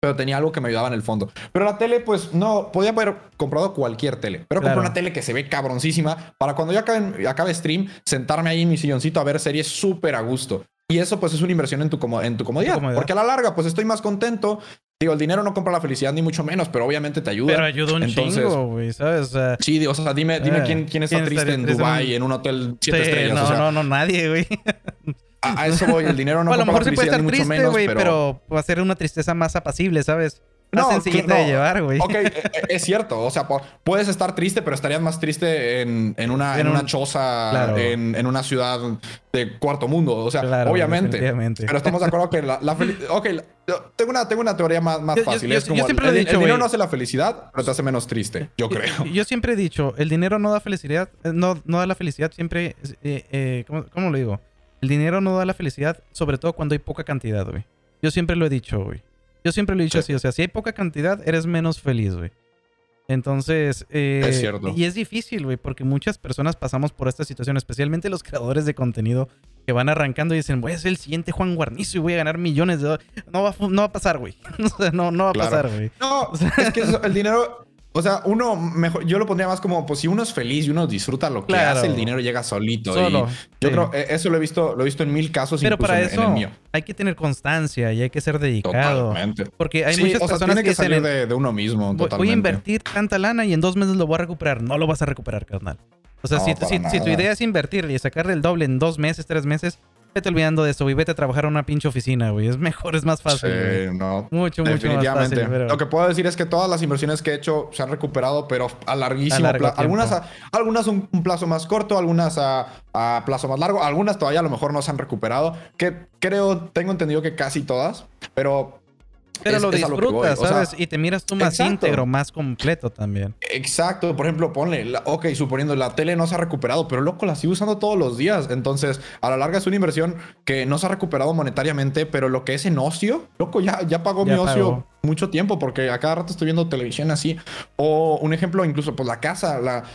pero tenía algo que me ayudaba en el fondo. Pero la tele, pues no, podía haber comprado cualquier tele, pero compré una tele que se ve cabroncísima para cuando yo acabe stream, sentarme ahí en mi silloncito a ver series súper a gusto. Y eso pues es una inversión en tu comodidad, porque a la larga pues estoy más contento. Digo, el dinero no compra la felicidad ni mucho menos, pero obviamente te ayuda. Pero ayuda un chingo, güey, ¿sabes? Sí, o sea, dime quién está triste en Dubái, en un hotel 7 estrellas. No, o sea, no, nadie, güey. A eso voy, el dinero no a lo compra mejor la sí puede felicidad estar ni mucho triste, menos, güey, pero va a ser una tristeza más apacible, ¿sabes? Más sencillita de llevar, güey. Ok, es cierto. O sea, puedes estar triste, pero estarías más triste en una choza, claro, en una ciudad de cuarto mundo. O sea, claro, obviamente. Pero estamos de acuerdo que tengo una teoría más fácil. Yo siempre lo he dicho, el dinero no hace la felicidad, pero te hace menos triste, yo creo. Yo siempre he dicho, el dinero no da felicidad, no da la felicidad siempre... ¿cómo lo digo? El dinero no da la felicidad, sobre todo cuando hay poca cantidad, güey. Yo siempre lo he dicho, güey. Yo siempre lo he dicho así, o sea, si hay poca cantidad, eres menos feliz, güey. Entonces, es cierto. Y es difícil, güey, porque muchas personas pasamos por esta situación, especialmente los creadores de contenido que van arrancando y dicen, voy a ser el siguiente Juan Guarnizo y voy a ganar millones de dólares. No va a pasar, güey. No va a pasar, güey. No, es que el dinero... O sea, uno mejor, yo lo pondría más como, pues si uno es feliz y uno disfruta lo que hace, el dinero llega solito. Solo, y yo creo, eso lo he visto en 1000 casos, pero incluso para eso en el mío. Hay que tener constancia y hay que ser dedicado. Totalmente. Porque hay muchas personas tiene que dicen, salir de uno mismo, totalmente. Voy a invertir tanta lana y en 2 meses lo voy a recuperar. No lo vas a recuperar, carnal. O sea, si tu idea es invertirle y sacarle el doble en 2 meses, 3 meses, vete olvidando de eso, güey. Vete a trabajar a una pinche oficina, güey. Es mejor, es más fácil. Sí, no. Mucho más fácil. Pero... Lo que puedo decir es que todas las inversiones que he hecho se han recuperado, pero a larguísimo plazo. Algunas un plazo más corto, algunas a plazo más largo. Algunas todavía a lo mejor no se han recuperado. Que tengo entendido que casi todas, pero lo disfrutas, ¿sabes? O sea, y te miras tú más íntegro, más completo también. Exacto. Por ejemplo, ponle, suponiendo la tele no se ha recuperado, pero loco, la sigo usando todos los días. Entonces, a la larga es una inversión que no se ha recuperado monetariamente, pero lo que es en ocio, loco, ya pagó mi ocio mucho tiempo, porque a cada rato estoy viendo televisión así. O un ejemplo, incluso, pues la casa,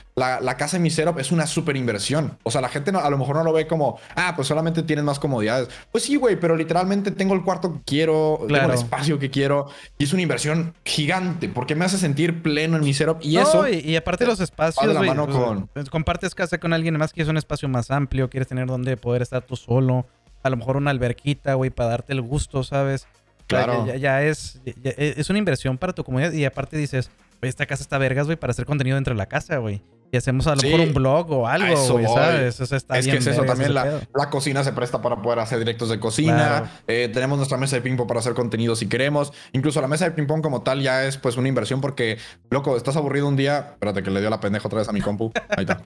la casa en mi setup es una súper inversión. O sea, la gente a lo mejor no lo ve como, pues solamente tienes más comodidades. Pues sí, güey, pero literalmente tengo el cuarto que quiero, tengo el espacio que quiero, y es una inversión gigante, porque me hace sentir pleno en mi setup. Y eso... Y aparte los espacios, güey, compartes casa con alguien más, quieres un espacio más amplio, quieres tener donde poder estar tú solo, a lo mejor una alberquita, güey, para darte el gusto, ¿sabes? Claro. Ya es una inversión para tu comunidad. Y aparte dices, güey, esta casa está vergas, güey, para hacer contenido dentro de la casa, güey. Y hacemos a lo mejor un blog o algo, güey, ¿sabes? O sea, está bien. Es que es eso también. La cocina se presta para poder hacer directos de cocina. Claro. Tenemos nuestra mesa de ping-pong para hacer contenido si queremos. Incluso la mesa de ping-pong como tal ya es pues una inversión porque, loco, estás aburrido un día. Espérate que le dio la pendeja otra vez a mi compu. Ahí está.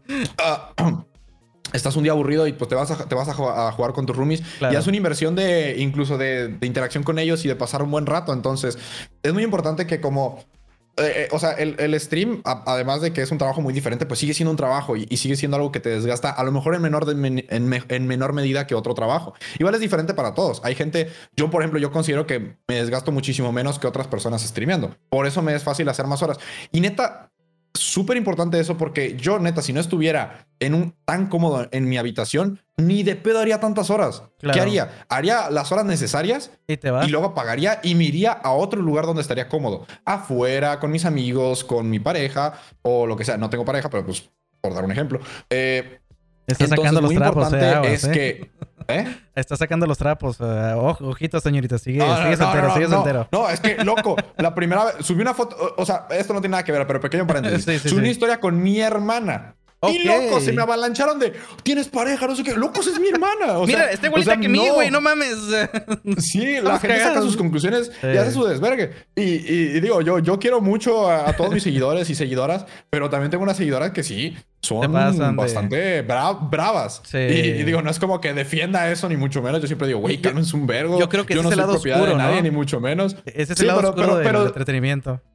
Estás un día aburrido y pues te vas a jugar con tus roomies. Claro. Y es una inversión incluso de interacción con ellos y de pasar un buen rato. Entonces, es muy importante que como... o sea, el stream, además de que es un trabajo muy diferente, pues sigue siendo un trabajo y sigue siendo algo que te desgasta, a lo mejor en menor medida que otro trabajo. Igual es diferente para todos. Hay gente, yo por ejemplo, yo considero que me desgasto muchísimo menos que otras personas streameando. Por eso me es fácil hacer más horas. Y neta... Súper importante eso porque yo, neta, si no estuviera tan cómodo en mi habitación, ni de pedo haría tantas horas. Claro. ¿Qué haría? Haría las horas necesarias y luego apagaría y me iría a otro lugar donde estaría cómodo. Afuera, con mis amigos, con mi pareja o lo que sea. No tengo pareja, pero pues por dar un ejemplo. Está sacando los trapos, es que... Está sacando los trapos. Ojitos, señorita. Sigue soltero. No, es que, loco, la primera vez subí una foto. O sea, esto no tiene nada que ver, pero pequeño paréntesis. Subí una historia con mi hermana. Y loco, se me avalancharon de ¿tienes pareja? No sé qué. Locos, es mi hermana. Mira, está igualita que mí, güey. No mames. Sí, la gente saca sus conclusiones y hace su desvergue. Y digo, yo quiero mucho a todos mis seguidores y seguidoras, pero también tengo unas seguidoras que sí son bastante bravas. Sí. Y digo, no es como que defienda eso, ni mucho menos. Yo siempre digo, güey, cálmense un vergo. Yo creo que yo ese no es el soy lado propiedad oscuro, de nadie, ¿no? ni mucho menos. Ese es el lado oscuro del entretenimiento.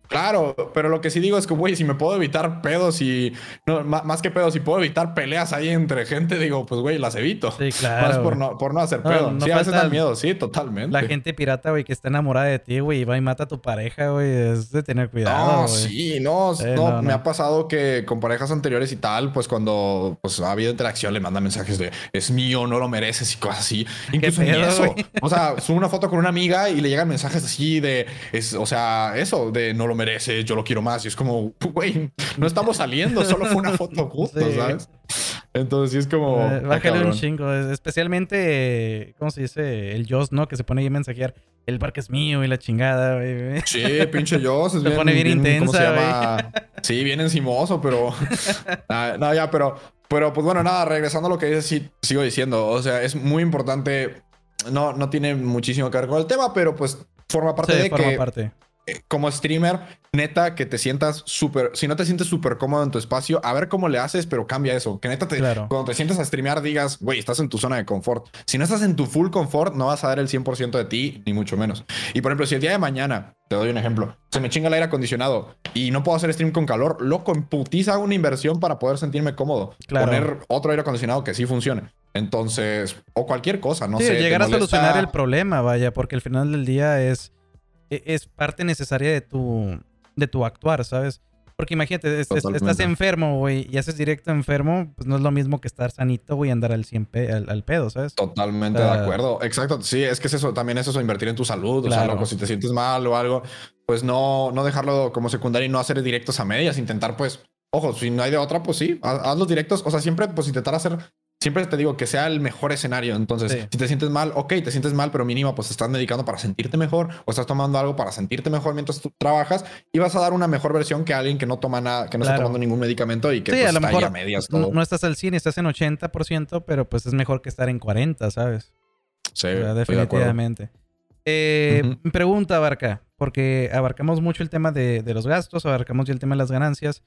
Claro, pero lo que sí digo es que, güey, si me puedo evitar pedos y... No, más que pedos, si puedo evitar peleas ahí entre gente, digo, pues, güey, las evito. Sí, Más claro, güey. por no hacer No, pedo. no Sí, a veces falta dan miedo, sí, la totalmente. gente pirata, güey, que está enamorada de ti, güey, y va y mata a tu pareja, güey. Es de tener No, cuidado, güey. sí, no, no, No, me no. ha pasado que con parejas anteriores y tal, pues cuando pues, ha habido interacción, le mandan mensajes de es mío, no lo mereces y cosas así. ¿Qué Incluso ni pedo, güey? eso. O sea, subo una foto con una amiga y le llegan mensajes así de, o sea, eso, de no lo mereces, yo lo quiero más. Y es como, güey, no estamos saliendo, solo fue una foto juntos, Sí. ¿sabes? Entonces sí es como, está Bájale un cabrón. chingo. Especialmente, ¿cómo se dice? El Joss, ¿no? Que se pone ahí a mensajear. El parque es mío y la chingada, güey. Sí, pinche Joss es Se pone bien ¿cómo se intensa, güey. llama? Sí, bien encimoso, pero no, ya, pero pues bueno, nada, regresando a lo que dices, sí, sigo diciendo, o sea, es muy importante, no tiene muchísimo que ver con el tema, pero pues forma parte Sí, de forma que parte. como streamer, neta, que te sientas súper, si no te sientes súper cómodo en tu espacio, a ver cómo le haces, pero cambia eso, que neta, Claro. cuando te sientes a streamear digas, güey, estás en tu zona de confort. Si no estás en tu full confort, no vas a dar el 100% de ti, ni mucho menos. Y por ejemplo, si el día de mañana, te doy un ejemplo, se me chinga el aire acondicionado y no puedo hacer stream con calor, loco, en putiza hago una inversión para poder sentirme cómodo. Claro. Poner otro aire acondicionado que sí funcione. Entonces, o cualquier cosa, no Sí, sé. llegar a ¿te solucionar el molesta? problema, vaya, porque al final del día es parte necesaria de tu actuar, ¿sabes? Porque imagínate, estás Totalmente. enfermo, güey, y haces directo enfermo, pues no es lo mismo que estar sanito, güey, y andar al 100 al pedo, ¿sabes? Totalmente de Ah, acuerdo. Exacto. Sí, es que es eso, también es eso, invertir en tu salud. O sea, claro. loco, si te sientes mal o algo, pues no dejarlo como secundario y no hacer directos a medias. Intentar, pues, ojo, si no hay de otra, pues sí, haz los directos. O sea, siempre, pues, intentar hacer, siempre te digo que sea el mejor escenario. Entonces, Sí. si te sientes mal, ok, te sientes mal, pero mínimo, pues, te estás medicando para sentirte mejor o estás tomando algo para sentirte mejor mientras tú trabajas y vas a dar una mejor versión que alguien que no toma nada, que no está Claro. tomando ningún medicamento y que, Sí, pues, a lo está ahí a mejor medias todo. no estás al 100 y estás en 80%, pero pues es mejor que estar en 40, ¿sabes? Sí, O sea, estoy de acuerdo. definitivamente. Ujú. Pregunta, Abarca, porque abarcamos mucho el tema de los gastos, abarcamos ya el tema de las ganancias.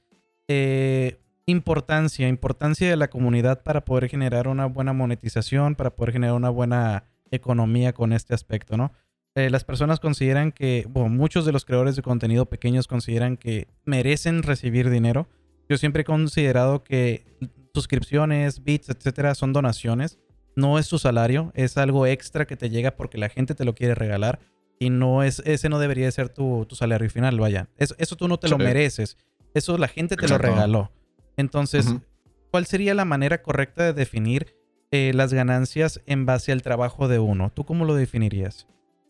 Importancia de la comunidad para poder generar una buena monetización, para poder generar una buena economía con este aspecto, ¿no? Las personas consideran que, bueno, muchos de los creadores de contenido pequeños consideran que merecen recibir dinero. Yo siempre he considerado que suscripciones, bits, etcétera, son donaciones. No es tu salario, es algo extra que te llega porque la gente te lo quiere regalar y ese no debería de ser tu salario final, vaya. Eso tú no te lo Sí, mereces. Eso la gente te lo exacto. regaló. Entonces, Ujú. ¿cuál sería la manera correcta de definir las ganancias en base al trabajo de uno? ¿Tú cómo lo definirías?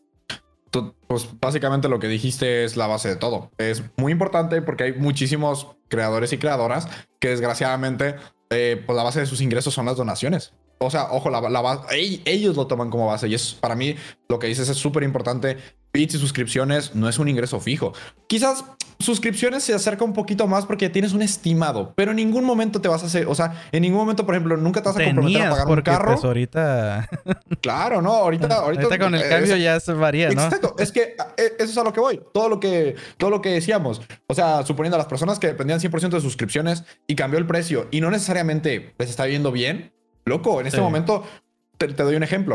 Pues básicamente lo que dijiste es la base de todo. Es muy importante porque hay muchísimos creadores y creadoras que desgraciadamente pues la base de sus ingresos son las donaciones. O sea, ojo, ellos lo toman como base y es para mí lo que dices es súper importante. Bits y suscripciones no es un ingreso fijo. Quizás suscripciones se acerca un poquito más porque tienes un estimado, pero en ningún momento te vas a hacer, o sea, en ningún momento, por ejemplo, nunca te vas a comprometer a pagar un Porque carro. pues ahorita... Claro, no, ahorita con el cambio ya se varía, ¿no? exacto, es que eso es a lo que voy, todo lo que decíamos, o sea, suponiendo a las personas que dependían 100% de suscripciones y cambió el precio y no necesariamente les está viendo bien, loco, en este Sí. momento te doy un ejemplo.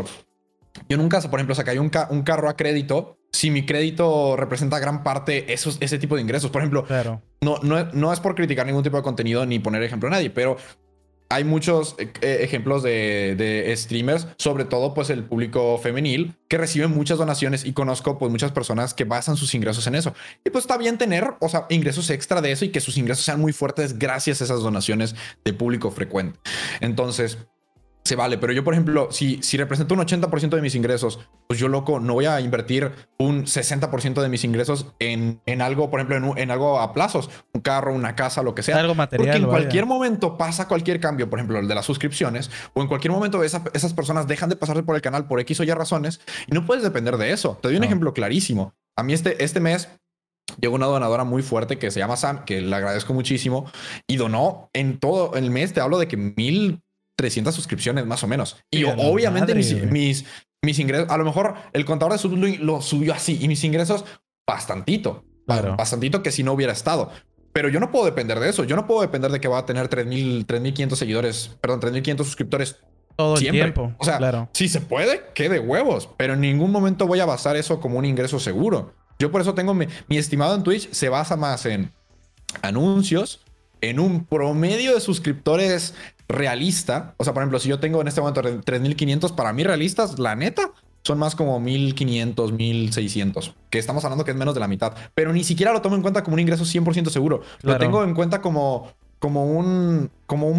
Yo nunca, por ejemplo, sacaría un carro a crédito si mi crédito representa gran parte ese tipo de ingresos. Por ejemplo, Claro. no es por criticar ningún tipo de contenido ni poner ejemplo a nadie, pero hay muchos ejemplos de streamers, sobre todo pues el público femenil, que reciben muchas donaciones y conozco pues muchas personas que basan sus ingresos en eso. Y pues está bien tener, o sea, ingresos extra de eso y que sus ingresos sean muy fuertes gracias a esas donaciones de público frecuente. Entonces, se vale, pero yo, por ejemplo, si represento un 80% de mis ingresos, pues yo, loco, no voy a invertir un 60% de mis ingresos en algo, por ejemplo, en algo a plazos, un carro, una casa, lo que sea. Algo material, Porque en vaya. cualquier momento pasa cualquier cambio, por ejemplo, el de las suscripciones, o en cualquier momento esas personas dejan de pasarse por el canal por X o Y razones y no puedes depender de eso. Te doy un No. ejemplo clarísimo. A mí este mes llegó una donadora muy fuerte que se llama Sam, que le agradezco muchísimo, y donó en todo el mes, te hablo de que 1,300 suscripciones más o menos. Y Sí, a la obviamente madre, mis ingresos, a lo mejor el contador de Sublu lo subió así y mis ingresos bastantito, Claro. bastantito que si no hubiera estado. Pero yo no puedo depender de eso. Yo no puedo depender de que va a tener 3,500 seguidores, perdón, 3,500 suscriptores Todo el siempre. tiempo. O sea, Claro. si se puede, qué de huevos, pero en ningún momento voy a basar eso como un ingreso seguro. Yo por eso tengo mi estimado en Twitch se basa más en anuncios, en un promedio de suscriptores realista. O sea, por ejemplo, si yo tengo en este momento 3.500, para mí realistas, la neta, son más como 1.500, 1.600, que estamos hablando que es menos de la mitad. Pero ni siquiera lo tomo en cuenta como un ingreso 100% seguro. Claro. Lo tengo en cuenta como un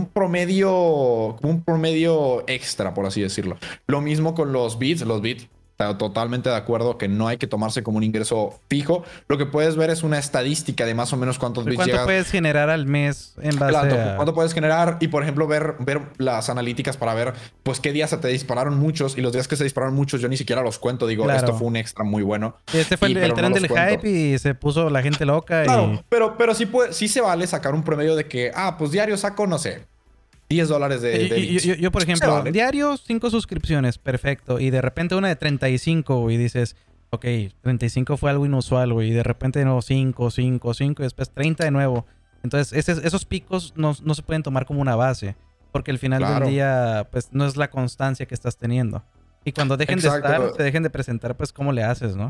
promedio extra, por así decirlo. Lo mismo con los bits. Los bits, totalmente de acuerdo que no hay que tomarse como un ingreso fijo. Lo que puedes ver es una estadística de más o menos cuántos bits llegas. ¿Cuánto puedes generar al mes en base a...? ¿Cuánto puedes generar? Y, por ejemplo, ver las analíticas para ver, pues, qué días se te dispararon muchos. Y los días que se dispararon muchos, yo ni siquiera los cuento. Digo, claro, esto fue un extra muy bueno. Este fue el tren del hype y se puso la gente loca. Claro, pero sí se vale sacar un promedio de que, pues, diario saco, no sé, $10 de yo, por ejemplo, diario 5 suscripciones, perfecto. Y de repente una de 35 y dices, ok, 35 fue algo inusual, güey. Y de repente no, 5 y después 30 de nuevo. Entonces, esos picos no se pueden tomar como una base. Porque al final del día, pues, no es la constancia que estás teniendo. Y cuando dejen de estar, te dejen de presentar, pues, ¿cómo le haces, no?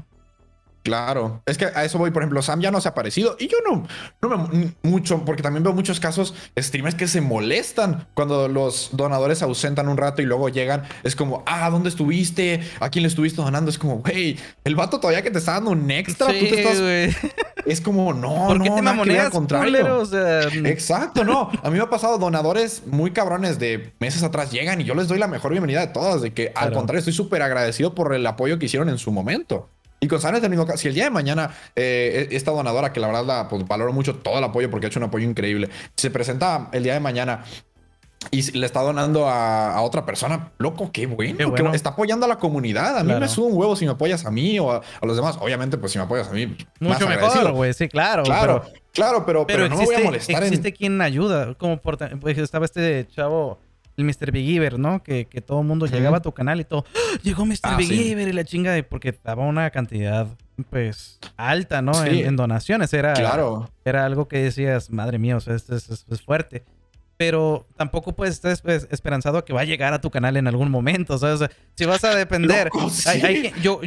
Claro, es que a eso voy. Por ejemplo, Sam ya no se ha aparecido y yo no me mucho, porque también veo muchos casos streamers que se molestan cuando los donadores se ausentan un rato y luego llegan. Es como, ¿dónde estuviste? ¿A quién le estuviste donando? Es como, güey, el vato todavía que te está dando un extra, sí, tú te estás... Wey. Es como, no, ¿por qué te mamoneas, al contrario? O sea... Exacto, no. A mí me ha pasado donadores muy cabrones de meses atrás llegan y yo les doy la mejor bienvenida de todas, de que al contrario estoy súper agradecido por el apoyo que hicieron en su momento. Y con Sam es del mismo caso. Si el día de mañana esta donadora, que la verdad pues, valoro mucho todo el apoyo porque ha hecho un apoyo increíble, se presenta el día de mañana y le está donando a otra persona, loco, qué bueno. Que está apoyando a la comunidad. A mí me sube un huevo si me apoyas a mí o a los demás. Obviamente, pues si me apoyas a mí, mucho mejor, güey. Sí, claro. Claro, pero no me voy a molestar. Existe quien ayuda. Como pues, estaba este chavo, el Mr. Big Giver, ¿no? Que todo el mundo llegaba a tu canal y todo. ¡Oh! Llegó Mr. Big Giver y la chinga de... Porque daba una cantidad, pues, alta, ¿no? Sí. En donaciones. Era algo que decías, madre mía, o sea, esto es fuerte. Pero tampoco puedes estar esperanzado a que va a llegar a tu canal en algún momento, ¿sabes? O sea, si vas a depender... Loco, sí. Yo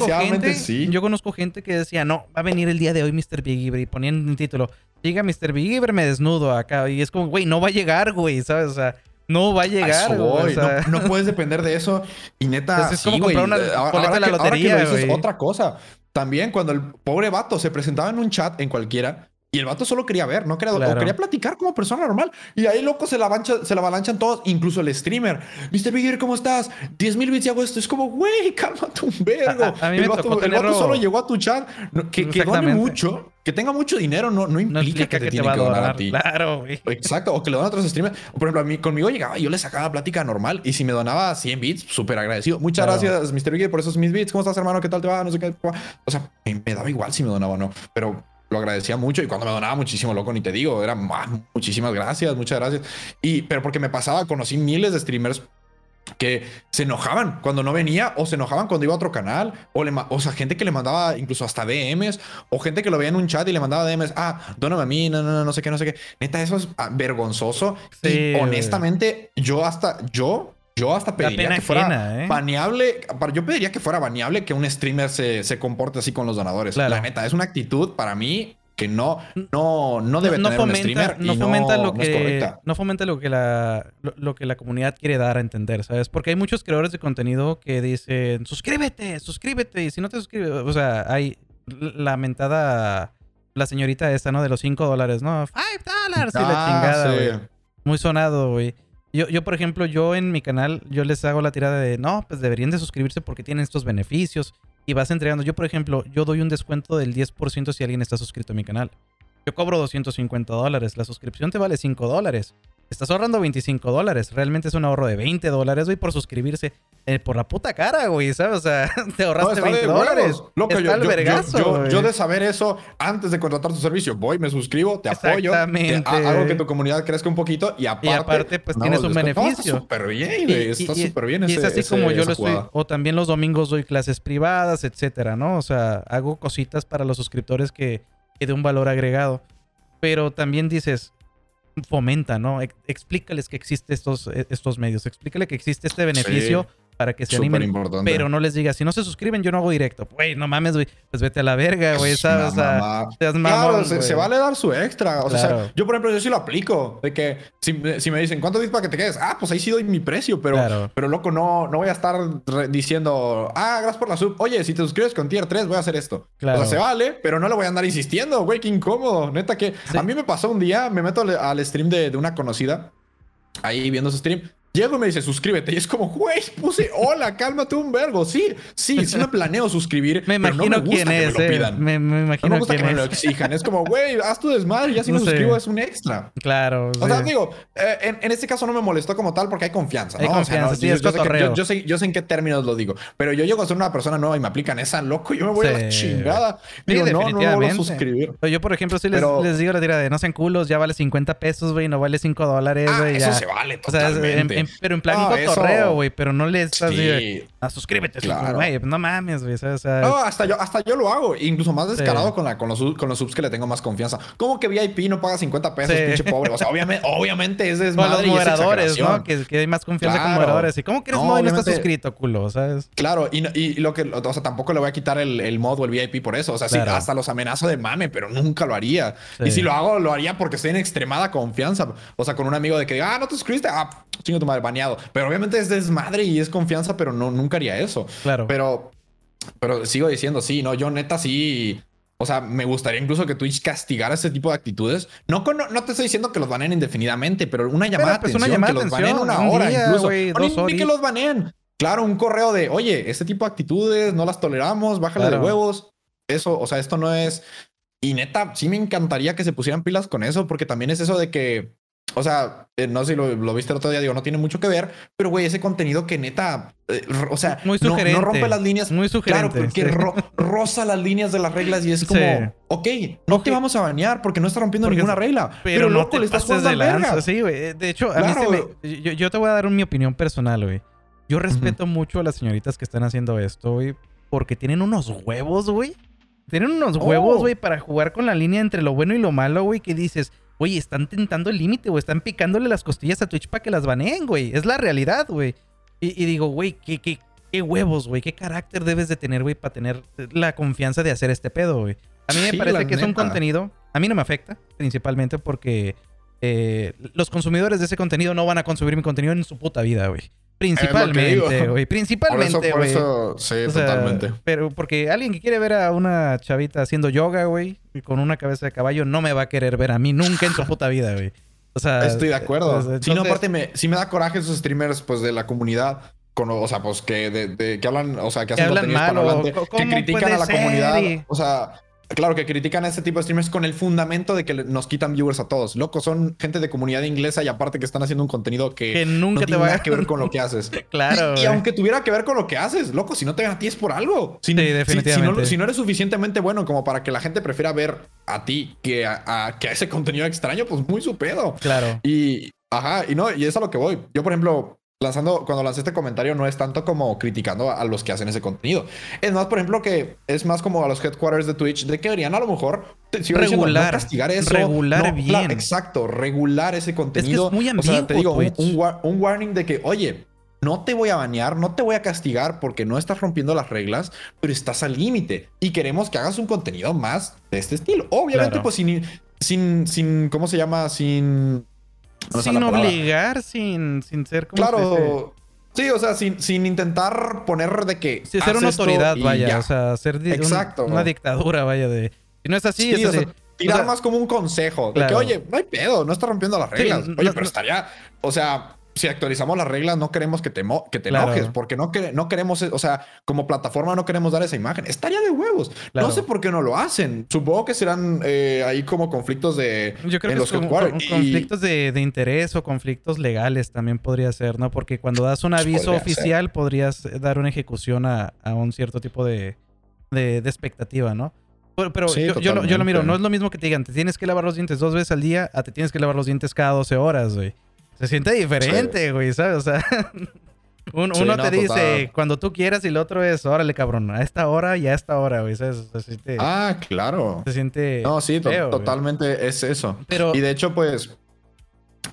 conozco gente que decía, no, va a venir el día de hoy Mr. Big Giver. Y ponían un título, llega Mr. Big Giver, me desnudo acá. Y es como, güey, no va a llegar, güey, ¿sabes? O sea... No va a llegar, güey. O sea... no puedes depender de eso. Y neta, entonces, es como comprar una boleta de la lotería, ahora que lo dices, otra cosa. También cuando el pobre vato se presentaba en un chat en cualquiera y el vato solo quería ver, no quería, o quería platicar como persona normal. Y ahí, loco, se la avalanchan todos, incluso el streamer. Mr. Bigger, ¿cómo estás? 10,000 bits y hago esto. Es como, güey, cálmate un vergo. A mí el vato solo llegó a tu chat. Que done mucho. Que tenga mucho dinero no implica que te tiene que donar a ti. Claro, güey. Exacto. O que le donen a otros streamers. Por ejemplo, conmigo llegaba y yo le sacaba plática normal. Y si me donaba 100 bits, súper agradecido. Muchas gracias, Mr. Bigger, por esos mis bits. ¿Cómo estás, hermano? ¿Qué tal te va? No sé qué. O sea, me daba igual si me donaba o no. Pero lo agradecía mucho. Y cuando me donaba muchísimo, loco, ni te digo. Era muchísimas gracias, muchas gracias. Pero porque me pasaba, conocí miles de streamers que se enojaban cuando no venía o se enojaban cuando iba a otro canal o sea, gente que le mandaba incluso hasta DMs o gente que lo veía en un chat y le mandaba DMs, dóname a mí, no sé qué. Neta, eso es vergonzoso. Sí, y honestamente, yo hasta pediría que fuera baneable. Yo pediría que fuera baneable que un streamer se comporte así con los donadores. Claro. La neta, es una actitud para mí que no debe tener un streamer y no es correcta. No fomenta lo que la comunidad quiere dar a entender, ¿sabes? Porque hay muchos creadores de contenido que dicen, suscríbete, y si no te suscribes, o sea, hay la señorita esta, ¿no? De los $5, ¿no? $5 y la chingada, güey. Sí. Muy sonado, güey. Yo, por ejemplo, en mi canal, yo les hago la tirada de, no, pues deberían de suscribirse porque tienen estos beneficios. Y vas entregando. Yo, por ejemplo, yo doy un descuento del 10% si alguien está suscrito a mi canal. Yo cobro $250. La suscripción te vale $5. Estás ahorrando $25. Realmente es un ahorro de $20, güey, por suscribirse. Por la puta cara, güey, ¿sabes? O sea, te ahorraste $20. Loco, yo de saber eso, antes de contratar tu servicio, voy, me suscribo, te apoyo, hago que tu comunidad crezca un poquito y aparte pues tienes un beneficio. Está súper bien, güey. Está súper bien y es así como yo lo estoy. O también los domingos doy clases privadas, etcétera, ¿no? O sea, hago cositas para los suscriptores que de un valor agregado. Pero también dices, fomenta, ¿no? Explícales que existen estos medios. Explícale que existe este beneficio para que se Súper animen. importante. Pero no les digas, si no se suscriben, yo no hago directo. Güey, no mames, güey. Pues vete a la verga, güey, ¿sabes? O sea, seas mamón, claro, se vale dar su extra. O Claro. sea, yo, por ejemplo, yo sí lo aplico. De que si me dicen, ¿cuánto dices para que te quedes? Ah, pues ahí sí doy mi precio. Pero loco, no voy a estar diciendo, gracias por la sub. Oye, si te suscribes con tier 3, voy a hacer esto. Claro. O sea, se vale, pero no le voy a andar insistiendo. Güey, qué incómodo. Neta que... Sí. A mí me pasó un día, me meto al stream de una conocida. Ahí viendo su stream. Llego y me dice, suscríbete. Y es como, güey, puse, hola, cálmate un vergo. Sí me planeo suscribir. Me imagino pero no me gusta quién que es, me lo pidan. Me imagino no me gusta quién que me lo es. exijan. Es como, güey, haz tu desmadre. Ya si me suscribo es un extra. Claro. O sea, digo, en este caso no me molestó como tal porque hay confianza, ¿no? Hay confianza, o sea, sí, es cotorreo. yo sé en qué términos lo digo. Pero yo llego a ser una persona nueva y me aplican esa, loco. Yo me voy a la chingada. Digo, no me voy a suscribir. Yo, por ejemplo, sí les digo la tira de no sean culos, ya vale 50 pesos, güey, no vale $5, güey. Eso ya. se vale totalmente. O sea, pero en plan un cotorreo, güey. Pero no le estás suscríbete, claro. Güey, no mames, güey. O sea, no, hasta yo lo hago. Incluso más descarado con los subs que le tengo más confianza. ¿Cómo que VIP no paga 50 pesos, pinche pobre? O sea, obviamente es desmadre. Los moderadores, ¿no? Que hay más confianza con moderadores. ¿Y cómo que eres mod y no estás suscrito, culo? ¿Sabes? Claro, y lo que... O sea, tampoco le voy a quitar el mod o el VIP por eso. O sea, sí, hasta los amenazo de mame, pero nunca lo haría. Sí. Y si lo hago, lo haría porque estoy en extremada confianza. O sea, con un amigo de que, no te suscribiste. Chingo tu madre, baneado. Pero obviamente es desmadre y es confianza, pero nunca haría eso. Claro. Pero sigo diciendo, sí, no, yo neta sí. O sea, me gustaría incluso que Twitch castigara ese tipo de actitudes. No te estoy diciendo que los baneen indefinidamente, pero una llamada de atención, que los baneen una hora día, incluso. Wey, ni que los baneen. Claro, un correo de, oye, este tipo de actitudes no las toleramos, bájale de huevos. Eso, o sea, esto no es... Y neta, sí me encantaría que se pusieran pilas con eso, porque también es eso de que... O sea, no sé si lo viste el otro día, digo, no tiene mucho que ver, pero güey, ese contenido que neta, o sea, muy sugerente, no rompe las líneas. Muy sugerente. Claro, porque roza las líneas de las reglas y es como, ok, no te vamos a banear porque no está rompiendo ninguna regla. Pero loco, le estás jugando de lanza. Sí, güey. De hecho, a mí yo te voy a dar mi opinión personal, güey. Yo respeto mucho a las señoritas que están haciendo esto, güey, porque tienen unos huevos, güey. Tienen unos huevos, güey, para jugar con la línea entre lo bueno y lo malo, güey, que dices... Güey, están tentando el límite, güey. Están picándole las costillas a Twitch para que las baneen, güey. Es la realidad, güey. Y digo, güey, qué huevos, güey. Qué carácter debes de tener, güey, para tener la confianza de hacer este pedo, güey. A mí me parece que es un contenido... A mí no me afecta, principalmente porque los consumidores de ese contenido no van a consumir mi contenido en su puta vida, güey. Principalmente, güey. Principalmente, güey. Por eso, sí, o sea, totalmente. Pero porque alguien que quiere ver a una chavita haciendo yoga, güey, con una cabeza de caballo, no me va a querer ver a mí nunca en su puta vida, güey. O sea... Estoy de acuerdo. Entonces, sí, no, aparte sí me da coraje esos streamers, pues, de la comunidad. O sea, pues, que hablan... O sea, que hacen contenido hispanohablante. Que critican a la comunidad. O sea... Claro, que critican a este tipo de streamers con el fundamento de que nos quitan viewers a todos. Loco, son gente de comunidad inglesa y aparte que están haciendo un contenido que nunca no tiene nada que ver con lo que haces. Claro. Y aunque tuviera que ver con lo que haces, loco, si no te ven a ti es por algo. Sí, definitivamente. Si no eres suficientemente bueno como para que la gente prefiera ver a ti que a ese contenido extraño, pues muy su pedo. Claro. Y es a lo que voy. Yo, por ejemplo... Cuando lancé este comentario no es tanto como criticando a los que hacen ese contenido. Es más, por ejemplo, que es más como a los headquarters de Twitch de que deberían a lo mejor regular, no castigar eso. Regular bien. Claro, exacto, regular ese contenido. Es que es muy ambiguo, o sea, te digo, un warning de que, oye, no te voy a banear, no te voy a castigar porque no estás rompiendo las reglas, pero estás al límite y queremos que hagas un contenido más de este estilo. Obviamente, pues sin ¿cómo se llama? Sin obligar, sin ser como... Claro. Sí, o sea, sin intentar poner de que... Sí, ser una autoridad, vaya. Ya. O sea, ser una dictadura, vaya, de... Si no es así, sí, es así. O sea, tirar más como un consejo. Claro. De que, oye, no hay pedo, no está rompiendo las reglas. Sí, pero estaría... O sea... Si actualizamos las reglas, no queremos que te enojes, porque no queremos, o sea, como plataforma no queremos dar esa imagen. Estaría de huevos. Claro. No sé por qué no lo hacen. Supongo que serán ahí como conflictos de... Yo creo que es conflictos de interés o conflictos legales también podría ser, ¿no? Porque cuando das un aviso oficial podrías dar una ejecución a un cierto tipo de expectativa, ¿no? Pero sí, yo lo miro, no es lo mismo que te digan, te tienes que lavar los dientes 2 veces al día a te tienes que lavar los dientes cada 12 horas, güey. Se siente diferente, güey, ¿sabes? O sea, uno te dice total. Cuando tú quieras y el otro es, órale, cabrón, a esta hora y a esta hora, güey, ¿sabes? Se siente... claro. Se siente No, sí, feo, totalmente güey. Es eso. Pero... Y de hecho, pues...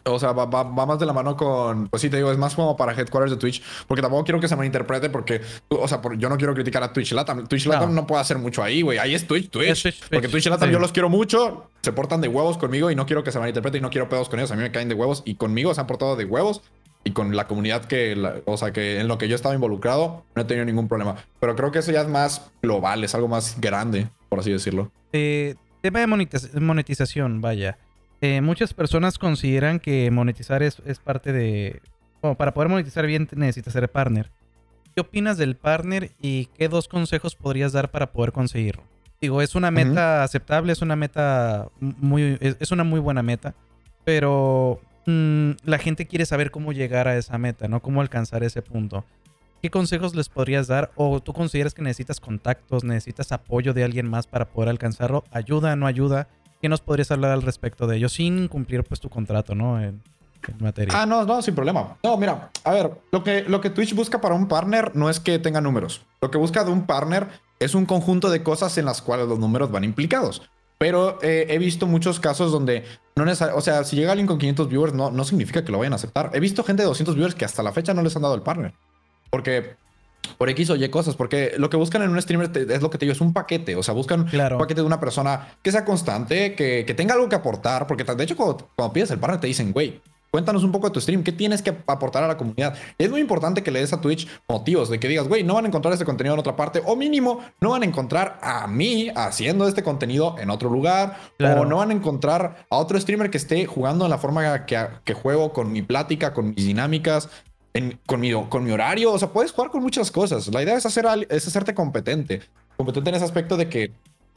O sea, va más de la mano con... Pues sí, te digo, es más como para headquarters de Twitch. Porque tampoco quiero que se malinterprete porque... O sea, yo no quiero criticar a Twitch Latam. Twitch Latam no puede hacer mucho ahí, güey. Ahí es Twitch. Porque Twitch Latam yo los quiero mucho. Se portan de huevos conmigo y no quiero que se malinterprete y no quiero pedos con ellos. A mí me caen de huevos y conmigo se han portado de huevos. Y con la comunidad o sea, que en lo que yo estaba involucrado no he tenido ningún problema. Pero creo que eso ya es más global. Es algo más grande, por así decirlo. Tema de monetización, vaya. Muchas personas consideran que monetizar es parte de... Bueno, para poder monetizar bien necesitas ser partner. ¿Qué opinas del partner y qué 2 consejos podrías dar para poder conseguirlo? Digo, es una meta aceptable, es una meta es una muy buena meta, pero la gente quiere saber cómo llegar a esa meta, ¿no? Cómo alcanzar ese punto. ¿Qué consejos les podrías dar? ¿O tú consideras que necesitas contactos, necesitas apoyo de alguien más para poder alcanzarlo? ¿Ayuda, no ayuda? ¿Qué nos podrías hablar al respecto de ello sin incumplir pues tu contrato, ¿no? En materia. No, sin problema. No, mira, a ver, lo que Twitch busca para un partner no es que tenga números. Lo que busca de un partner es un conjunto de cosas en las cuales los números van implicados. Pero he visto muchos casos donde no o sea, si llega alguien con 500 viewers, no significa que lo vayan a aceptar. He visto gente de 200 viewers que hasta la fecha no les han dado el partner. Porque por X o Y cosas, porque lo que buscan en un streamer es lo que te digo, es un paquete. O sea, buscan un paquete de una persona que sea constante, que tenga algo que aportar. Porque de hecho, cuando pides el partner, te dicen, güey, cuéntanos un poco de tu stream, ¿qué tienes que aportar a la comunidad? Es muy importante que le des a Twitch motivos de que digas, güey, no van a encontrar este contenido en otra parte, o mínimo, no van a encontrar a mí haciendo este contenido en otro lugar, o no van a encontrar a otro streamer que esté jugando en la forma que juego, con mi plática, con mis dinámicas. Con mi horario, o sea, puedes jugar con muchas cosas. La idea es hacerte competente en ese aspecto de que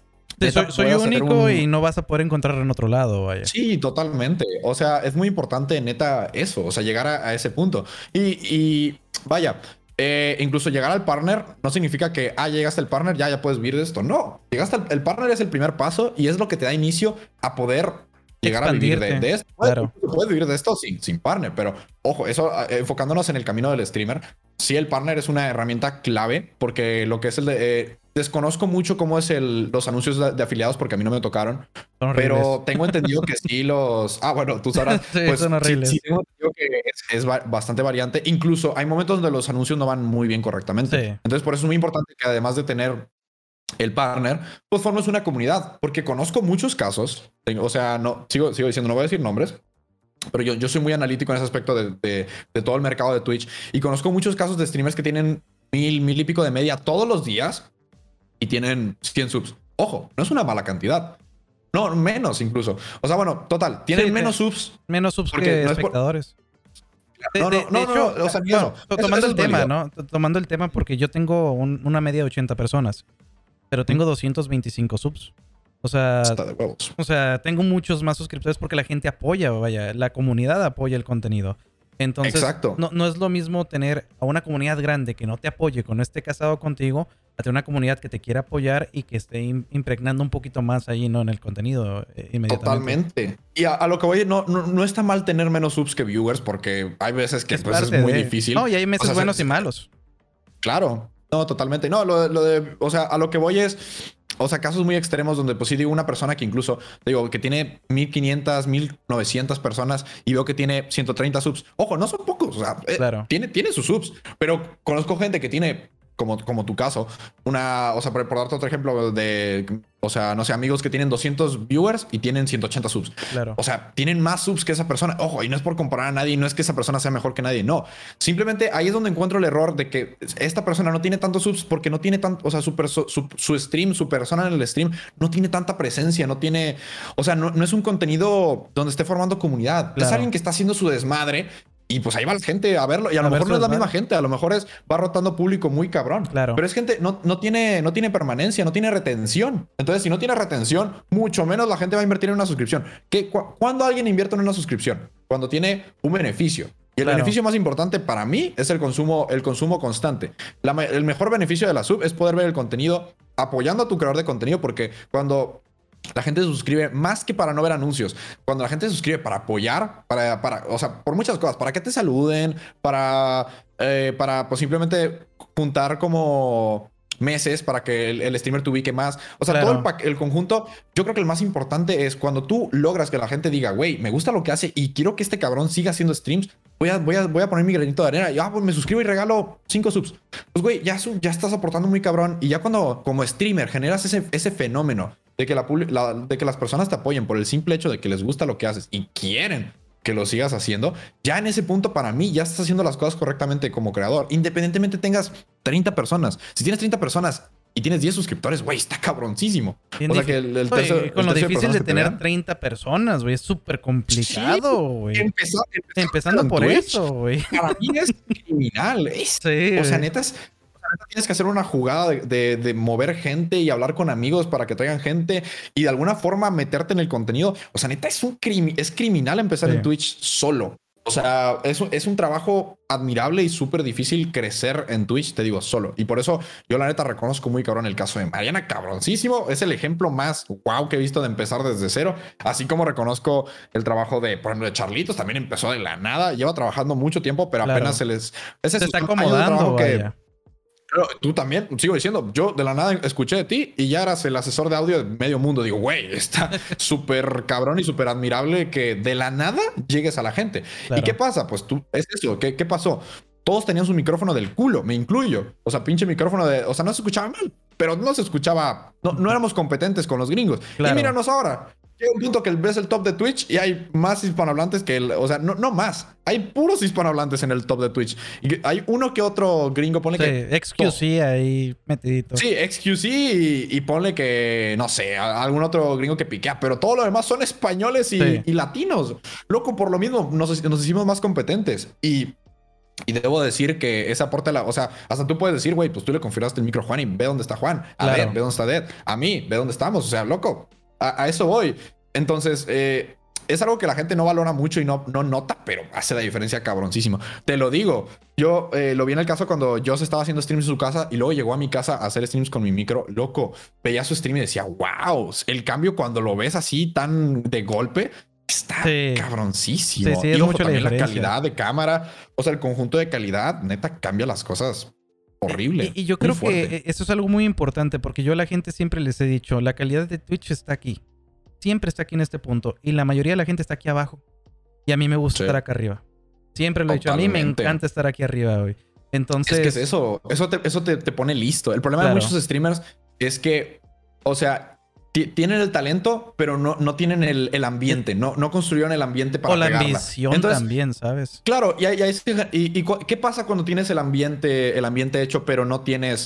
soy único y no vas a poder encontrarlo en otro lado, vaya. Sí, totalmente. O sea, es muy importante, neta, eso, o sea, llegar a ese punto. Y vaya, incluso llegar al partner no significa que, llegaste al partner, ya puedes vivir de esto. No, el partner es el primer paso y es lo que te da inicio a poder llegar a vivir de esto. Puedes vivir de esto sin partner, pero ojo, eso enfocándonos en el camino del streamer, sí, el partner es una herramienta clave porque lo que es desconozco mucho cómo es los anuncios de afiliados porque a mí no me tocaron, pero tengo entendido que sí bueno, tú sabrás. Sí, pues son horribles. Sí, tengo entendido que es bastante variante. Incluso hay momentos donde los anuncios no van muy bien correctamente. Sí. Entonces, por eso es muy importante que además de tener el partner, pues formes una comunidad, porque conozco muchos casos, o sea, sigo diciendo, no voy a decir nombres, pero yo soy muy analítico en ese aspecto de todo el mercado de Twitch y conozco muchos casos de streamers que tienen 1000 y pico de media todos los días y tienen 100 subs. Ojo, no es una mala cantidad. No, menos incluso. O sea, bueno, total, tienen menos subs. Menos subs que espectadores. No, o sea, no. Tomando el tema, ¿no? Tomando el tema porque yo tengo una media de 80 personas. Pero tengo 225 subs. O sea, está de huevos. O sea, tengo muchos más suscriptores porque la gente apoya, vaya, la comunidad apoya el contenido. Entonces, exacto. No es lo mismo tener a una comunidad grande que no te apoye, que no esté casado contigo, a tener una comunidad que te quiera apoyar y que esté impregnando un poquito más ahí, ¿no? En el contenido inmediatamente. Totalmente. Y a lo que voy, no está mal tener menos subs que viewers porque hay veces que es muy difícil. No, y hay meses buenos y malos. Claro. No, totalmente. No, o sea, a lo que voy es, o sea, casos muy extremos donde, pues sí, digo, una persona que incluso, digo, que tiene 1500, 1900 personas y veo que tiene 130 subs. Ojo, no son pocos, o sea, claro. tiene sus subs, pero conozco gente que tiene, como tu caso, o sea, por darte otro ejemplo o sea, no sé, amigos que tienen 200 viewers y tienen 180 subs. Claro. O sea, tienen más subs que esa persona. Ojo, y no es por comparar a nadie, no es que esa persona sea mejor que nadie, no. Simplemente ahí es donde encuentro el error de que esta persona no tiene tantos subs porque no tiene tanto, o sea, su stream, su persona en el stream no tiene tanta presencia, no tiene, o sea, no es un contenido donde esté formando comunidad. Claro. Es alguien que está haciendo su desmadre. Y pues ahí va la gente a verlo. Y a lo mejor no es la misma gente. A lo mejor va rotando público muy cabrón. Claro. Pero es gente, no tiene permanencia, no tiene retención. Entonces, si no tiene retención, mucho menos la gente va a invertir en una suscripción. ¿Cuándo alguien invierte en una suscripción? Cuando tiene un beneficio. Y el beneficio más importante para mí es el consumo constante. El mejor beneficio de la sub es poder ver el contenido apoyando a tu creador de contenido, porque cuando la gente se suscribe más que para no ver anuncios. Cuando la gente se suscribe para apoyar, o sea, por muchas cosas, para que te saluden, para pues simplemente juntar como meses para que el streamer te ubique más. O sea, Claro. todo el conjunto, yo creo que el más importante es cuando tú logras que la gente diga, güey, me gusta lo que hace y quiero que este cabrón siga haciendo streams, voy a poner mi granito de arena y pues me suscribo y regalo 5 subs. Pues, güey, ya estás aportando muy cabrón. Y ya cuando como streamer generas ese fenómeno de que, de que las personas te apoyen por el simple hecho de que les gusta lo que haces y quieren que lo sigas haciendo, ya en ese punto para mí ya estás haciendo las cosas correctamente como creador, independientemente tengas 30 personas. Si tienes 30 personas y tienes 10 suscriptores, güey, está cabroncísimo. O sea que el tercer, con lo difícil de tener 30 personas, güey, es súper complicado, güey. Sí, empezando por Twitch, eso, güey. Para mí es criminal. Sí, o sea, neta tienes que hacer una jugada de mover gente y hablar con amigos para que traigan gente y de alguna forma meterte en el contenido. O sea, neta, es criminal empezar en Twitch solo. O sea, es un trabajo admirable y súper difícil crecer en Twitch, te digo, solo. Y por eso yo la neta reconozco muy cabrón el caso de Mariana, cabroncísimo. Es el ejemplo más wow que he visto de empezar desde cero. Así como reconozco el trabajo de, por ejemplo, de Charlitos, también empezó de la nada. Lleva trabajando mucho tiempo, pero apenas se está acomodando, vaya. Pero tú también, sigo diciendo, yo de la nada escuché de ti y ya eras el asesor de audio de medio mundo. Digo, güey, está súper cabrón y súper admirable que de la nada llegues a la gente. Claro. ¿Y qué pasa? Pues tú, es eso, ¿qué pasó? Todos tenían su micrófono del culo, me incluyo. O sea, pinche micrófono o sea, no se escuchaba mal, pero no se escuchaba, no éramos competentes con los gringos. Claro. Y míranos ahora. Llega un punto que ves el top de Twitch y hay más hispanohablantes que o sea, no más. Hay puros hispanohablantes en el top de Twitch. Y hay uno que otro gringo, ponle que... XQC ahí metidito. Sí, XQC y ponle que, no sé, algún otro gringo que piquea, pero todo lo demás son españoles y latinos. Loco, por lo mismo nos hicimos más competentes. Y debo decir que ese aporte, o sea, hasta tú puedes decir, güey, pues tú le configuraste el micro a Juan y ve dónde está Juan. A ver, ve dónde está Dead. A mí, ve dónde estamos. O sea, loco, a eso voy. Entonces, es algo que la gente no valora mucho y no nota, pero hace la diferencia cabroncísimo. Te lo digo, yo lo vi en el caso cuando Joss estaba haciendo streams en su casa y luego llegó a mi casa a hacer streams con mi micro. Loco, veía su stream y decía, wow, el cambio cuando lo ves así tan de golpe está cabroncísimo. Sí, y ojo, también la calidad de cámara, o sea, el conjunto de calidad, neta, cambia las cosas. Horrible. Y yo creo que eso es algo muy importante porque yo a la gente siempre les he dicho, la calidad de Twitch está aquí. Siempre está aquí en este punto. Y la mayoría de la gente está aquí abajo. Y a mí me gusta estar acá arriba. Siempre lo he dicho. A mí me encanta estar aquí arriba, güey. Entonces... Es que es eso. Eso te pone listo. El problema de muchos streamers es que, o sea, tienen el talento, pero no tienen el ambiente. No construyeron el ambiente para pegarla. O la ambición también, ¿sabes? Claro. ¿Y qué pasa cuando tienes el ambiente hecho, pero no tienes...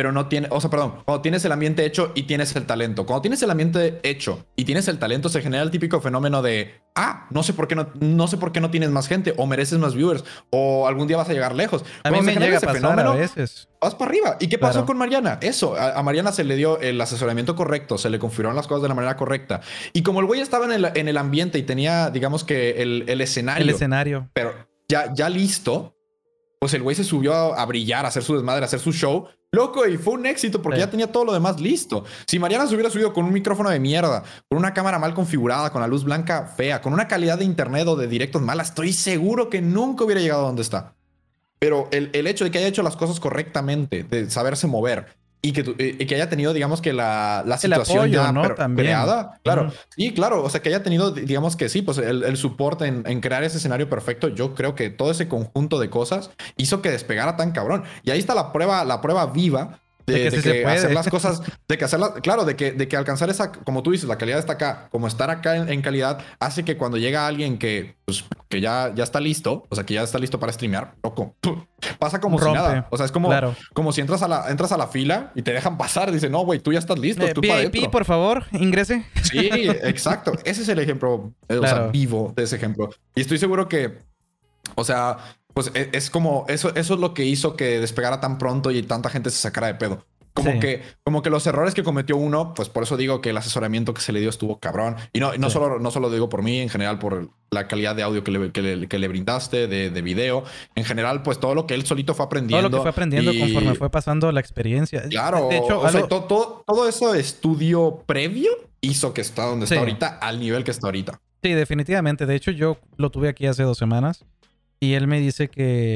o sea, perdón, cuando tienes el ambiente hecho y tienes el talento. Cuando tienes el ambiente hecho y tienes el talento, se genera el típico fenómeno de, no sé por qué no tienes más gente, o mereces más viewers, o algún día vas a llegar lejos. A mí me llega a pasar a veces. Vas para arriba. ¿Y qué pasó con Mariana? Eso, a Mariana se le dio el asesoramiento correcto, se le configuraron las cosas de la manera correcta. Y como el güey estaba en el ambiente y tenía, digamos que el escenario. El escenario. Pero ya listo, pues el güey se subió a brillar, a hacer su desmadre, a hacer su show. Loco, y fue un éxito porque ya tenía todo lo demás listo. Si Mariana se hubiera subido con un micrófono de mierda, con una cámara mal configurada, con la luz blanca fea, con una calidad de internet o de directos mala, estoy seguro que nunca hubiera llegado a donde está. Pero el hecho de que haya hecho las cosas correctamente, de saberse mover y que haya tenido, digamos que la situación apoyo, ya ¿no? creada. Claro. Sí, claro. O sea, que haya tenido, digamos que sí, pues el soporte en crear ese escenario perfecto. Yo creo que todo ese conjunto de cosas hizo que despegara tan cabrón. Y ahí está la prueba viva de que hacer las cosas, de que hacerlas, claro, de que alcanzar esa, como tú dices, la calidad está acá, como estar acá en calidad, hace que cuando llega alguien que ya está listo, o sea, que ya está listo para streamear, loco, pasa como si nada. O sea, es como si entras a la fila y te dejan pasar, dicen, no, güey, tú ya estás listo, tú para adentro. VIP, por favor, ingrese. Sí, exacto. Ese es el ejemplo, o sea, vivo de ese ejemplo. Y estoy seguro que, o sea, pues es como eso es lo que hizo que despegara tan pronto y tanta gente se sacara de pedo. Como que los errores que cometió uno, pues por eso digo que el asesoramiento que se le dio estuvo cabrón. Y no solo lo digo por mí, en general por la calidad de audio que le brindaste, de video. En general, pues todo lo que él solito fue aprendiendo. Todo lo que fue aprendiendo conforme fue pasando la experiencia. Claro, de hecho, todo eso estudio previo hizo que está donde está ahorita, al nivel que está ahorita. Sí, definitivamente. De hecho, yo lo tuve aquí hace 2 semanas y él me dice que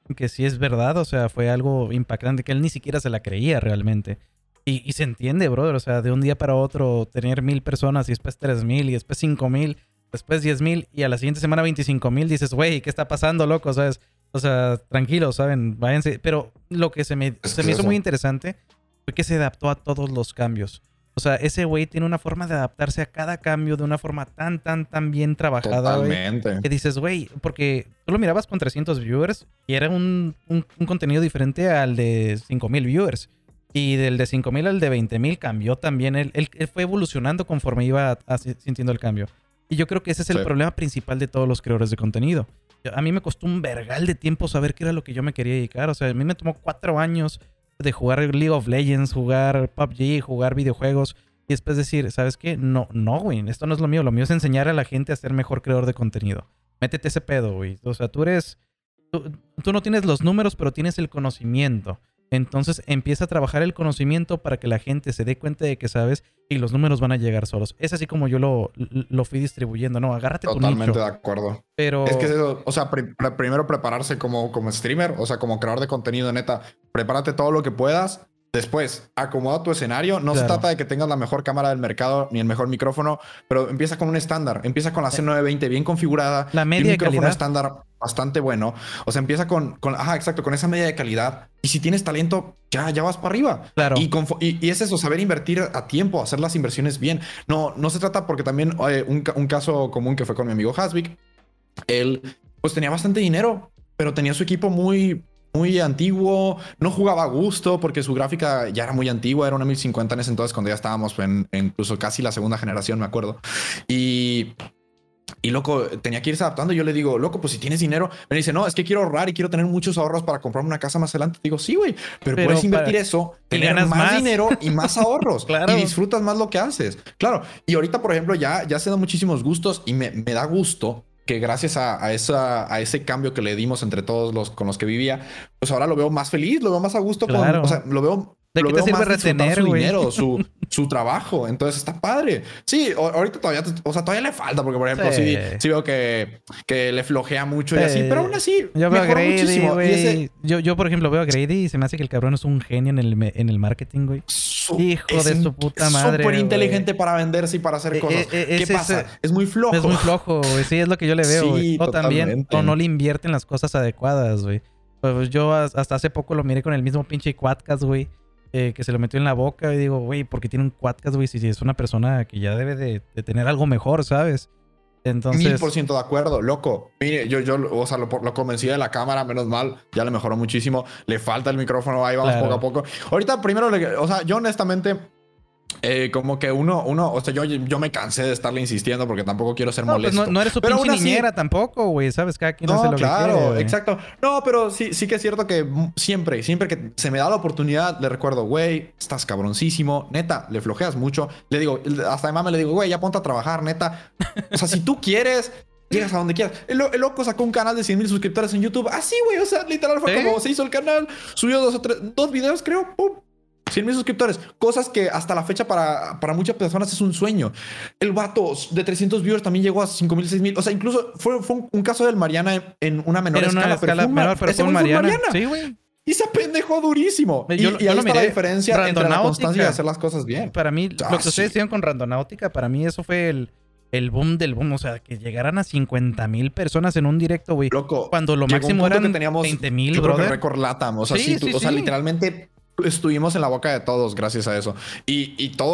que sí es verdad, o sea, fue algo impactante que él ni siquiera se la creía realmente. Y se entiende, brother, o sea, de un día para otro tener 1,000 personas y después 3,000 y después 5,000, después 10,000 y a la siguiente semana 25,000, dices, güey, ¿qué está pasando, loco? ¿Sabes? O sea, tranquilos, ¿saben? Váyanse. Pero lo que se me hizo muy interesante fue que se adaptó a todos los cambios. O sea, ese güey tiene una forma de adaptarse a cada cambio de una forma tan bien trabajada, güey. Totalmente. Que dices, güey, porque tú lo mirabas con 300 viewers y era un contenido diferente al de 5,000 viewers. Y del de 5,000 al de 20,000 cambió también. Él fue evolucionando conforme iba sintiendo el cambio. Y yo creo que ese es el problema principal de todos los creadores de contenido. A mí me costó un vergal de tiempo saber qué era lo que yo me quería dedicar. O sea, a mí me tomó 4 años de jugar League of Legends, jugar PUBG, jugar videojuegos. Y después decir, ¿sabes qué? No, güey, esto no es lo mío. Lo mío es enseñar a la gente a ser mejor creador de contenido. Métete ese pedo, güey. O sea, tú no tienes los números, pero tienes el conocimiento. Entonces empieza a trabajar el conocimiento para que la gente se dé cuenta de que sabes y los números van a llegar solos. Es así como yo lo fui distribuyendo, ¿no? Agárrate tu nicho. Totalmente de acuerdo. Pero... Es que eso, o sea, primero prepararse como streamer, o sea, como creador de contenido, neta. Prepárate todo lo que puedas. Después, acomoda tu escenario. No se trata de que tengas la mejor cámara del mercado ni el mejor micrófono, pero empieza con un estándar. Empieza con la C920 bien configurada. La media de calidad. Un micrófono estándar bastante bueno. O sea, empieza con esa media de calidad. Y si tienes talento, ya vas para arriba. Claro. Y es eso, saber invertir a tiempo, hacer las inversiones bien. No se trata porque también un caso común que fue con mi amigo Hasvik. Él pues tenía bastante dinero, pero tenía su equipo muy antiguo, no jugaba a gusto porque su gráfica ya era muy antigua, era una 1050 en ese entonces cuando ya estábamos en incluso casi la segunda generación, me acuerdo. Y loco, tenía que irse adaptando. Y yo le digo, loco, pues si tienes dinero, me dice, no, es que quiero ahorrar y quiero tener muchos ahorros para comprarme una casa más adelante. Digo, sí, güey, pero puedes invertir eso, tener más dinero y más ahorros. Claro. Y disfrutas más lo que haces. Claro. Y ahorita, por ejemplo, ya se dan muchísimos gustos y me da gusto que gracias a ese cambio que le dimos entre todos con los que vivía, pues ahora lo veo más feliz, lo veo más a gusto. Claro. O sea, lo veo... ¿De qué te sirve retener, su dinero, su trabajo? Entonces está padre. Sí, ahorita todavía le falta, porque por ejemplo, sí veo que le flojea mucho y así, pero aún así yo veo a Grady, güey. Yo, por ejemplo, veo a Grady y se me hace que el cabrón es un genio en el marketing, güey. Hijo de su puta madre. Súper inteligente para venderse y para hacer cosas. ¿Qué pasa? Es muy flojo. Es muy flojo, güey. Sí, es lo que yo le veo, güey. O también, no le invierten las cosas adecuadas, güey. Pues yo hasta hace poco lo miré con el mismo pinche Quadcast, güey. Que se lo metió en la boca y digo, güey, ¿por qué tiene un Quadcast, güey? Si es una persona que ya debe de tener algo mejor, ¿sabes? Entonces... 1000% de acuerdo, loco. Mire, yo o sea, lo convencí de la cámara, menos mal, ya le mejoró muchísimo. Le falta el micrófono, ahí vamos poco a poco. Ahorita primero, o sea, yo honestamente... como que o sea, yo me cansé de estarle insistiendo porque tampoco quiero ser molesto. Pues no eres su pinche niñera tampoco, güey, ¿sabes? Cada quien hace lo que quiere. Claro, exacto. No, pero sí que es cierto que siempre que se me da la oportunidad, le recuerdo, güey, estás cabroncísimo, neta, le flojeas mucho. Le digo, hasta además me le digo, güey, ya ponte a trabajar, neta. O sea, si tú quieres... Llegas a donde quieras. El loco sacó un canal de 100,000 suscriptores en YouTube. Así, güey. O sea, literal fue como se hizo el canal. Subió 2 videos, creo. ¡Pum! 100,000 suscriptores. Cosas que hasta la fecha para muchas personas es un sueño. El vato de 300 viewers también llegó a 5,000, 6,000. O sea, incluso fue un caso del Mariana en una menor escala. Pero fue Mariana. Sí, güey. Y se apendejó durísimo. Y ahí está la diferencia entre la constancia y hacer las cosas bien. Para mí, lo que ustedes hicieron con Randonáutica, para mí eso fue el boom del boom. O sea, que llegaran a 50,000 personas en un directo, güey. Loco. Cuando lo máximo eran 20,000, yo creo que récord LATAM. O sea, o sea, literalmente... Estuvimos en la boca de todos gracias a eso. Y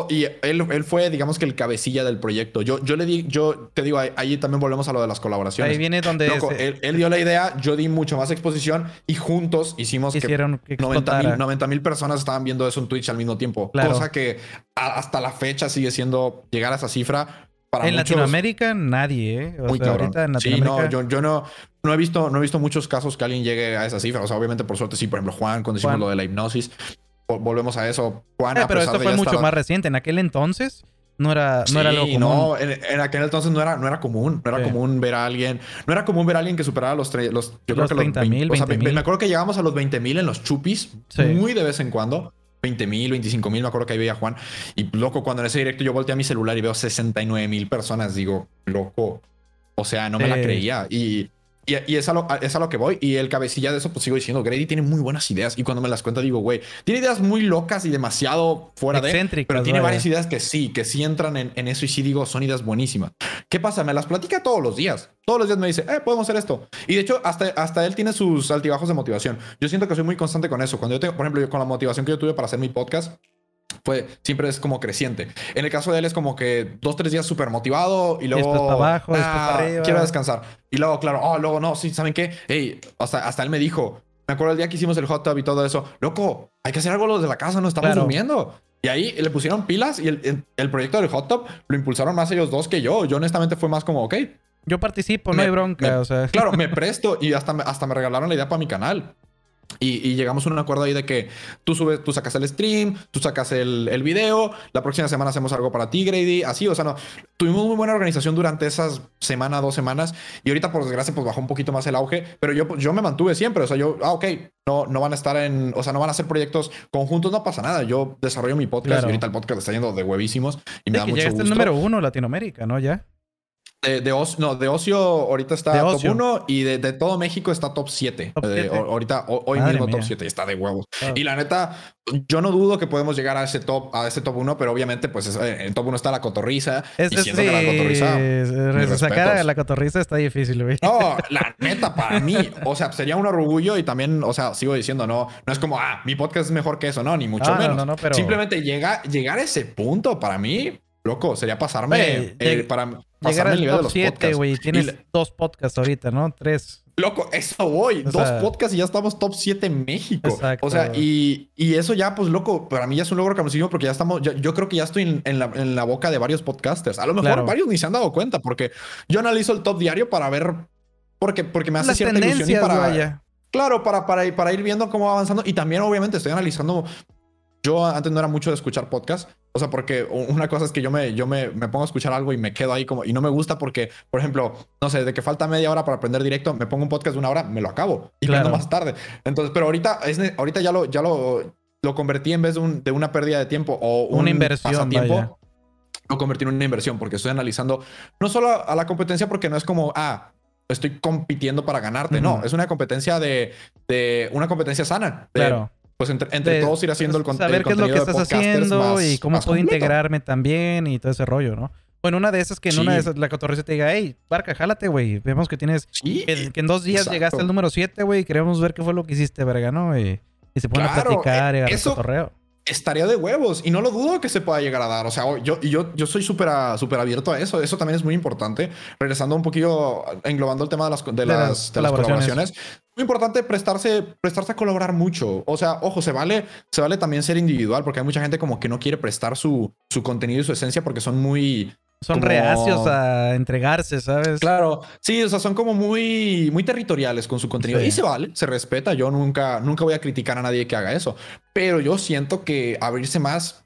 él fue, digamos que el cabecilla del proyecto. Yo te digo, ahí también volvemos a lo de las colaboraciones. Ahí viene donde... Loco, él dio la idea, yo di mucho más exposición y juntos hicimos que 90,000 personas estaban viendo eso en Twitch al mismo tiempo. Claro. Cosa que hasta la fecha sigue siendo llegar a esa cifra. Para en muchos, Latinoamérica nadie, ¿eh? Muy cabrón. Ahorita en Latinoamérica... Sí, yo no he visto muchos casos que alguien llegue a esa cifra. O sea, obviamente por suerte sí. Por ejemplo, Juan, cuando hicimos lo de la hipnosis, volvemos a eso. Juan, pero esto fue mucho más reciente. En aquel entonces no era algo común. No, en aquel entonces no era común. No era común ver a alguien. No era común ver a alguien que superara los 30,000. O sea, me acuerdo que llegamos a los 20,000 en los chupis. Muy de vez en cuando. 20,000, 25,000, me acuerdo que ahí veía a Juan. Y loco, cuando en ese directo yo volteé a mi celular y veo 69,000 personas, digo, loco. O sea, no me la creía. Y Y es a lo que voy. Y el cabecilla de eso, pues sigo diciendo, Grady tiene muy buenas ideas. Y cuando me las cuenta, digo, güey, tiene ideas muy locas y demasiado fuera de. Pero tiene varias ideas que sí entran en eso. Y sí digo, son ideas buenísimas. ¿Qué pasa? Me las platica todos los días. Todos los días me dice, podemos hacer esto. Y de hecho, hasta él tiene sus altibajos de motivación. Yo siento que soy muy constante con eso. Cuando yo tengo, por ejemplo, con la motivación que yo tuve para hacer mi podcast, siempre es como creciente. En el caso de él es como que 2-3 días súper motivado y luego... después para abajo, después para arriba. Quiero descansar. Y luego, claro, luego no, sí, ¿saben qué? Hey, hasta él me dijo, me acuerdo el día que hicimos el hot tub y todo eso, loco, hay que hacer algo los de la casa, no estamos durmiendo. Y ahí le pusieron pilas y el proyecto del hot tub lo impulsaron más ellos dos que yo. Yo honestamente fue más como, ok. Yo participo, no hay bronca, o sea. Claro, me presto y hasta me regalaron la idea para mi canal. Y llegamos a un acuerdo ahí de que tú sacas el stream, tú sacas el video, la próxima semana hacemos algo para ti, Grady, así, o sea, no, tuvimos muy buena organización durante esas 2 semanas y ahorita por desgracia pues bajó un poquito más el auge, pero yo me mantuve siempre, o sea, ok, no van a estar o sea, no van a hacer proyectos conjuntos, no pasa nada, yo desarrollo mi podcast y ahorita el podcast está yendo de huevísimos y me da mucho gusto. El número 1 Latinoamérica, ¿no? Ya. De ocio ahorita está top 1 y de todo México está top 7. Ahorita, hoy mismo top 7 está de huevos. Y la neta, yo no dudo que podemos llegar a ese top 1, pero obviamente, pues en top 1 está la cotorriza. Y siento que la cotorriza. Sacar a la cotorriza está difícil, güey. No, la neta, para mí, o sea, sería un orgullo y también, o sea, sigo diciendo, no es como, mi podcast es mejor que eso, no, ni mucho menos. No, pero... Simplemente llegar a ese punto para mí, loco, sería pasarme llegar al top 7, güey. Tienes 2 podcasts ahorita, ¿no? 3. Loco, eso voy. 2 podcasts y ya estamos top 7 en México. Exacto. O sea, y eso ya, pues, loco, para mí ya es un logro campesino porque ya estamos... Yo creo que ya estoy en la boca de varios podcasters. A lo mejor varios ni se han dado cuenta porque yo analizo el top diario para ver... Porque me hace cierta ilusión y para... Claro, para ir viendo cómo va avanzando. Y también, obviamente, estoy analizando... Yo antes no era mucho de escuchar podcast. O sea, porque una cosa es que yo me pongo a escuchar algo y me quedo ahí como... Y no me gusta porque, por ejemplo, no sé, de que falta media hora para aprender directo, me pongo un podcast de 1 hora, me lo acabo. Y prendo más tarde. Entonces, pero ahorita ya lo convertí en vez de una pérdida de tiempo o una inversión, pasatiempo. Vaya. Lo convertí en una inversión porque estoy analizando no solo a la competencia porque no es como... estoy compitiendo para ganarte. No, es una competencia una competencia sana. Claro. Pues entre todos ir haciendo el contenido. Saber qué es lo que estás haciendo y cómo puedo integrarme también y todo ese rollo, ¿no? Bueno, una de esas que en una de esas la cotorriza te diga, hey, Barca, jálate, güey. Vemos que tienes... que en 2 días llegaste al número 7, güey, y queremos ver qué fue lo que hiciste, verga, ¿no? Y se ponen a platicar y agarrar cotorreo. Estaría de huevos y no lo dudo que se pueda llegar a dar. O sea, yo soy súper abierto a eso. Eso también es muy importante. Regresando un poquillo, englobando el tema de las colaboraciones. Muy importante prestarse a colaborar mucho. O sea, ojo, se vale también ser individual porque hay mucha gente como que no quiere prestar su contenido y su esencia porque son muy... Son reacios a entregarse, ¿sabes? Claro. Sí, o sea, son como muy, muy territoriales con su contenido. Sí. Y se vale, se respeta. Yo nunca voy a criticar a nadie que haga eso. Pero yo siento que abrirse más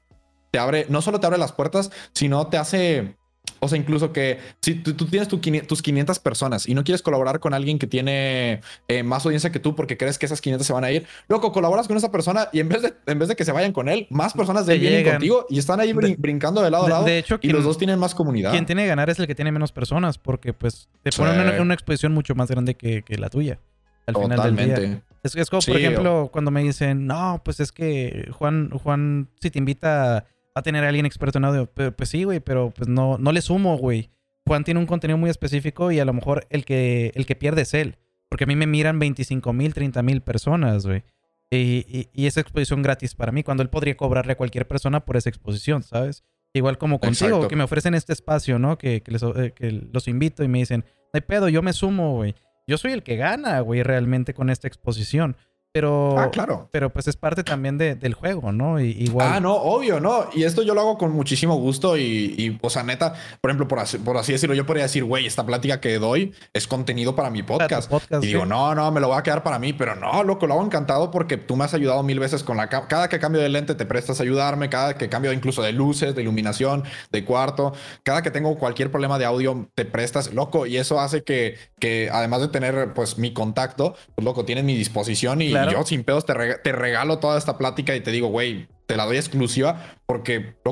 no solo te abre las puertas, sino te hace... O sea, incluso que si tú tienes tus 500 personas y no quieres colaborar con alguien que tiene más audiencia que tú porque crees que esas 500 se van a ir, loco, colaboras con esa persona y en vez de que se vayan con él, más personas de él vienen contigo y están ahí brincando de lado a lado. De hecho, y los dos tienen más comunidad. Quien tiene que ganar es el que tiene menos personas porque pues te ponen en una exposición mucho más grande que la tuya. Al final del día. Es como, por ejemplo, cuando me dicen, no, pues es que Juan si te invita a tener a alguien experto en audio. Pues sí, güey, pero pues no le sumo, güey. Juan tiene un contenido muy específico y a lo mejor el que pierde es él. Porque a mí me miran 25,000, 30,000 personas, güey. Y esa exposición gratis para mí, cuando él podría cobrarle a cualquier persona por esa exposición, ¿sabes? Igual como contigo, exacto, que me ofrecen este espacio, ¿no? Que los invito y me dicen, no hay pedo, yo me sumo, güey. Yo soy el que gana, güey, realmente con esta exposición. Pero, claro. Pero pues es parte también del juego, ¿no? Igual. No, obvio, ¿no? Y esto yo lo hago con muchísimo gusto y o sea, neta, por ejemplo, por así decirlo, yo podría decir, güey, esta plática que doy es contenido para mi podcast. Y digo, no, me lo voy a quedar para mí, pero no, loco, lo hago encantado porque tú me has ayudado 1000 veces con cada que cambio de lente te prestas a ayudarme, cada que cambio incluso de luces, de iluminación, de cuarto, cada que tengo cualquier problema de audio te prestas, loco, y eso hace que además de tener, pues, mi contacto, pues, loco, tienes mi disposición y yo sin pedos te regalo toda esta plática y te digo, güey, te la doy exclusiva porque, loco,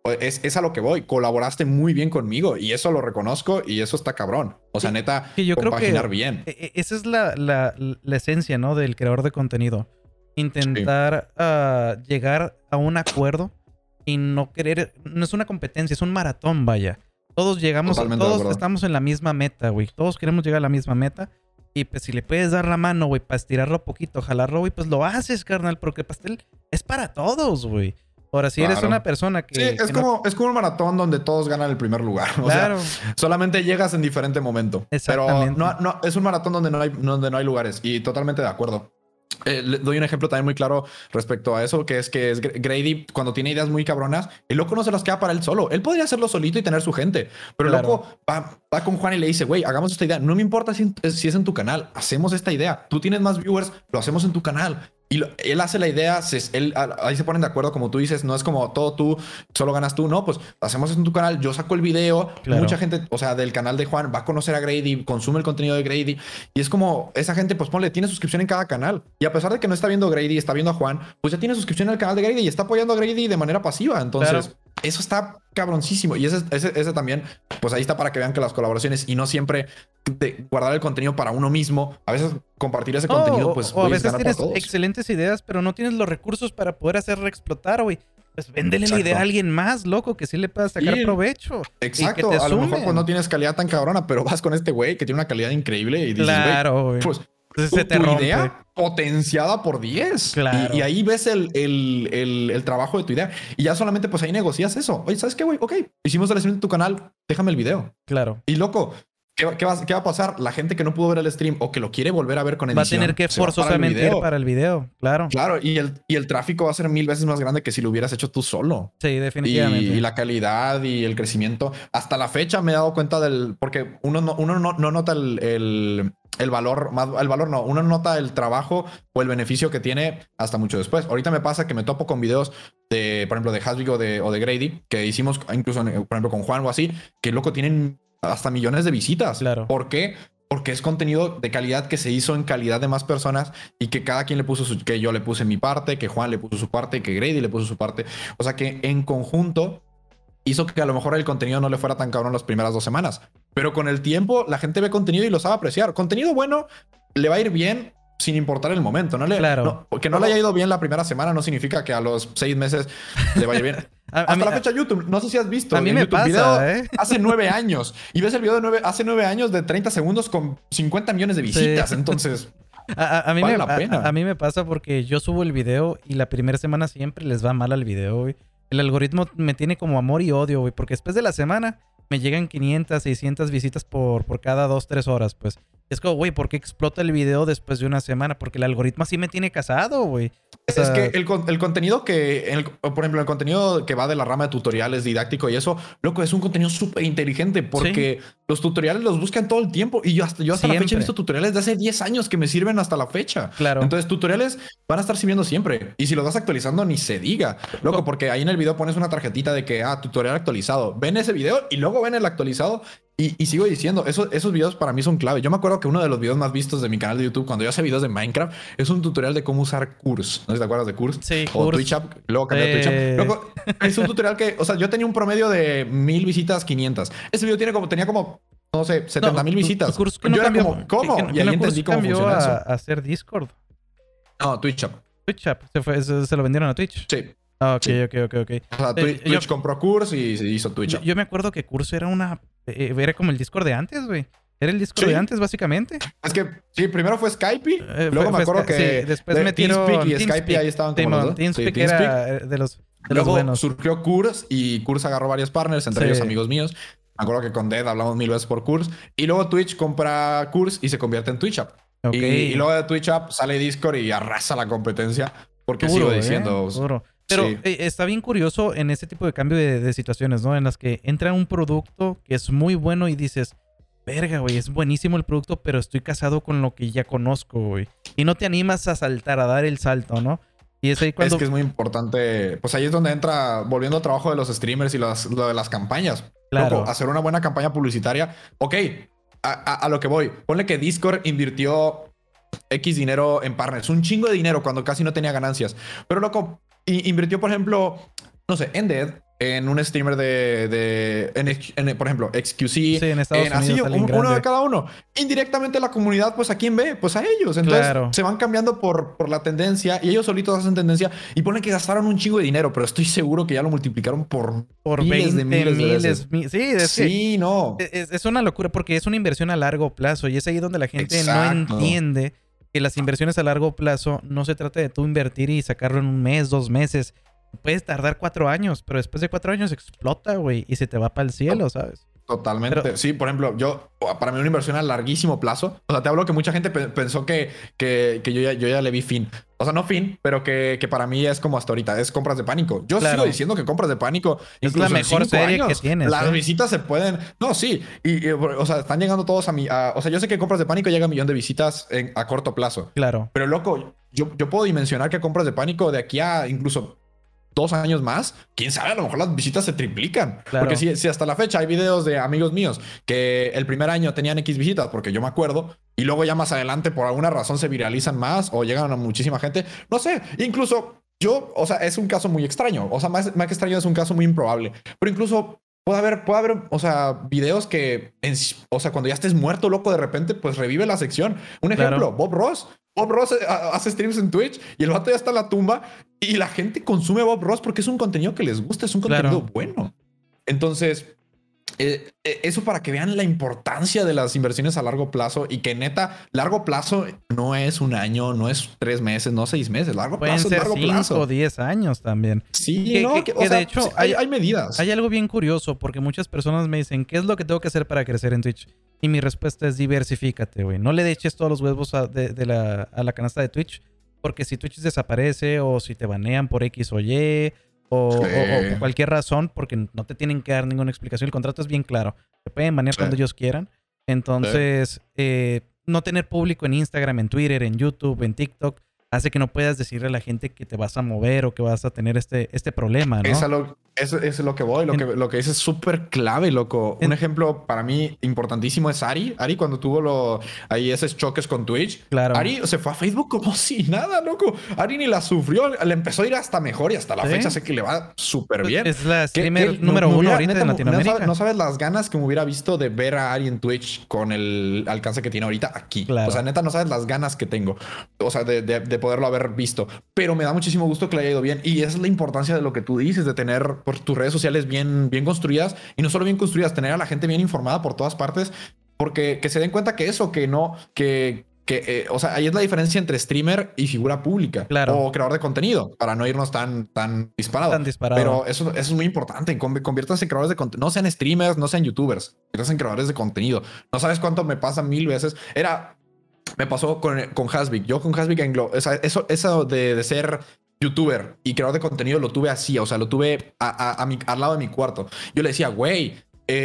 es a lo que voy. Colaboraste muy bien conmigo y eso lo reconozco y eso está cabrón. O sea, neta, que yo compaginar creo que bien. Esa es la esencia, ¿no? Del creador de contenido. Intentar llegar a un acuerdo y no querer... No es una competencia, es un maratón, vaya. Todos llegamos, todos estamos en la misma meta, güey. Todos queremos llegar a la misma meta. Y pues si le puedes dar la mano, güey, para estirarlo poquito, jalarlo, güey, pues lo haces, carnal, porque el pastel es para todos, güey. Ahora, si eres una persona que... Sí, es como un maratón donde todos ganan el primer lugar. Claro. O sea, solamente llegas en diferente momento. Exactamente. Pero no, es un maratón donde no hay lugares. Y totalmente de acuerdo. Le doy un ejemplo también muy claro respecto a eso, que es Grady, cuando tiene ideas muy cabronas, el loco no se las queda para él solo. Él podría hacerlo solito y tener su gente, pero el loco va con Juan y le dice, güey, hagamos esta idea. No me importa si es en tu canal, hacemos esta idea. Tú tienes más viewers, lo hacemos en tu canal. Y él hace la idea, ahí se ponen de acuerdo, como tú dices, no es como todo tú, solo ganas tú, no, pues hacemos eso en tu canal, yo saco el video, mucha gente, o sea, del canal de Juan va a conocer a Grady, consume el contenido de Grady, y es como, esa gente, pues ponle, tiene suscripción en cada canal, y a pesar de que no está viendo a Grady, está viendo a Juan, pues ya tiene suscripción al canal de Grady y está apoyando a Grady de manera pasiva, entonces... Eso está cabroncísimo. Y ese también, pues ahí está para que vean que las colaboraciones y no siempre guardar el contenido para uno mismo. A veces compartir ese contenido, pues... O a veces tienes excelentes ideas, pero no tienes los recursos para poder hacerla explotar, güey. Pues véndele la idea a alguien más, loco, que sí le puedas sacar provecho. Exacto. A lo mejor pues no tienes calidad tan cabrona, pero vas con este güey que tiene una calidad increíble y dices, güey. Pues... Entonces tu idea potenciada por 10. Claro. Y ahí ves el trabajo de tu idea. Y ya solamente pues ahí negocias eso. Oye, ¿sabes qué, güey? Ok, hicimos el stream de tu canal, déjame el video. Claro. Y loco, ¿qué va a pasar? La gente que no pudo ver el stream o que lo quiere volver a ver con edición va a tener que forzosamente ir para el video. Claro. Claro, y el tráfico va a ser 1000 veces más grande que si lo hubieras hecho tú solo. Sí, definitivamente. Y la calidad y el crecimiento. Hasta la fecha me he dado cuenta porque uno no nota el valor, uno nota el trabajo o el beneficio que tiene hasta mucho después. Ahorita me pasa que me topo con videos de, por ejemplo, de Hasbig o de Grady, que hicimos incluso, por ejemplo, con Juan o así, que loco tienen hasta millones de visitas. Claro. ¿Por qué? Porque es contenido de calidad que se hizo en calidad de más personas y que cada quien le puso que yo le puse mi parte, que Juan le puso su parte, que Grady le puso su parte. O sea que en conjunto hizo que a lo mejor el contenido no le fuera tan cabrón las primeras 2 semanas. Pero con el tiempo la gente ve contenido y lo sabe apreciar. Contenido bueno le va a ir bien sin importar el momento. Porque no le haya ido bien la primera semana no significa que a los 6 meses le vaya bien. Hasta la fecha YouTube, no sé si has visto. A mí me YouTube, pasa, video hace 9 años. Y ves el video de hace 9 años de 30 segundos con 50 millones de visitas. Sí. Entonces... A mí me pasa porque yo subo el video y la primera semana siempre les va mal al video, güey. El algoritmo me tiene como amor y odio, güey, porque después de la semana me llegan 500, 600 visitas por cada 2, 3 horas, pues. Es como, güey, ¿por qué explota el video después de una semana? Porque el algoritmo así me tiene casado, güey. O sea, es que el contenido por ejemplo, el contenido que va de la rama de tutoriales, didáctico y eso, loco, es un contenido súper inteligente porque los tutoriales los buscan todo el tiempo y yo hasta la fecha he visto tutoriales de hace 10 años que me sirven hasta la fecha. Claro. Entonces, tutoriales van a estar sirviendo siempre. Y si los vas actualizando, ni se diga. Loco, porque ahí en el video pones una tarjetita de que, tutorial actualizado. Ven ese video y luego ven el actualizado. Y sigo diciendo, esos videos para mí son clave. Yo me acuerdo que uno de los videos más vistos de mi canal de YouTube, cuando yo hacía videos de Minecraft, es un tutorial de cómo usar Curse. ¿No sé si te acuerdas de Curse? Sí, o Curse. Twitch App. Luego cambié a Twitch App. Luego, es un tutorial que, o sea, yo tenía un promedio de 1000 visitas, 500. Ese video tenía como, no sé, 70,000 visitas. Curse que no yo cambió, era como, ¿cómo? Y ahí entendí cómo funciona eso. A hacer Discord. No, Twitch App. Twitch App. Se lo vendieron a Twitch. Sí. Ok. O sea, Twitch compró Curse y se hizo Twitch. Yo me acuerdo que Curse era como el Discord de antes, güey. Era el Discord de antes, básicamente. Es que sí, primero fue Skype. Luego me acuerdo que sí, después metieron TeamSpeak y Skype ahí estaban como los dos. TeamSpeak era de los buenos. Surgió Curse y Curse agarró varios partners, entre ellos amigos míos. Me acuerdo que con Dead hablamos 1000 veces por Curse. Y luego Twitch compra Curse y se convierte en Twitch App. Okay. Y luego de Twitch App sale Discord y arrasa la competencia. Porque sigo diciendo... Duro. Pero está bien curioso en ese tipo de cambio de situaciones, ¿no? En las que entra un producto que es muy bueno y dices, verga, güey, es buenísimo el producto, pero estoy casado con lo que ya conozco, güey. Y no te animas a saltar, a dar el salto, ¿no? Y es ahí cuando... Es que es muy importante. Pues ahí es donde entra, volviendo al trabajo de los streamers y lo de las campañas. Claro. Loco, hacer una buena campaña publicitaria. Ok, a lo que voy. Ponle que Discord invirtió X dinero en partners. Un chingo de dinero cuando casi no tenía ganancias. Pero loco... invirtió, por ejemplo, no sé, en Dead, en un streamer por ejemplo, XQC, sí, en Estados Unidos, así, uno de cada uno. Indirectamente la comunidad, pues ¿a quién ve? Pues a ellos. Entonces se van cambiando por la tendencia y ellos solitos hacen tendencia y ponen que gastaron un chingo de dinero, pero estoy seguro que ya lo multiplicaron por miles 20 de miles de veces. Sí, no. Es una locura porque es una inversión a largo plazo y es ahí donde la gente no entiende que las inversiones a largo plazo no se trata de tú invertir y sacarlo en un mes, 2 meses. Puedes tardar 4 años, pero después de 4 años explota, güey, y se te va para el cielo, ¿sabes? Totalmente. Pero, sí, por ejemplo, para mí una inversión a larguísimo plazo. O sea, te hablo que mucha gente pensó que yo ya le vi fin. O sea, no fin, pero que para mí es como hasta ahorita. Es Compras de Pánico. Yo sigo diciendo que Compras de Pánico, es la mejor serie que tienes. Las visitas se pueden... No, sí. O sea, están llegando todos o sea, yo sé que Compras de Pánico llega a 1,000,000 de visitas a corto plazo. Claro. Pero, loco, yo puedo dimensionar que Compras de Pánico de aquí a incluso 2 años más, quién sabe, a lo mejor las visitas se triplican. Claro. Porque si hasta la fecha hay videos de amigos míos que el primer año tenían X visitas, porque yo me acuerdo, y luego ya más adelante por alguna razón se viralizan más o llegan a muchísima gente, no sé, incluso o sea, es un caso muy extraño, o sea, más que extraño, es un caso muy improbable, pero incluso puede haber, o sea, videos que, o sea, cuando ya estés muerto, loco, de repente, pues revive la sección. Un ejemplo, Bob Ross hace streams en Twitch y el vato ya está en la tumba y la gente consume Bob Ross porque es un contenido que les gusta, es un contenido bueno. Entonces, eso para que vean la importancia de las inversiones a largo plazo y que neta, largo plazo no es 1 año, no es 3 meses, no 6 meses. Largo plazo es largo plazo. Pueden ser 5 o 10 años también. Sí, que de hecho hay medidas. Hay algo bien curioso porque muchas personas me dicen, ¿qué es lo que tengo que hacer para crecer en Twitch? Y mi respuesta es diversifícate, güey. No le eches todos los huevos a la canasta de Twitch, porque si Twitch desaparece o si te banean por X o Y o por cualquier razón, porque no te tienen que dar ninguna explicación. El contrato es bien claro. Te pueden banear cuando ellos quieran. Entonces, no tener público en Instagram, en Twitter, en YouTube, en TikTok, hace que no puedas decirle a la gente que te vas a mover o que vas a tener este problema, ¿no? Eso es lo que voy. Lo que dices es súper clave, loco. Un ejemplo para mí importantísimo es Ari. Ari, cuando tuvo ahí esos choques con Twitch. Claro. Ari se fue a Facebook como si nada, loco. Ari ni la sufrió. Le empezó a ir hasta mejor y hasta la fecha sé que le va súper bien. Es la streamer número 1 ahorita en Latinoamérica. No sabes las ganas que me hubiera visto de ver a Ari en Twitch con el alcance que tiene ahorita aquí. Claro. O sea, neta, no sabes las ganas que tengo. O sea, de poderlo haber visto. Pero me da muchísimo gusto que le haya ido bien. Y esa es la importancia de lo que tú dices, de tener por tus redes sociales bien construidas. Y no solo bien construidas, tener a la gente bien informada por todas partes. Porque que se den cuenta que eso, o sea, ahí es la diferencia entre streamer y figura pública. Claro. O creador de contenido, para no irnos tan disparado. Pero eso es muy importante. Conviértanse en creadores de contenido. No sean streamers, no sean youtubers. Conviértanse en creadores de contenido. No sabes cuánto me pasa 1000 veces. Me pasó con Hasbik. Yo con Hasbik eso de ser youtuber y creador de contenido lo tuve así. O sea, lo tuve al lado de mi cuarto. Yo le decía, güey,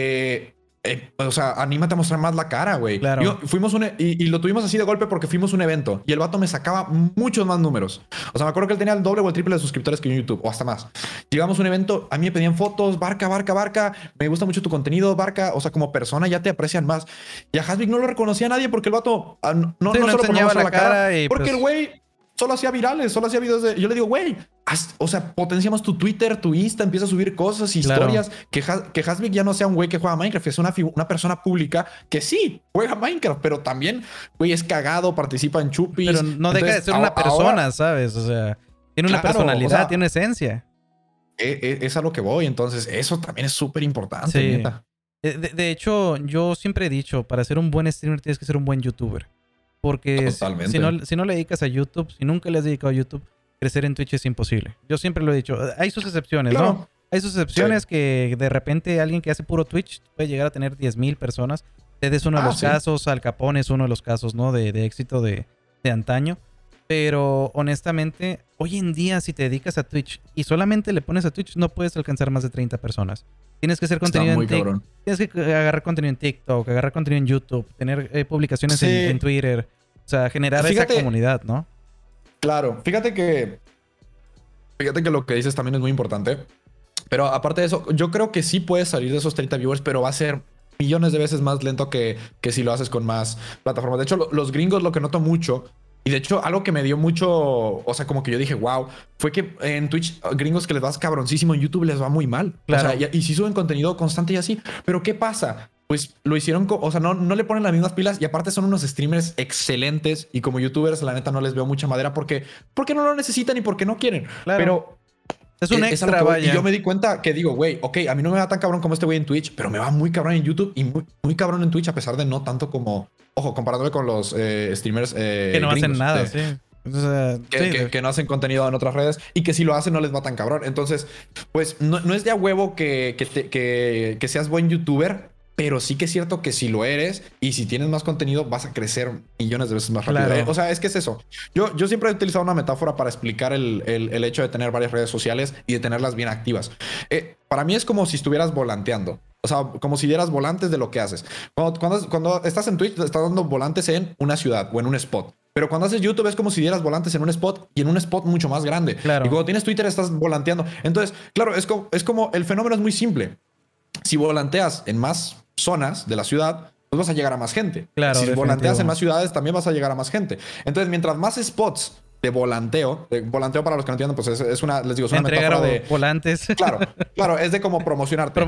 o sea, anímate a mostrar más la cara, güey. Claro. Y lo tuvimos así de golpe porque fuimos a un evento y el vato me sacaba muchos más números. O sea, me acuerdo que él tenía el doble o el triple de suscriptores que yo en YouTube o hasta más. Llegamos a un evento, a mí me pedían fotos, Barca, me gusta mucho tu contenido, Barca. O sea, como persona ya te aprecian más. Y a Hasbik no lo reconocía a nadie porque el vato no solo enseñaba la cara porque el güey solo hacía virales, solo hacía videos Yo le digo, güey, o sea, potenciamos tu Twitter, tu Insta, empieza a subir cosas, historias. Claro. Que Hasbik ya no sea un güey que juega Minecraft, es una persona pública que sí juega Minecraft, pero también, güey, es cagado, participa en chupis. Pero no deja de ser una persona, ¿sabes? O sea, tiene una personalidad, o sea, tiene esencia. Es a lo que voy, entonces eso también es súper importante, sí. Neta. De hecho, yo siempre he dicho, para ser un buen streamer tienes que ser un buen youtuber. Porque si no le dedicas a YouTube, si nunca le has dedicado a YouTube, crecer en Twitch es imposible. Yo siempre lo he dicho. Hay sus excepciones, claro, ¿no? Hay sus excepciones que de repente alguien que hace puro Twitch puede llegar a tener 10,000 personas. Ted es uno de los casos, Al Capone es uno de los casos, ¿no? De éxito de antaño. Pero honestamente, hoy en día si te dedicas a Twitch y solamente le pones a Twitch, no puedes alcanzar más de 30 personas. Tienes que hacer contenido en TikTok. Tienes que agarrar contenido en TikTok, agarrar contenido en YouTube, tener publicaciones en Twitter. O sea, generar esa comunidad, ¿no? Claro. Fíjate que lo que dices también es muy importante. Pero aparte de eso, yo creo que sí puedes salir de esos 30 viewers, pero va a ser millones de veces más lento que si lo haces con más plataformas. De hecho, los gringos lo que noto mucho Y de hecho, algo que me dio mucho, o sea, como que yo dije, wow, fue que en Twitch, gringos que les va cabroncísimo, en YouTube les va muy mal. Claro. O sea, y sí suben contenido constante y así. Pero ¿qué pasa? Pues lo hicieron, o sea, no le ponen las mismas pilas y aparte son unos streamers excelentes y como youtubers, la neta, no les veo mucha madera porque no lo necesitan y porque no quieren. Claro. Pero es un extra, vaya. Y yo me di cuenta que digo, güey, ok, a mí no me va tan cabrón como este güey en Twitch, pero me va muy cabrón en YouTube y muy cabrón en Twitch a pesar de no tanto como, ojo, comparándome con los streamers que no hacen nada, sí. O sea, que no hacen contenido en otras redes y que si lo hacen no les va tan cabrón. Entonces, pues no es de a huevo que seas buen youtuber, pero sí que es cierto que si lo eres y si tienes más contenido vas a crecer millones de veces más rápido. Claro. O sea, es que es eso. Yo siempre he utilizado una metáfora para explicar el hecho de tener varias redes sociales y de tenerlas bien activas. Para mí es como si estuvieras volanteando. O sea, como si dieras volantes de lo que haces. Cuando estás en Twitch, estás dando volantes en una ciudad o en un spot. Pero cuando haces YouTube es como si dieras volantes en un spot y en un spot mucho más grande. Claro. Y cuando tienes Twitter estás volanteando. Entonces, claro, es como el fenómeno es muy simple. Si volanteas en más zonas de la ciudad, pues vas a llegar a más gente. Claro, si volanteas en más ciudades, también vas a llegar a más gente. Entonces, mientras más spots de volanteo para los que no entienden, pues es una, les digo, es una metáfora de volantes. Claro, es de como promocionarte.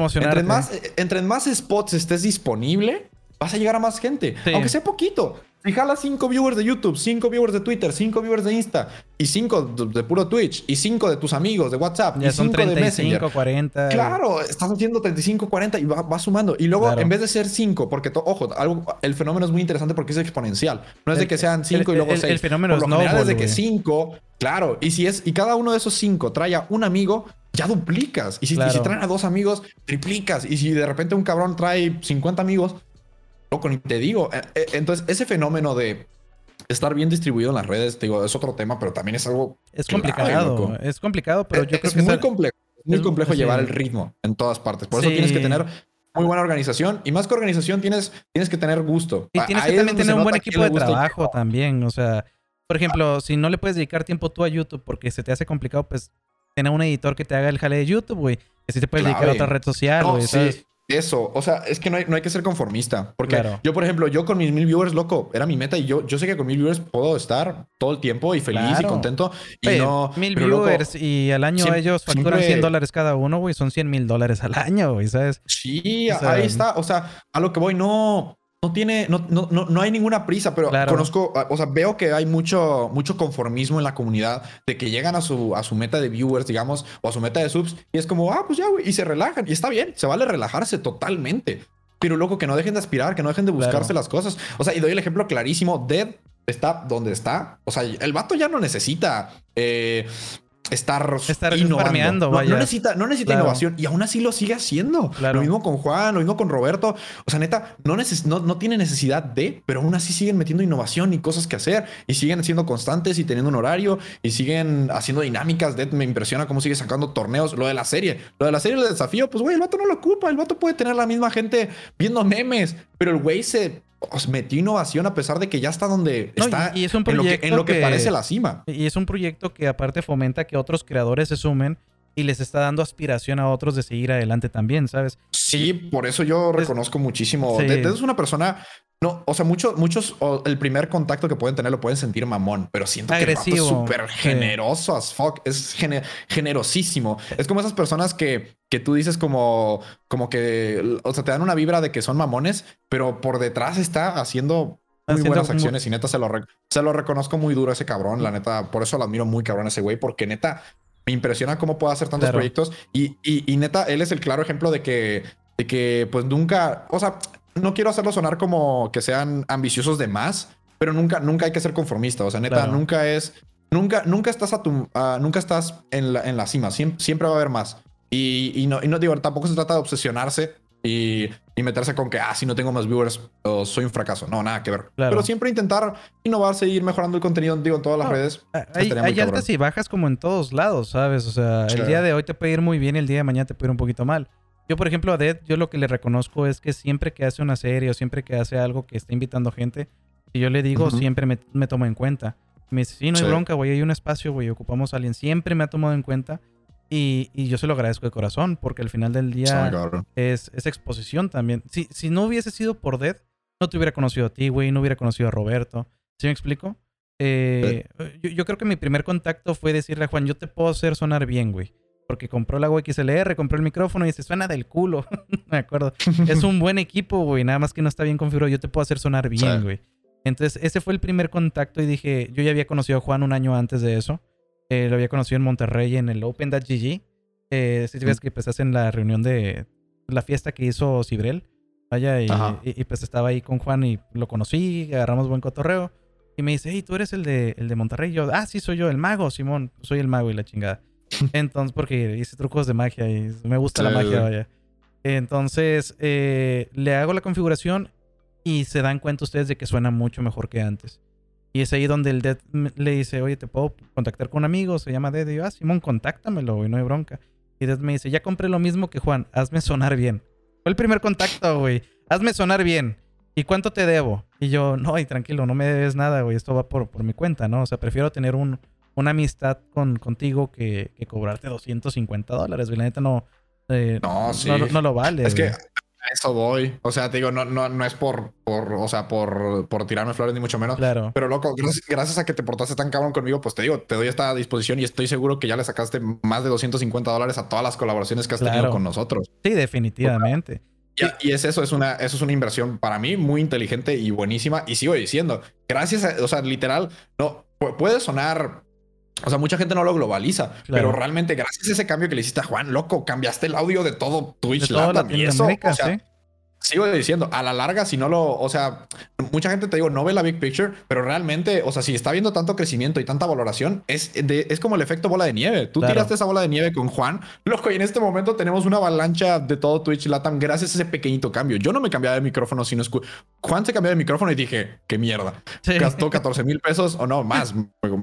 Entre más spots estés disponible, vas a llegar a más gente, aunque sea poquito. Si jalas 5 viewers de YouTube, 5 viewers de Twitter, 5 viewers de Insta y 5 de puro Twitch y 5 de tus amigos de WhatsApp ya y 5 de Messenger. 40. Claro, estás haciendo 35, 40 y va sumando. Y luego, en vez de ser 5, porque, ojo, el fenómeno es muy interesante porque es exponencial. No es de que sean 5 y luego 6. El fenómeno por lo general es de que 5, claro. Y cada uno de esos 5 trae a un amigo, ya duplicas. Y si traen a 2 amigos, triplicas. Y si de repente un cabrón trae 50 amigos, loco, ni te digo. Entonces, ese fenómeno de estar bien distribuido en las redes, te digo, es otro tema, pero también es algo... Es complicado. Es complicado, pero yo creo que es muy complejo. Es muy complejo llevar el ritmo en todas partes. Por eso tienes que tener muy buena organización. Y más que organización, tienes que tener gusto. Y tienes que también tener un buen equipo de trabajo también. O sea, por ejemplo, si no le puedes dedicar tiempo tú a YouTube porque se te hace complicado, pues tener un editor que te haga el jale de YouTube, güey. Que sí te puedes dedicar a otra red social, güey. Sí. Eso, o sea, es que no hay que ser conformista. Porque yo, por ejemplo, yo con mis 1000 viewers, loco, era mi meta y yo sé que con 1000 viewers puedo estar todo el tiempo y feliz y contento. Y oye, no... 1000 viewers, loco, y al año ellos facturan $100 cada uno, güey. Son $100,000 al año, güey, ¿sabes? Sí, o sea, ahí está. O sea, a lo que voy, no hay ninguna prisa, pero conozco, o sea, veo que hay mucho conformismo en la comunidad de que llegan a su meta de viewers, digamos, o a su meta de subs y es como, pues ya, güey, y se relajan. Y está bien, se vale relajarse totalmente. Pero loco, que no dejen de aspirar, que no dejen de buscarse las cosas. O sea, y doy el ejemplo clarísimo, Dead está donde está. O sea, el vato ya no necesita... estar innovando. No necesita innovación y aún así lo sigue haciendo. Lo mismo con Juan, lo mismo con Roberto. O sea, neta, no tiene necesidad de, pero aún así siguen metiendo innovación y cosas que hacer y siguen siendo constantes y teniendo un horario y siguen haciendo dinámicas. Me impresiona cómo sigue sacando torneos. Lo de la serie del desafío, pues güey, el vato no lo ocupa. El vato puede tener la misma gente viendo memes, pero el güey se metió innovación a pesar de que ya está donde está, y es un proyecto en lo que parece la cima. Y es un proyecto que aparte fomenta que otros creadores se sumen y les está dando aspiración a otros de seguir adelante también, ¿sabes? Sí, por eso yo reconozco muchísimo. Sí. Es una persona... No, o sea, muchos el primer contacto que pueden tener lo pueden sentir mamón, pero siento agresivo, que el vato es súper generoso as fuck. Es generosísimo. Es como esas personas que tú dices como que, o sea, te dan una vibra de que son mamones, pero por detrás está haciendo muy buenas acciones y neta se lo reconozco muy duro a ese cabrón. La neta, por eso lo admiro muy cabrón a ese güey, porque neta me impresiona cómo puede hacer tantos proyectos y neta, él es el claro ejemplo de que pues nunca, o sea... No quiero hacerlo sonar como que sean ambiciosos de más, pero nunca hay que ser conformista. O sea, neta, nunca estás nunca estás en la cima. Siempre va a haber más. Y no digo, tampoco se trata de obsesionarse y meterse con que, si no tengo más viewers, soy un fracaso. No, nada que ver. Pero siempre intentar innovar, seguir mejorando el contenido, digo, en todas las redes. Hay altas y bajas como en todos lados, ¿sabes? O sea, el día de hoy te puede ir muy bien, el día de mañana te puede ir un poquito mal. Yo, por ejemplo, a Dead, yo lo que le reconozco es que siempre que hace una serie o siempre que hace algo que está invitando gente, si yo le digo, siempre me toma en cuenta. Me dice, sí, no hay bronca, güey, hay un espacio, güey, ocupamos a alguien. Siempre me ha tomado en cuenta y yo se lo agradezco de corazón porque al final del día es exposición también. Si no hubiese sido por Dead, no te hubiera conocido a ti, güey, no hubiera conocido a Roberto. ¿Sí me explico? Yo creo que mi primer contacto fue decirle a Juan, yo te puedo hacer sonar bien, güey. Porque compró la XLR, compró el micrófono y dice, suena del culo. Me acuerdo. Es un buen equipo, güey. Nada más que no está bien configurado. Yo te puedo hacer sonar bien, güey. Entonces, ese fue el primer contacto y dije, yo ya había conocido a Juan un año antes de eso. Lo había conocido en Monterrey en el Open.gg. Si ves que pues hacen la reunión de la fiesta que hizo Cibrel. Vaya, y pues estaba ahí con Juan y lo conocí, agarramos buen cotorreo. Y me dice, hey, ¿tú eres el de Monterrey? Y yo, sí, soy yo, el mago, Simón. Soy el mago y la chingada. Entonces, porque hice trucos de magia y me gusta la magia, vaya. Entonces, le hago la configuración y se dan cuenta ustedes de que suena mucho mejor que antes. Y es ahí donde el Dead le dice, oye, ¿te puedo contactar con un amigo? Se llama Dead. Y yo, Simón, contáctamelo, güey, no hay bronca. Y Dead me dice, ya compré lo mismo que Juan, hazme sonar bien. Fue el primer contacto, güey. Hazme sonar bien. ¿Y cuánto te debo? Y yo, no, y tranquilo, no me debes nada, güey. Esto va por mi cuenta, ¿no? O sea, prefiero tener una amistad contigo que cobrarte $250, güey. La neta no lo vale. Es que a eso voy. O sea, te digo, no es por tirarme flores ni mucho menos. Claro. Pero loco, gracias a que te portaste tan cabrón conmigo, pues te digo, te doy esta disposición y estoy seguro que ya le sacaste más de $250 a todas las colaboraciones que has tenido con nosotros. Sí, definitivamente. Y eso es una inversión para mí muy inteligente y buenísima. Y sigo diciendo, gracias a, o sea, literal, no puede sonar. O sea, mucha gente no lo globaliza, pero realmente gracias a ese cambio que le hiciste a Juan, loco, cambiaste el audio de todo Twitch Latam y eso, o sea, sigo diciendo, a la larga, si no o sea, mucha gente te digo, no ve la big picture, pero realmente, o sea, si está viendo tanto crecimiento y tanta valoración, es como el efecto bola de nieve. Tú tiraste esa bola de nieve con Juan, loco, y en este momento tenemos una avalancha de todo Twitch Latam gracias a ese pequeñito cambio. Yo no me cambiaba de micrófono, sino Juan se cambió de micrófono y dije, qué mierda. Sí. Gastó 14,000 pesos o no, más,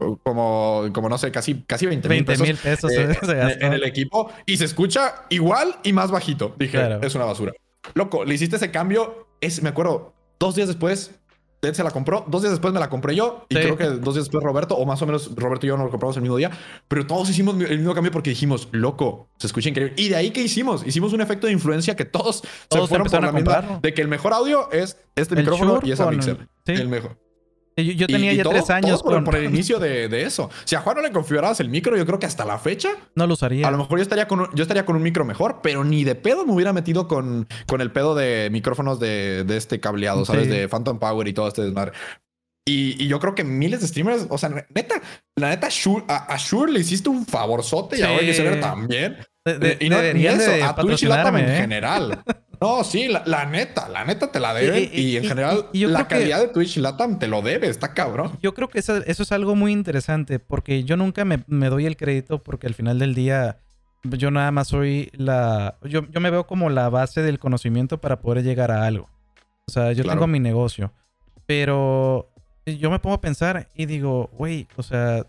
como no sé, casi 20,000 pesos en el equipo y se escucha igual y más bajito. Dije, es una basura. Loco, le hiciste ese cambio. Me acuerdo, 2 días después, Ted se la compró. 2 días después me la compré yo. Y creo que 2 días después Roberto, o más o menos Roberto y yo nos lo compramos el mismo día. Pero todos hicimos el mismo cambio porque dijimos, loco, se escucha increíble. Y de ahí, ¿qué hicimos? Hicimos un efecto de influencia que todos se fueron por la misma. De que el mejor audio es este micrófono y esa mixer. El mejor. Yo tenía ya 3 años por el inicio de eso. Si a Juan no le configurabas el micro, yo creo que hasta la fecha no lo usaría. A lo mejor yo estaría con un micro mejor, pero ni de pedo me hubiera metido con el pedo de micrófonos de este cableado, ¿sabes? De Phantom Power y todo este desmadre. Y yo creo que miles de streamers, o sea, la neta, a Shure le hiciste un favorzote y a Oye también. Y no eso, a Twitch Latam en general. No, sí, la neta te la deben y en general la calidad de Twitch Latam te lo debe, está cabrón. Yo creo que eso es algo muy interesante porque yo nunca me doy el crédito porque al final del día yo nada más soy yo me veo como la base del conocimiento para poder llegar a algo. O sea, yo tengo mi negocio, pero yo me pongo a pensar y digo, güey, o sea,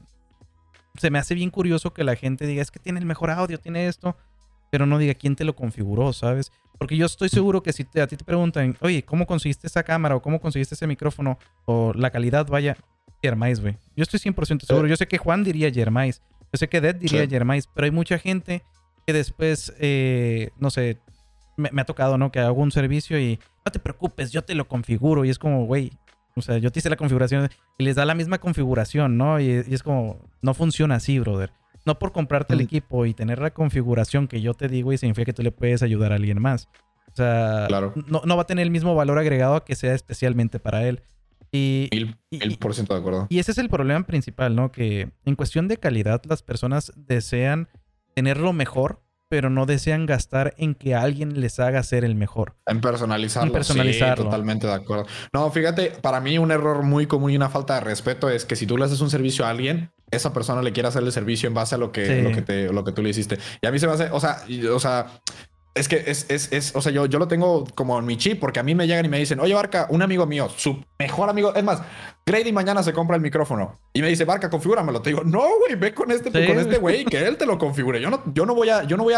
se me hace bien curioso que la gente diga, es que tiene el mejor audio, tiene esto, pero no diga quién te lo configuró, ¿sabes? Porque yo estoy seguro que si a ti te preguntan, oye, ¿cómo conseguiste esa cámara o cómo conseguiste ese micrófono o la calidad, vaya, Germais, güey? Yo estoy 100% seguro. Yo sé que Juan diría Germais, yo sé que Dead diría Germais, pero hay mucha gente que después, no sé, me ha tocado, ¿no? Que hago un servicio y no te preocupes, yo te lo configuro y es como, güey, o sea, yo te hice la configuración y les da la misma configuración, ¿no? Y es como, no funciona así, brother. No por comprarte el equipo y tener la configuración que yo te digo y significa que tú le puedes ayudar a alguien más. O sea, no va a tener el mismo valor agregado que sea especialmente para él. Y 1000% de acuerdo. Y ese es el problema principal, ¿no? Que en cuestión de calidad las personas desean tener lo mejor, pero no desean gastar en que alguien les haga ser el mejor. En personalizarlo. Sí, totalmente de acuerdo. No, fíjate, para mí un error muy común y una falta de respeto es que si tú le haces un servicio a alguien, esa persona le quiere hacer el servicio en base a lo que tú le hiciste. Y a mí se me hace, o sea, es que o sea, yo lo tengo como en mi chip porque a mí me llegan y me dicen, oye, Barca, un amigo mío, su mejor amigo, es más, Grady mañana se compra el micrófono y me dice, Barca, configúramelo. Te digo, no, güey, ve con este güey que él te lo configure. Yo no voy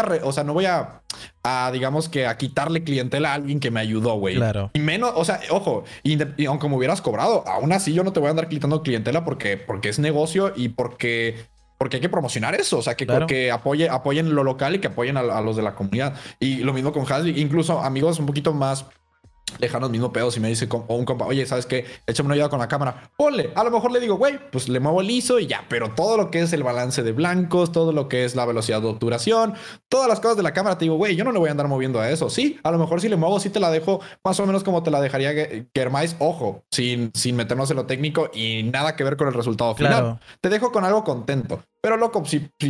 a digamos que a quitarle clientela a alguien que me ayudó, güey. Claro. Y menos, o sea, ojo, y aunque me hubieras cobrado, aún así yo no te voy a andar quitando clientela porque es negocio y porque hay que promocionar eso, o sea, que apoyen lo local y que apoyen a los de la comunidad. Y lo mismo con Hasby, incluso amigos un poquito más dejan los mismos pedos y me dice o un compa, oye, ¿sabes qué? Échame una ayuda con la cámara. Ponle. A lo mejor le digo, güey, pues le muevo el ISO y ya. Pero todo lo que es el balance de blancos, todo lo que es la velocidad de obturación, todas las cosas de la cámara, te digo, güey, yo no le voy a andar moviendo a eso. Sí, a lo mejor si le muevo, sí te la dejo más o menos como te la dejaría Germais. Ojo, sin meternos en lo técnico y nada que ver con el resultado final. Claro. Te dejo con algo contento. Pero loco,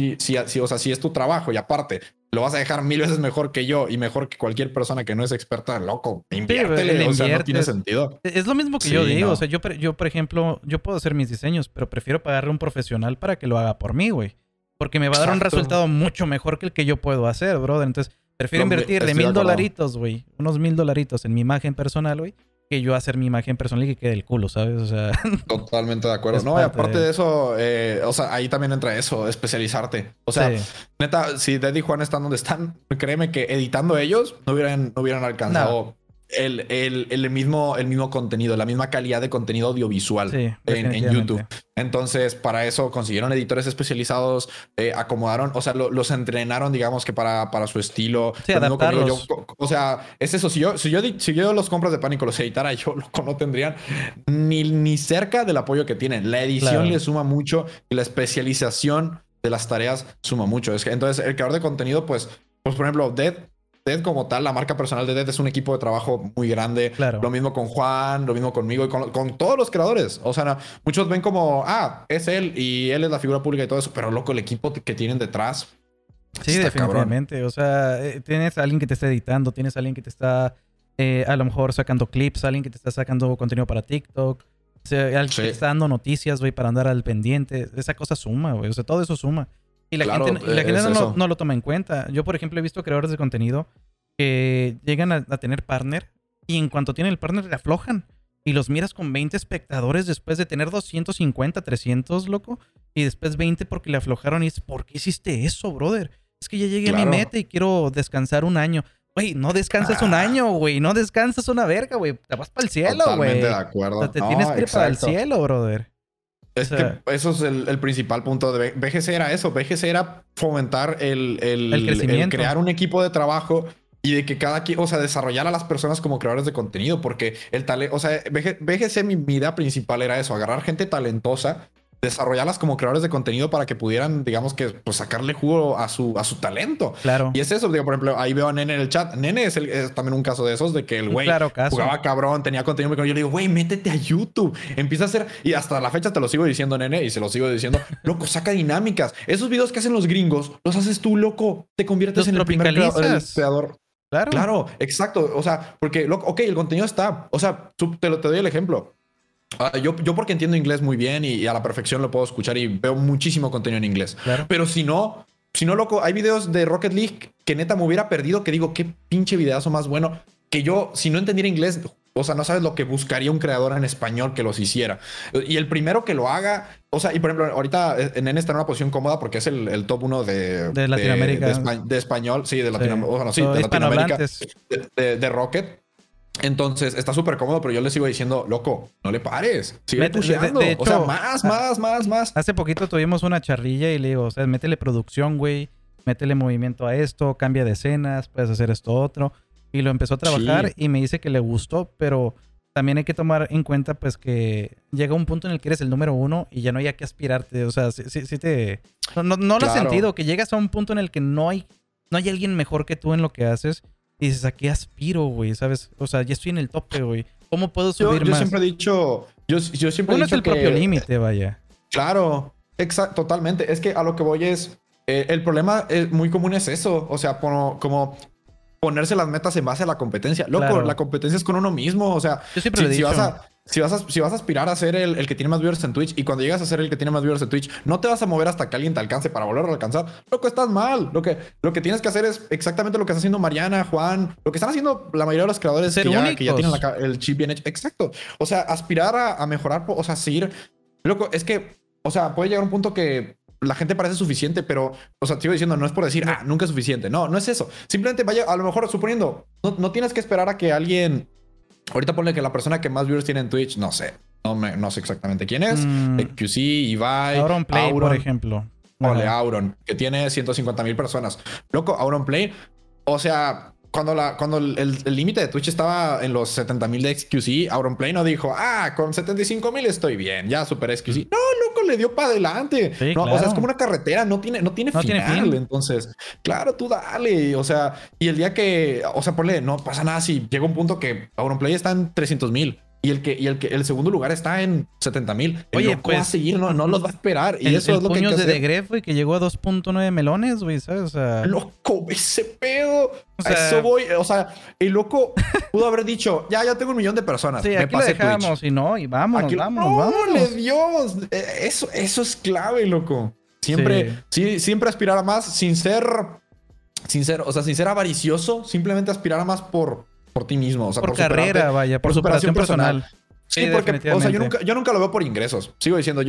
o sea, si es tu trabajo y aparte lo vas a dejar 1000 veces mejor que yo y mejor que cualquier persona que no es experta, loco, inviértele, o sea, no tiene sentido. Es lo mismo que yo digo, no. O sea, yo, por ejemplo, yo puedo hacer mis diseños, pero prefiero pagarle a un profesional para que lo haga por mí, güey. Porque me va a dar un resultado mucho mejor que el que yo puedo hacer, brother. Entonces, prefiero invertirle $1000, güey, unos $1000 en mi imagen personal, güey, que yo hacer mi imagen personal y que quede el culo, ¿sabes? O sea... Totalmente de acuerdo. No, y aparte de eso, o sea, ahí también entra eso, especializarte. O sea, neta, si Dead y Juan están donde están, créeme que editando ellos no hubieran alcanzado el mismo contenido, la misma calidad de contenido audiovisual en YouTube. Entonces, para eso consiguieron editores especializados, acomodaron, o sea, los entrenaron, digamos que para su estilo. Sí, adaptarlos. O sea, es eso. Si yo los compras de Pánico los editara, yo loco, no tendrían ni cerca del apoyo que tienen. La edición le suma mucho y la especialización de las tareas suma mucho. Entonces, el creador de contenido, pues por ejemplo, Dead como tal, la marca personal de Dead es un equipo de trabajo muy grande. Claro. Lo mismo con Juan, lo mismo conmigo y con todos los creadores. O sea, muchos ven como, es él y él es la figura pública y todo eso, pero loco, el equipo que tienen detrás. Sí, definitivamente. Cabrón. O sea, tienes a alguien que te está editando, tienes a alguien que te está a lo mejor sacando clips, alguien que te está sacando contenido para TikTok, o sea, alguien que te está dando noticias, güey, para andar al pendiente. Esa cosa suma, güey. O sea, todo eso suma. Y la gente no lo toma en cuenta. Yo, por ejemplo, he visto creadores de contenido que llegan a tener partner y en cuanto tienen el partner le aflojan. Y los miras con 20 espectadores después de tener 250, 300, loco. Y después 20 porque le aflojaron y dices, ¿por qué hiciste eso, brother? Es que ya llegué a mi meta y quiero descansar un año. Güey, no descansas un año, güey. No descansas una verga, güey. Te vas para el cielo, güey. Totalmente de acuerdo. O sea, te tienes que ir para el cielo, brother. Es que eso es el principal punto de BGC era eso. BGC era fomentar el crecimiento, el crear un equipo de trabajo y de que o sea, desarrollar a las personas como creadores de contenido, porque el talento, o sea, BGC mi idea principal era eso, agarrar gente talentosa, desarrollarlas como creadores de contenido para que pudieran, digamos que, pues sacarle jugo a su talento. Claro. Y es eso, digo, por ejemplo, ahí veo a Nene en el chat. Nene es también un caso de esos, de que el güey jugaba cabrón, tenía contenido muy cabrón. Yo le digo, güey, métete a YouTube, empieza a hacer, y hasta la fecha te lo sigo diciendo, Nene, y se lo sigo diciendo, loco, saca dinámicas. Esos videos que hacen los gringos, los haces tú, loco, te conviertes en el primer creador. Claro, exacto. O sea, porque, loco, ok, el contenido está, o sea, te doy el ejemplo. Yo porque entiendo inglés muy bien y a la perfección lo puedo escuchar y veo muchísimo contenido en inglés. Claro. Pero si no, loco, hay videos de Rocket League que neta me hubiera perdido, que digo, qué pinche videazo más bueno, que yo, si no entendiera inglés, o sea, no sabes lo que buscaría un creador en español que los hiciera. Y el primero que lo haga, o sea, y por ejemplo, ahorita Nene está en una posición cómoda porque es el top 1 de Latinoamérica. De español, sí, de Latinoamérica. Bueno, sí, de Latinoamérica. De Rocket. Entonces, está súper cómodo, pero yo le sigo diciendo, loco, no le pares. Sigue pusheando. De hecho, o sea, más. Hace poquito tuvimos una charrilla y le digo, o sea, métele producción, güey. Métele movimiento a esto, cambia de escenas, puedes hacer esto otro. Y lo empezó a trabajar y me dice que le gustó, pero también hay que tomar en cuenta, pues, que llega un punto en el que eres el número 1 y ya no hay a qué aspirarte. O sea, sí te... No lo has sentido, que llegas a un punto en el que no hay alguien mejor que tú en lo que haces. Y dices, ¿a qué aspiro, güey? ¿Sabes? O sea, ya estoy en el tope, güey. ¿Cómo puedo subir más? Yo siempre he dicho... Yo siempre he dicho es el propio límite, vaya. Claro. Exacto. Totalmente. Es que a lo que voy es... el problema muy común es eso. O sea, como ponerse las metas en base a la competencia. Loco, la competencia es con uno mismo. O sea, yo siempre lo he dicho. Si vas a aspirar a ser el que tiene más viewers en Twitch y cuando llegas a ser el que tiene más viewers en Twitch, no te vas a mover hasta que alguien te alcance para volver a alcanzar. Loco, estás mal. Lo que tienes que hacer es exactamente lo que está haciendo Mariana, Juan, lo que están haciendo la mayoría de los creadores que ya tienen el chip bien hecho. Exacto. O sea, aspirar a mejorar, o sea, seguir. Loco, es que, o sea, puede llegar un punto que la gente parece suficiente, pero, o sea, te sigo diciendo, no es por decir, nunca es suficiente. No es eso. Simplemente vaya, a lo mejor suponiendo, no tienes que esperar a que alguien... Ahorita ponle que la persona que más viewers tiene en Twitch, no sé exactamente quién es. QC, Ibai, Auronplay, por ejemplo. Auron, que tiene 150,000 personas. Loco, Auronplay, o sea, cuando el límite de Twitch estaba en los 70,000 de XQC, Auronplay no dijo, con 75,000 estoy bien, ya superé XQC. No, loco, le dio para adelante. Sí, no, claro. O sea, es como una carretera, no tiene final. Entonces, claro, tú dale. O sea, y el día que, o sea, ponle, no pasa nada si llega un punto que Auronplay está en 300,000. Y el segundo lugar está en 70,000. Oye, loco va a seguir, no los va a esperar. Y eso es lo que hay que hacer. hacer. De Gref, güey, que llegó a 2.9 melones, güey, ¿sabes? O sea... Loco, ese pedo. O sea... A eso voy. O sea, el loco pudo haber dicho, ya tengo 1,000,000 de personas. Sí, me aquí pasé lo dejamos Twitch. Y no, y vámonos. Le dio. Eso es clave, loco. Siempre aspirar a más sin ser avaricioso, simplemente aspirar a más por ti mismo. O sea, por carrera, vaya, por superación personal. Sí, porque, o sea, yo nunca lo veo por ingresos. Sigo diciendo,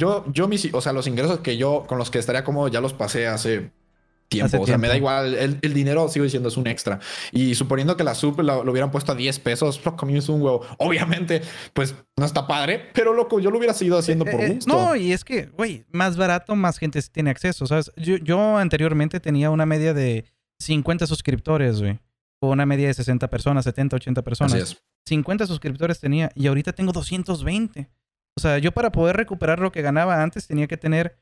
o sea, los ingresos con los que estaría cómodo ya los pasé hace tiempo. O sea, me da igual. El dinero, sigo diciendo, es un extra. Y suponiendo que la sub lo hubieran puesto a 10 pesos, loco, a mí es un huevo. Obviamente, pues no está padre, pero loco, yo lo hubiera seguido haciendo por gusto. No, y es que, güey, más barato, más gente tiene acceso, ¿sabes? Yo anteriormente tenía una media de 50 suscriptores, güey. O una media de 60 personas, 70, 80 personas. Así es. 50 suscriptores tenía y ahorita tengo 220. O sea, yo para poder recuperar lo que ganaba antes tenía que tener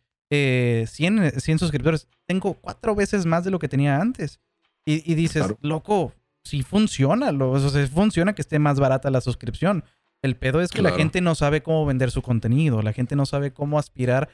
100 suscriptores. Tengo 4 veces más de lo que tenía antes. Y dices, claro, loco, sí funciona. O sea, funciona que esté más barata la suscripción. El pedo es que la gente no sabe cómo vender su contenido. La gente no sabe cómo aspirar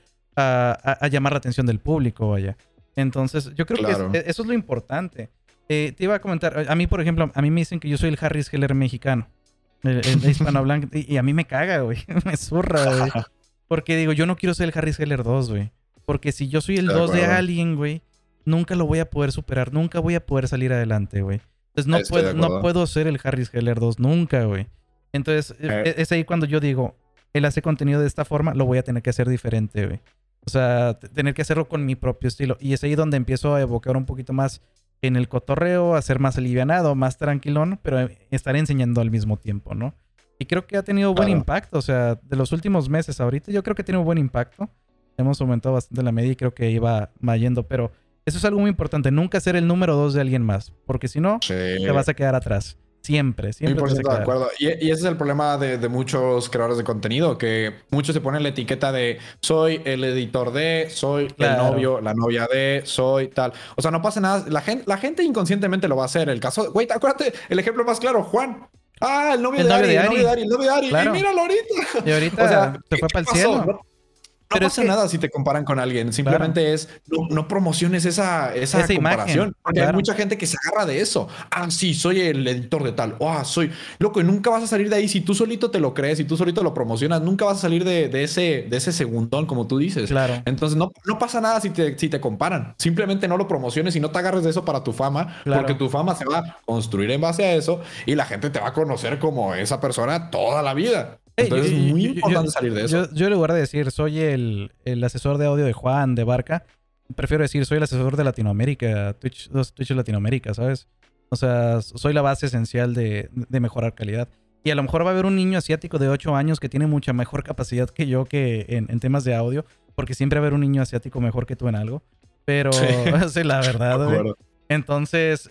a llamar la atención del público, vaya. Entonces, yo creo que eso es lo importante. Te iba a comentar, a mí, por ejemplo, a mí me dicen que yo soy el Harris Heller mexicano. El hispanohablante. Y a mí me caga, güey. Me zurra, güey. Porque digo, yo no quiero ser el Harris Heller 2, güey. Porque si yo soy el 2 de alguien, güey, nunca lo voy a poder superar. Nunca voy a poder salir adelante, güey. Entonces no puedo ser el Harris Heller 2 nunca, güey. Entonces, es ahí cuando yo digo, él hace contenido de esta forma, lo voy a tener que hacer diferente, güey. O sea, tener que hacerlo con mi propio estilo. Y es ahí donde empiezo a evocar un poquito más en el cotorreo, a ser más alivianado, más tranquilón, pero estar enseñando al mismo tiempo, ¿no? Y creo que ha tenido buen impacto. O sea, de los últimos meses ahorita, yo creo que ha tenido buen impacto. Hemos aumentado bastante la media y creo que va yendo, pero eso es algo muy importante. Nunca ser el número 2 de alguien más, porque si no, te vas a quedar atrás. Siempre. 100% de acuerdo. Y ese es el problema de muchos creadores de contenido, que muchos se ponen la etiqueta de soy el editor de, soy el novio, la novia de, soy tal. O sea, no pasa nada. La gente inconscientemente lo va a hacer. El caso, güey, acuérdate, el ejemplo más claro, Juan. El novio de Ari. Claro. Y míralo ahorita. Y ahorita o sea, se fue para el cielo. No pasa nada si te comparan con alguien. Simplemente no promociones esa comparación. Imagen, porque hay mucha gente que se agarra de eso. Sí, soy el editor de tal. Soy loco. Y nunca vas a salir de ahí. Si tú solito te lo crees, si tú solito lo promocionas, nunca vas a salir de ese segundón, como tú dices. Claro. Entonces no pasa nada si te comparan. Simplemente no lo promociones y no te agarres de eso para tu fama. Claro. Porque tu fama se va a construir en base a eso y la gente te va a conocer como esa persona toda la vida. Entonces es muy importante salir de eso. Yo en lugar de decir soy el asesor de audio de Juan, de Barca, prefiero decir soy el asesor de Latinoamérica, Twitch Latinoamérica, ¿sabes? O sea, soy la base esencial de mejorar calidad. Y a lo mejor va a haber un niño asiático de 8 años que tiene mucha mejor capacidad que yo en temas de audio, porque siempre va a haber un niño asiático mejor que tú en algo. Pero, sí, la verdad, güey. Entonces,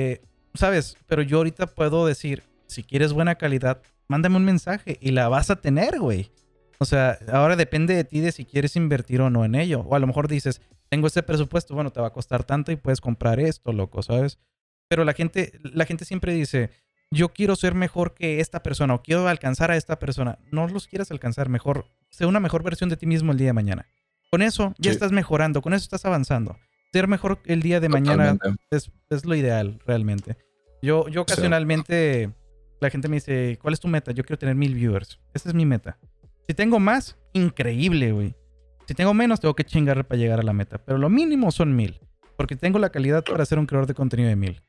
¿sabes? Pero yo ahorita puedo decir, si quieres buena calidad, mándame un mensaje y la vas a tener, güey. O sea, ahora depende de ti de si quieres invertir o no en ello. O a lo mejor dices, tengo este presupuesto, bueno, te va a costar tanto y puedes comprar esto, loco, ¿sabes? Pero la gente siempre dice, yo quiero ser mejor que esta persona o quiero alcanzar a esta persona. No los quieras alcanzar, mejor, sé una mejor versión de ti mismo el día de mañana. Con eso ya estás mejorando, con eso estás avanzando. Ser mejor el día de mañana es lo ideal, realmente. Yo ocasionalmente... La gente me dice, ¿cuál es tu meta? Yo quiero tener 1000 viewers. Esa es mi meta. Si tengo más, increíble, güey. Si tengo menos, tengo que chingar para llegar a la meta. Pero lo mínimo son 1000. Porque tengo la calidad para ser un creador de contenido de 1000.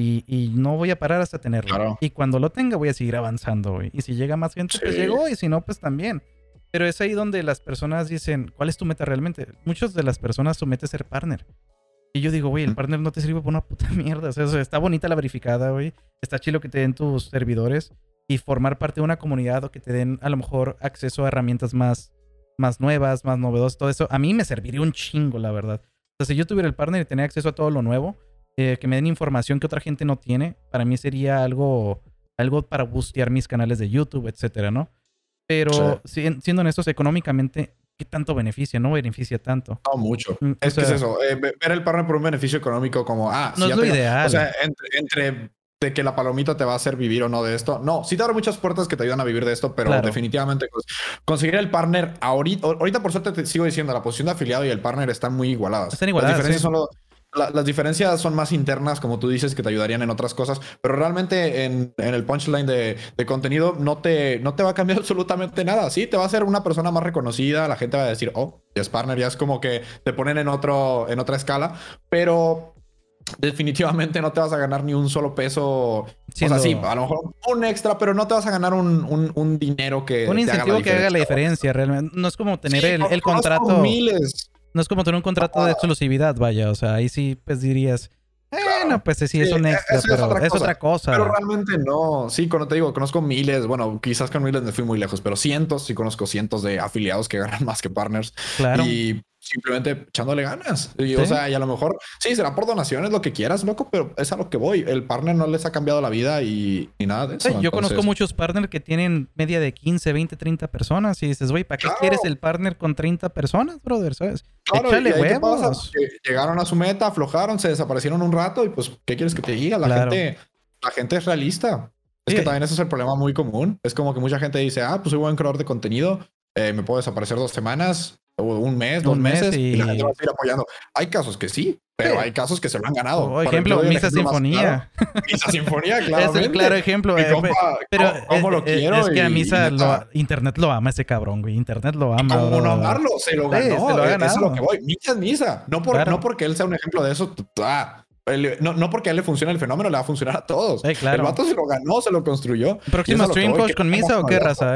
Y no voy a parar hasta tenerlo. Claro. Y cuando lo tenga, voy a seguir avanzando, güey. Y si llega más gente, pues llegó. Y si no, pues también. Pero es ahí donde las personas dicen, ¿cuál es tu meta realmente? Muchas de las personas su meta es ser partner. Y yo digo, güey, el partner no te sirve para una puta mierda. O sea, está bonita la verificada, güey. Está chido que te den tus servidores y formar parte de una comunidad o que te den a lo mejor acceso a herramientas más nuevas, más novedosas, todo eso. A mí me serviría un chingo, la verdad. O sea, si yo tuviera el partner y tenía acceso a todo lo nuevo, que me den información que otra gente no tiene, para mí sería algo para boostear mis canales de YouTube, etcétera, ¿no? Pero siendo honestos, económicamente, ¿qué tanto beneficia? No beneficia tanto. No, mucho. Es que es eso. Ver el partner por un beneficio económico como, no es lo ideal. O sea, entre de que la palomita te va a hacer vivir o no de esto. No, sí te abre muchas puertas que te ayudan a vivir de esto, pero definitivamente pues, conseguir el partner ahorita por suerte te sigo diciendo, la posición de afiliado y el partner están muy igualadas. Están igualadas, las diferencias las diferencias son más internas, como tú dices, que te ayudarían en otras cosas, pero realmente en el punchline de contenido no te va a cambiar absolutamente nada. Sí, te va a hacer una persona más reconocida, la gente va a decir, oh, ya es partner, ya es como que te ponen en otra escala, pero definitivamente no te vas a ganar ni un solo peso. Siendo... O sea, sí, a lo mejor un extra, pero no te vas a ganar un dinero que un incentivo que haga la diferencia, realmente. No es como tener el contrato... miles. No es como tener un contrato de exclusividad, vaya. O sea, ahí sí, pues dirías... Bueno, pues sí, es un extra, pero es otra cosa. Pero realmente no. Sí, cuando te digo, conozco miles. Bueno, quizás con miles me fui muy lejos, pero cientos. Sí conozco cientos de afiliados que ganan más que partners. Claro. Y simplemente echándole ganas. Y, o sea, y a lo mejor, sí, será por donaciones, lo que quieras, loco, pero es a lo que voy. El partner no les ha cambiado la vida y nada de eso. Yo conozco muchos partners que tienen media de 15, 20, 30 personas y dices, güey, ¿para qué quieres el partner con 30 personas, brother? ¿Sabes? Claro, échale huevos. Llegaron a su meta, aflojaron, se desaparecieron un rato y pues, ¿qué quieres que te diga? La gente es realista. Es que también ese es el problema muy común. Es como que mucha gente dice, pues soy buen creador de contenido, me puedo desaparecer 2 semanas, o un mes, 2 meses, y la gente va a seguir apoyando. Hay casos que sí, pero hay casos que se lo han ganado. Por ejemplo, Misa Sinfonía. Misa Sinfonía, claro. Es el claro ejemplo. Pero ¿cómo lo quiero? Es que a Misa Internet lo ama ese cabrón, güey. Internet lo ama. ¿Cómo no amarlo? Se lo ganó. Se lo ha ganado. Eso es lo que voy. Misa es Misa. No porque él sea un ejemplo de eso. No porque a él le funciona el fenómeno, le va a funcionar a todos. Claro. El vato se lo ganó, se lo construyó. ¿Próximo stream coach con Misa o qué raza,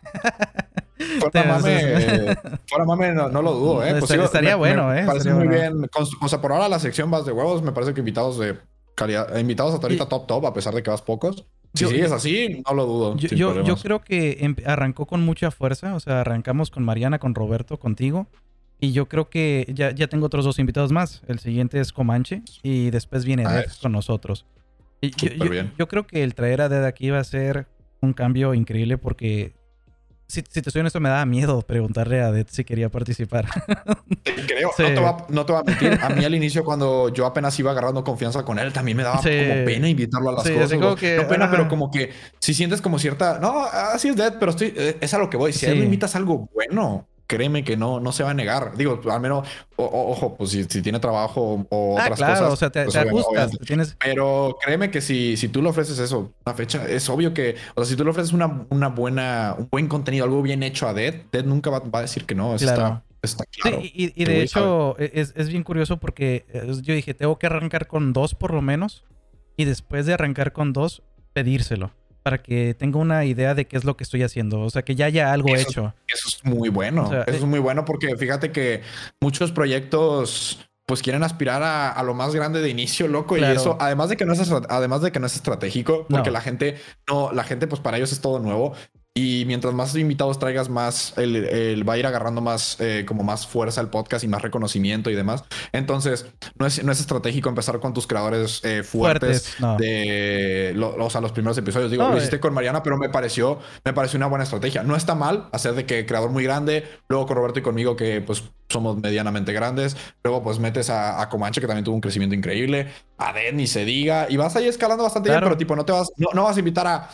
Fuera mame, no lo dudo, Pues estaría bueno, Me parece muy bien. O sea, por ahora la sección vas de huevos. Me parece que invitados de calidad, invitados hasta ahorita top, a pesar de que vas pocos. Si sigues así, no lo dudo. Yo creo que arrancó con mucha fuerza. O sea, arrancamos con Mariana, con Roberto, contigo. Y yo creo que ya tengo otros 2 invitados más. El siguiente es Comanche y después viene Dev con nosotros. Yo creo que el traer a Dev aquí va a ser un cambio increíble porque... Si te soy honesto, me daba miedo preguntarle a Dev si quería participar. Creo, sí. No te voy a mentir. A mí al inicio, cuando yo apenas iba agarrando confianza con él, también me daba como pena invitarlo a las cosas. Como que, no pena, pero como que si sientes como cierta... No, así es Dev, pero es a lo que voy. Si a él me invitas algo bueno... Créeme que no se va a negar. Digo, al menos, ojo, pues si tiene trabajo o otras cosas. O sea, te ajustas. Pero créeme que si tú le ofreces eso, una fecha, es obvio que, o sea, si tú le ofreces un buen contenido, algo bien hecho a Dead nunca va a decir que no. Está claro. Sí, y de hecho, es bien curioso porque yo dije, tengo que arrancar con 2 por lo menos. Y después de arrancar con 2, pedírselo. Para que tenga una idea de qué es lo que estoy haciendo. O sea, que ya haya algo hecho. Eso es muy bueno. O sea, eso es muy bueno porque fíjate que muchos proyectos pues quieren aspirar a lo más grande de inicio, loco. Claro. Y eso, además de que no es estratégico, porque la gente pues para ellos es todo nuevo. Y mientras más invitados traigas, más el va a ir agarrando más como más fuerza el podcast y más reconocimiento y demás. Entonces, no es estratégico empezar con tus creadores fuertes no. o sea, los primeros episodios. Digo, lo hiciste con Mariana, pero me pareció una buena estrategia. No está mal hacer de que creador muy grande, luego con Roberto y conmigo, que pues somos medianamente grandes. Luego pues metes a Comanche, que también tuvo un crecimiento increíble. A Dead, ni se diga. Y vas ahí escalando bastante bien, pero tipo, no vas a invitar a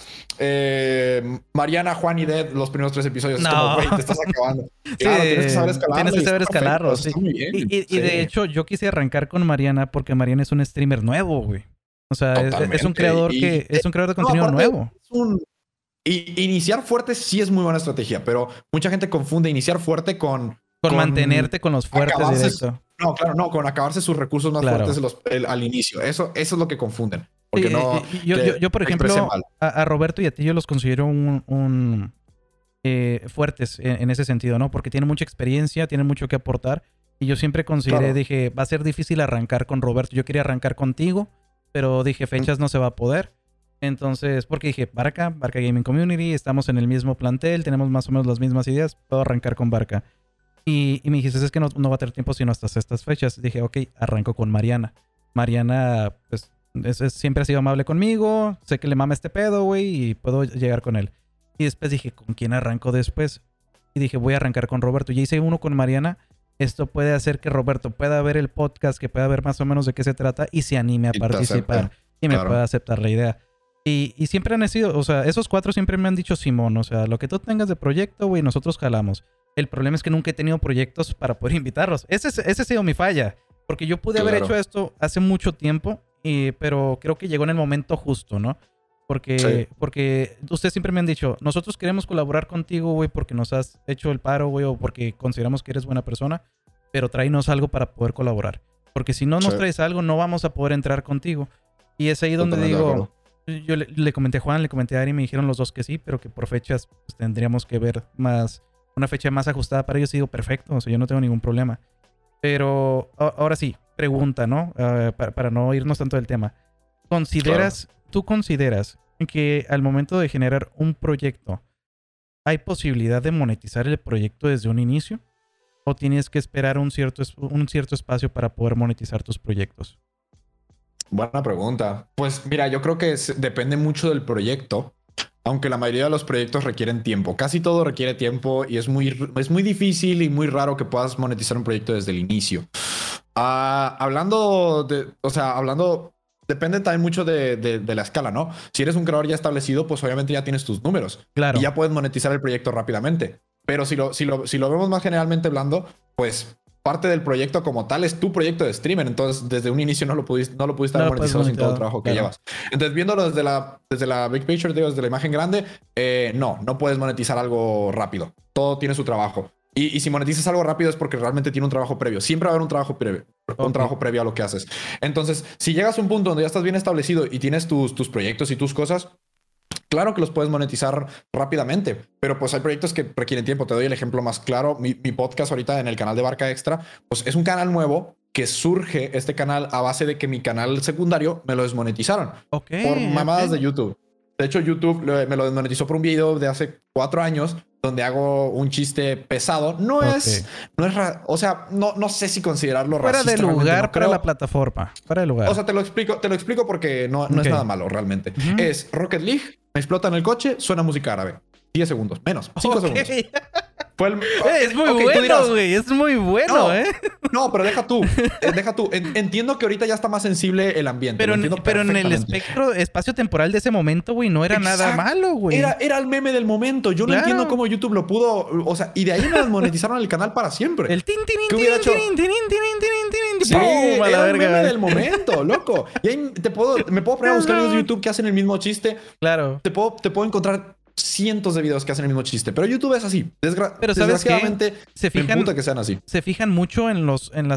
Mariana, Juan y Dead los primeros 3 episodios. No. Es como, güey, te estás acabando. Claro, tienes que saber escalarlo. Tienes que saber escalarlo, sí. Y de hecho, yo quise arrancar con Mariana porque Mariana es un streamer nuevo, güey. O sea, es un creador es un creador de contenido nuevo. Iniciar fuerte sí es muy buena estrategia, pero mucha gente confunde iniciar fuerte con mantenerte con los fuertes directo. No, claro, no, con acabarse sus recursos más fuertes al inicio. Eso es lo que confunden. Porque yo, por ejemplo, a Roberto y a ti yo los considero fuertes en ese sentido, ¿no? Porque tienen mucha experiencia, tienen mucho que aportar. Y yo siempre consideré, dije, va a ser difícil arrancar con Roberto. Yo quería arrancar contigo, pero dije, fechas no se va a poder. Entonces, porque dije, Barca Gaming Community, estamos en el mismo plantel, tenemos más o menos las mismas ideas, puedo arrancar con Barca. Y me dijiste, es que no va a tener tiempo sino hasta estas fechas. Dije, ok, arranco con Mariana. Mariana, pues, siempre ha sido amable conmigo. Sé que le mama este pedo, güey, y puedo llegar con él. Y después dije, ¿con quién arranco después? Y dije, voy a arrancar con Roberto. Ya hice uno con Mariana. Esto puede hacer que Roberto pueda ver el podcast, que pueda ver más o menos de qué se trata y se anime a participar. Y me pueda aceptar la idea. Y siempre han sido, o sea, esos 4 siempre me han dicho, Simón, o sea, lo que tú tengas de proyecto, güey, nosotros jalamos. El problema es que nunca he tenido proyectos para poder invitarlos. Ese ha sido mi falla. Porque yo pude haber hecho esto hace mucho tiempo, pero creo que llegó en el momento justo, ¿no? Porque ustedes siempre me han dicho, nosotros queremos colaborar contigo, güey, porque nos has hecho el paro, güey, o porque consideramos que eres buena persona, pero tráenos algo para poder colaborar. Porque si no nos traes algo, no vamos a poder entrar contigo. Y es ahí donde digo, yo le comenté a Juan, le comenté a Ari, me dijeron los dos que sí, pero que por fechas pues, tendríamos que ver una fecha más ajustada para ellos. Y digo, perfecto, o sea, yo no tengo ningún problema. Pero ahora sí, pregunta, ¿no? Para no irnos tanto del tema. ¿Tú consideras que al momento de generar un proyecto hay posibilidad de monetizar el proyecto desde un inicio? ¿O tienes que esperar un cierto espacio para poder monetizar tus proyectos? Buena pregunta. Pues mira, yo creo que depende mucho del proyecto, aunque la mayoría de los proyectos requieren tiempo. Casi todo requiere tiempo y es muy difícil y muy raro que puedas monetizar un proyecto desde el inicio. Hablando, depende también mucho de la escala, ¿no? Si eres un creador ya establecido, pues obviamente ya tienes tus números. Claro. Y ya puedes monetizar el proyecto rápidamente. Pero si lo vemos más generalmente hablando, pues parte del proyecto como tal es tu proyecto de streamer. Entonces, desde un inicio no lo pudiste haber monetizado sin todo el trabajo que llevas. Entonces, viéndolo desde la big picture, desde la imagen grande, no puedes monetizar algo rápido. Todo tiene su trabajo. Y si monetizas algo rápido es porque realmente tiene un trabajo previo. Siempre va a haber un trabajo previo. Un trabajo previo a lo que haces. Entonces, si llegas a un punto donde ya estás bien establecido y tienes tus proyectos y tus cosas, claro que los puedes monetizar rápidamente, pero pues hay proyectos que requieren tiempo. Te doy el ejemplo más claro. Mi podcast ahorita en el canal de Barca Extra, pues es un canal nuevo que surge este canal a base de que mi canal secundario me lo desmonetizaron por mamadas de YouTube. De hecho, YouTube me lo desmonetizó por un video de hace 4 años donde hago un chiste pesado. No es no sé si considerarlo racista. Fuera de lugar no para la plataforma. Fuera de lugar. O sea, te lo explico porque no es nada malo realmente. Es Rocket League, me explotan el coche, suena música árabe. 10 segundos, menos, 5 segundos. Es muy bueno, güey. Es muy bueno, No, pero deja tú. Entiendo que ahorita ya está más sensible el ambiente. Pero en el espectro espacio-temporal de ese momento, güey, no era nada malo, güey. Era el meme del momento. Yo no entiendo cómo YouTube lo pudo... O sea, y de ahí me desmonetizaron el canal para siempre. El tin. Sí, era el meme del momento, loco. Y ahí me puedo poner a buscar videos de YouTube que hacen el mismo chiste. Claro. Te puedo encontrar cientos de videos que hacen el mismo chiste, pero YouTube es así. Pero ¿sabes desgraciadamente qué? Me emputa que sean así. Se fijan mucho en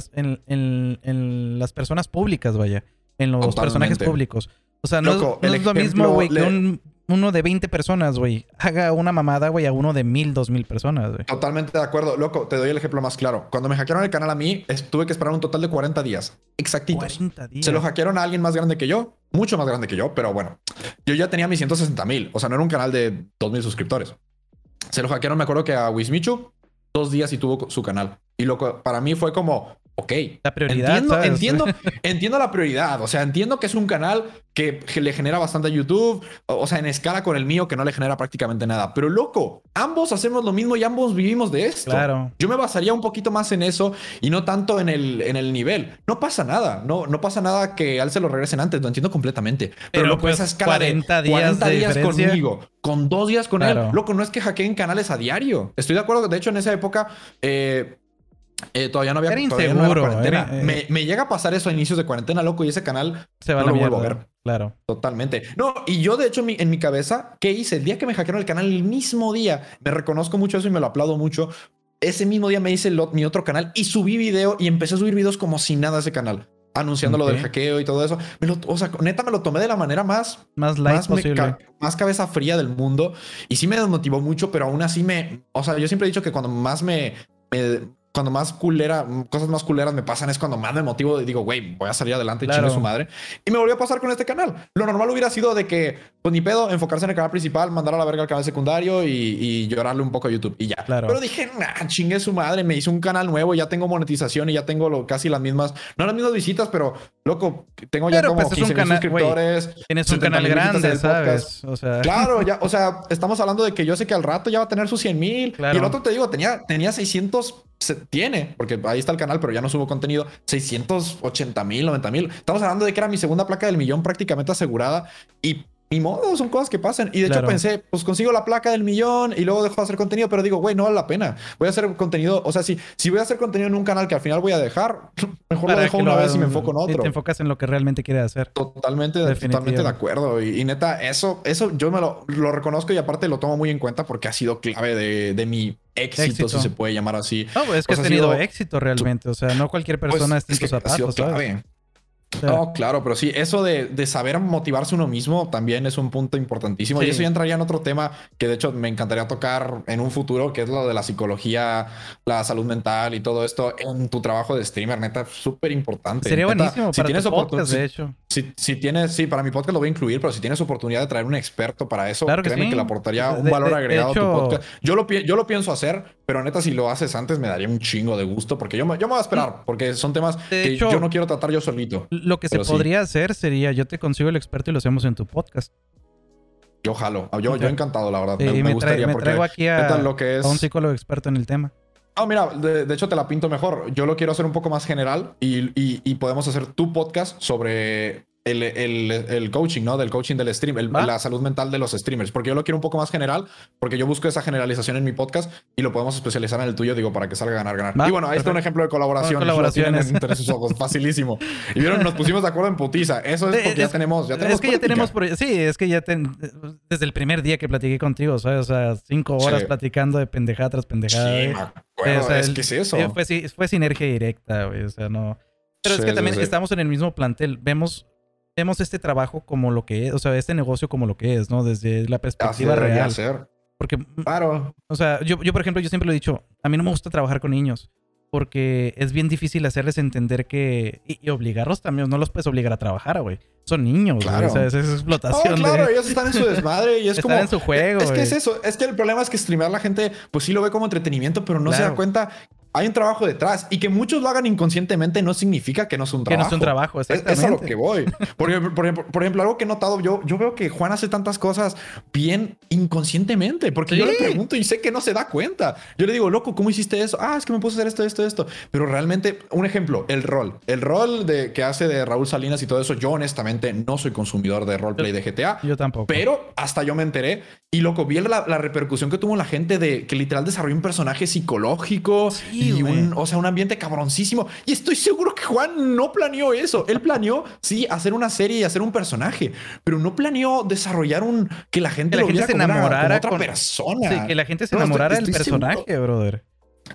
las personas públicas, vaya, en los personajes públicos. O sea, no es lo mismo, güey, que uno de 20 personas, güey, haga una mamada, güey, a uno de 1000, 2000 personas, güey. Totalmente de acuerdo. Loco, te doy el ejemplo más claro. Cuando me hackearon el canal a mí, tuve que esperar un total de 40 días. Exactitos. 40 días. Se lo hackearon a alguien más grande que yo. Mucho más grande que yo, pero bueno. Yo ya tenía mis 160,000. O sea, no era un canal de 2,000 suscriptores. Se lo hackearon, me acuerdo que a Wismichu, 2 días y tuvo su canal. Y loco, para mí fue como... Ok, la prioridad, entiendo la prioridad. O sea, entiendo que es un canal que le genera bastante a YouTube. O sea, en escala con el mío, que no le genera prácticamente nada. Pero loco, ambos hacemos lo mismo y ambos vivimos de esto. Claro. Yo me basaría un poquito más en eso y no tanto en el nivel. No pasa nada. No pasa nada que a él se lo regresen antes. Lo entiendo completamente. Pero loco, pues, esa escala 40 de 40 días conmigo, con 2 días con él. Loco, no es que hackeen canales a diario. Estoy de acuerdo. De hecho, en esa época... todavía no había, era inseguro, cuarentena. Me llega a pasar eso a inicios de cuarentena, loco, y ese canal se va no lo vuelvo a ver. Claro. Totalmente. No, y yo, de hecho, en mi cabeza, ¿qué hice? El día que me hackearon el canal, el mismo día, me reconozco mucho eso y me lo aplaudo mucho. Ese mismo día me hice mi otro canal y subí video y empecé a subir videos como si nada a ese canal, anunciando lo del hackeo y todo eso. O sea, neta, me lo tomé de la manera más light posible. Más cabeza fría del mundo. Y sí me desmotivó mucho, pero aún así o sea, yo siempre he dicho que cuando más me cosas más culeras me pasan es cuando más me motivo y digo, güey, voy a salir adelante y Claro. chingue su madre. Y me volvió a pasar con este canal. Lo normal hubiera sido de que, pues ni pedo, enfocarse en el canal principal, mandar a la verga al canal secundario y llorarle un poco a YouTube y ya. Claro. Pero dije, nah, chingue su madre, me hice un canal nuevo, ya tengo monetización y ya tengo casi las mismas, no las mismas visitas, pero loco, tengo ya como pues, 15,000 suscriptores. Wey, tienes un canal grande, ¿sabes? O sea... Claro, ya, o sea, estamos hablando de que yo sé que al rato ya va a tener sus 100,000. Claro. Y el otro te digo, tenía 600, tiene, porque ahí está el canal, pero ya no subo contenido, 680,000, 90,000. Estamos hablando de que era mi segunda placa del millón prácticamente asegurada y ni modo, son cosas que pasan. Y de hecho pensé, pues consigo la placa del millón y luego dejo de hacer contenido, pero digo, güey, no vale la pena. Voy a hacer contenido, o sea, si voy a hacer contenido en un canal que al final voy a dejar, mejor lo dejo una vez y me enfoco en otro. Te enfocas en lo que realmente quieres hacer. Totalmente de acuerdo. Y neta, eso yo me lo reconozco y aparte lo tomo muy en cuenta porque ha sido clave de mi éxito, si se puede llamar así. No, pues es que has tenido éxito realmente. O sea, no cualquier persona está en tus zapatos, ¿sabes? No, claro, pero sí, eso de saber motivarse uno mismo también es un punto importantísimo. Sí. Y eso ya entraría en otro tema que de hecho me encantaría tocar en un futuro, que es lo de la psicología, la salud mental y todo esto en tu trabajo de streamer, neta, súper importante. Sería neta, buenísimo para tu podcast, de hecho. Si tienes, para mi podcast lo voy a incluir, pero si tienes oportunidad de traer un experto para eso, claro créeme que le aportaría un valor agregado a tu podcast. Yo lo pienso hacer, pero neta, si lo haces antes me daría un chingo de gusto, porque yo me voy a esperar, porque son temas que yo no quiero tratar yo solito. Lo que se podría hacer sería, yo te consigo el experto y lo hacemos en tu podcast. Yo jalo. Yo encantado, la verdad. Me gustaría me traigo aquí a un psicólogo experto en el tema. No, mira, de hecho te la pinto mejor. Yo lo quiero hacer un poco más general y podemos hacer tu podcast sobre el coaching, ¿no? Del coaching del stream, la salud mental de los streamers. Porque yo lo quiero un poco más general, porque yo busco esa generalización en mi podcast y lo podemos especializar en el tuyo, digo, para que salga ganar. Y bueno, ahí está un ejemplo de colaboración. Colaboraciones. Entre sus ojos, facilísimo. Y vieron, nos pusimos de acuerdo en putiza. Eso es porque ya tenemos es que ya tenemos... Sí, es que ya desde el primer día que platiqué contigo, ¿sabes? O sea, 5 horas platicando de pendejada tras pendejada. Sí, bueno, o sea, es que es eso. Fue sinergia directa, güey. O sea, no... Pero es que también estamos en el mismo plantel. Vemos este trabajo como lo que es, o sea, este negocio como lo que es, ¿no? Desde la perspectiva real. Porque, claro. O sea, yo, por ejemplo, yo siempre lo he dicho, a mí no me gusta trabajar con niños porque es bien difícil hacerles entender que... Y obligarlos también, no los puedes obligar a trabajar, güey. Son niños, claro. Güey. O sea, es explotación. Claro, ellos están en su desmadre y es están como... en su juego, Es que es eso. Es que el problema es que streamear la gente, pues sí lo ve como entretenimiento, pero no se da cuenta... Hay un trabajo detrás y que muchos lo hagan inconscientemente no significa que no es un trabajo. Que no es un trabajo, exactamente. Es a lo que voy. Por ejemplo, algo que he notado yo veo que Juan hace tantas cosas bien inconscientemente, porque yo le pregunto y sé que no se da cuenta. Yo le digo, loco, ¿cómo hiciste eso? Ah, es que me puse a hacer esto. Pero realmente, un ejemplo, el rol que hace de Raúl Salinas y todo eso, yo honestamente no soy consumidor de roleplay de GTA. Yo tampoco. Pero hasta yo me enteré y loco, vi la repercusión que tuvo la gente de que literal desarrolló un personaje psicológico. Sí. Y un ambiente cabroncísimo. Y estoy seguro que Juan no planeó eso. Él planeó, sí, hacer una serie y hacer un personaje, pero no planeó desarrollar que la gente lo viera se como enamorara otra persona. Sí, que la gente se enamorara del personaje, seguro. Brother.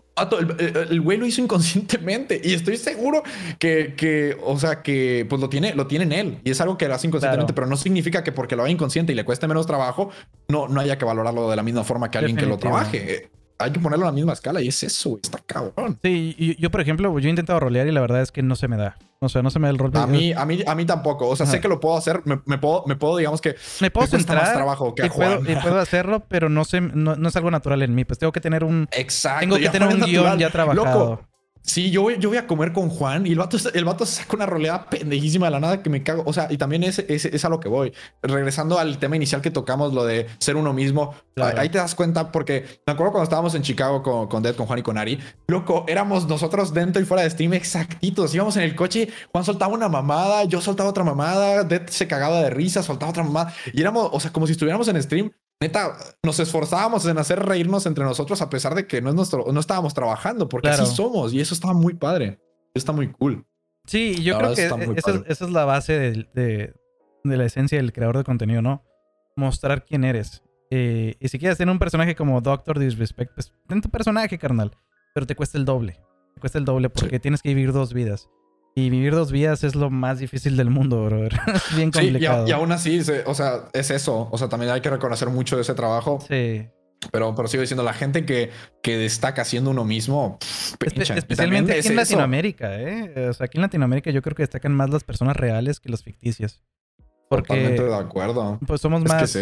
El güey lo hizo inconscientemente y estoy seguro que pues lo tiene en él y es algo que lo hace inconscientemente, pero no significa que porque lo haga inconsciente y le cueste menos trabajo, no haya que valorarlo de la misma forma que alguien que lo trabaje. Hay que ponerlo a la misma escala y es eso, está cabrón. Sí, yo por ejemplo, yo he intentado rolear y la verdad es que no se me da. O sea, no se me da el roleplay. A mí tampoco. O sea, sé que lo puedo hacer. Me puedo, digamos que... Me puedo centrar más trabajo que y puedo hacerlo, pero no es algo natural en mí. Pues tengo que tener un... Exacto. Tengo que tener un guión ya trabajado. Loco. Sí, yo voy a comer con Juan y el vato se saca una roleada pendejísima de la nada que me cago. O sea, y también es a lo que voy. Regresando al tema inicial que tocamos, lo de ser uno mismo. Claro. Ahí te das cuenta porque me acuerdo cuando estábamos en Chicago con Dead, con Juan y con Ari. Loco, éramos nosotros dentro y fuera de stream exactitos. Íbamos en el coche, Juan soltaba una mamada, yo soltaba otra mamada, Dead se cagaba de risa, soltaba otra mamada. Y éramos, o sea, como si estuviéramos en stream. Neta, nos esforzábamos en hacer reírnos entre nosotros a pesar de que no estábamos trabajando, porque así somos y eso estaba muy padre. Está muy cool. Sí, yo creo que esa es la base de la esencia del creador de contenido, ¿no? Mostrar quién eres. Y si quieres tener un personaje como Doctor Disrespect, pues ten tu personaje, carnal. Pero te cuesta el doble. Te cuesta el doble porque tienes que vivir 2 vidas. Y vivir 2 vidas es lo más difícil del mundo, bro. Es bien complicado. Sí, y aún así, o sea, es eso. O sea, también hay que reconocer mucho de ese trabajo. Sí. Pero sigo diciendo, la gente que destaca siendo uno mismo, especialmente aquí en Latinoamérica, ¿eh? O sea, aquí en Latinoamérica yo creo que destacan más las personas reales que los ficticios. Porque, totalmente de acuerdo. Pues somos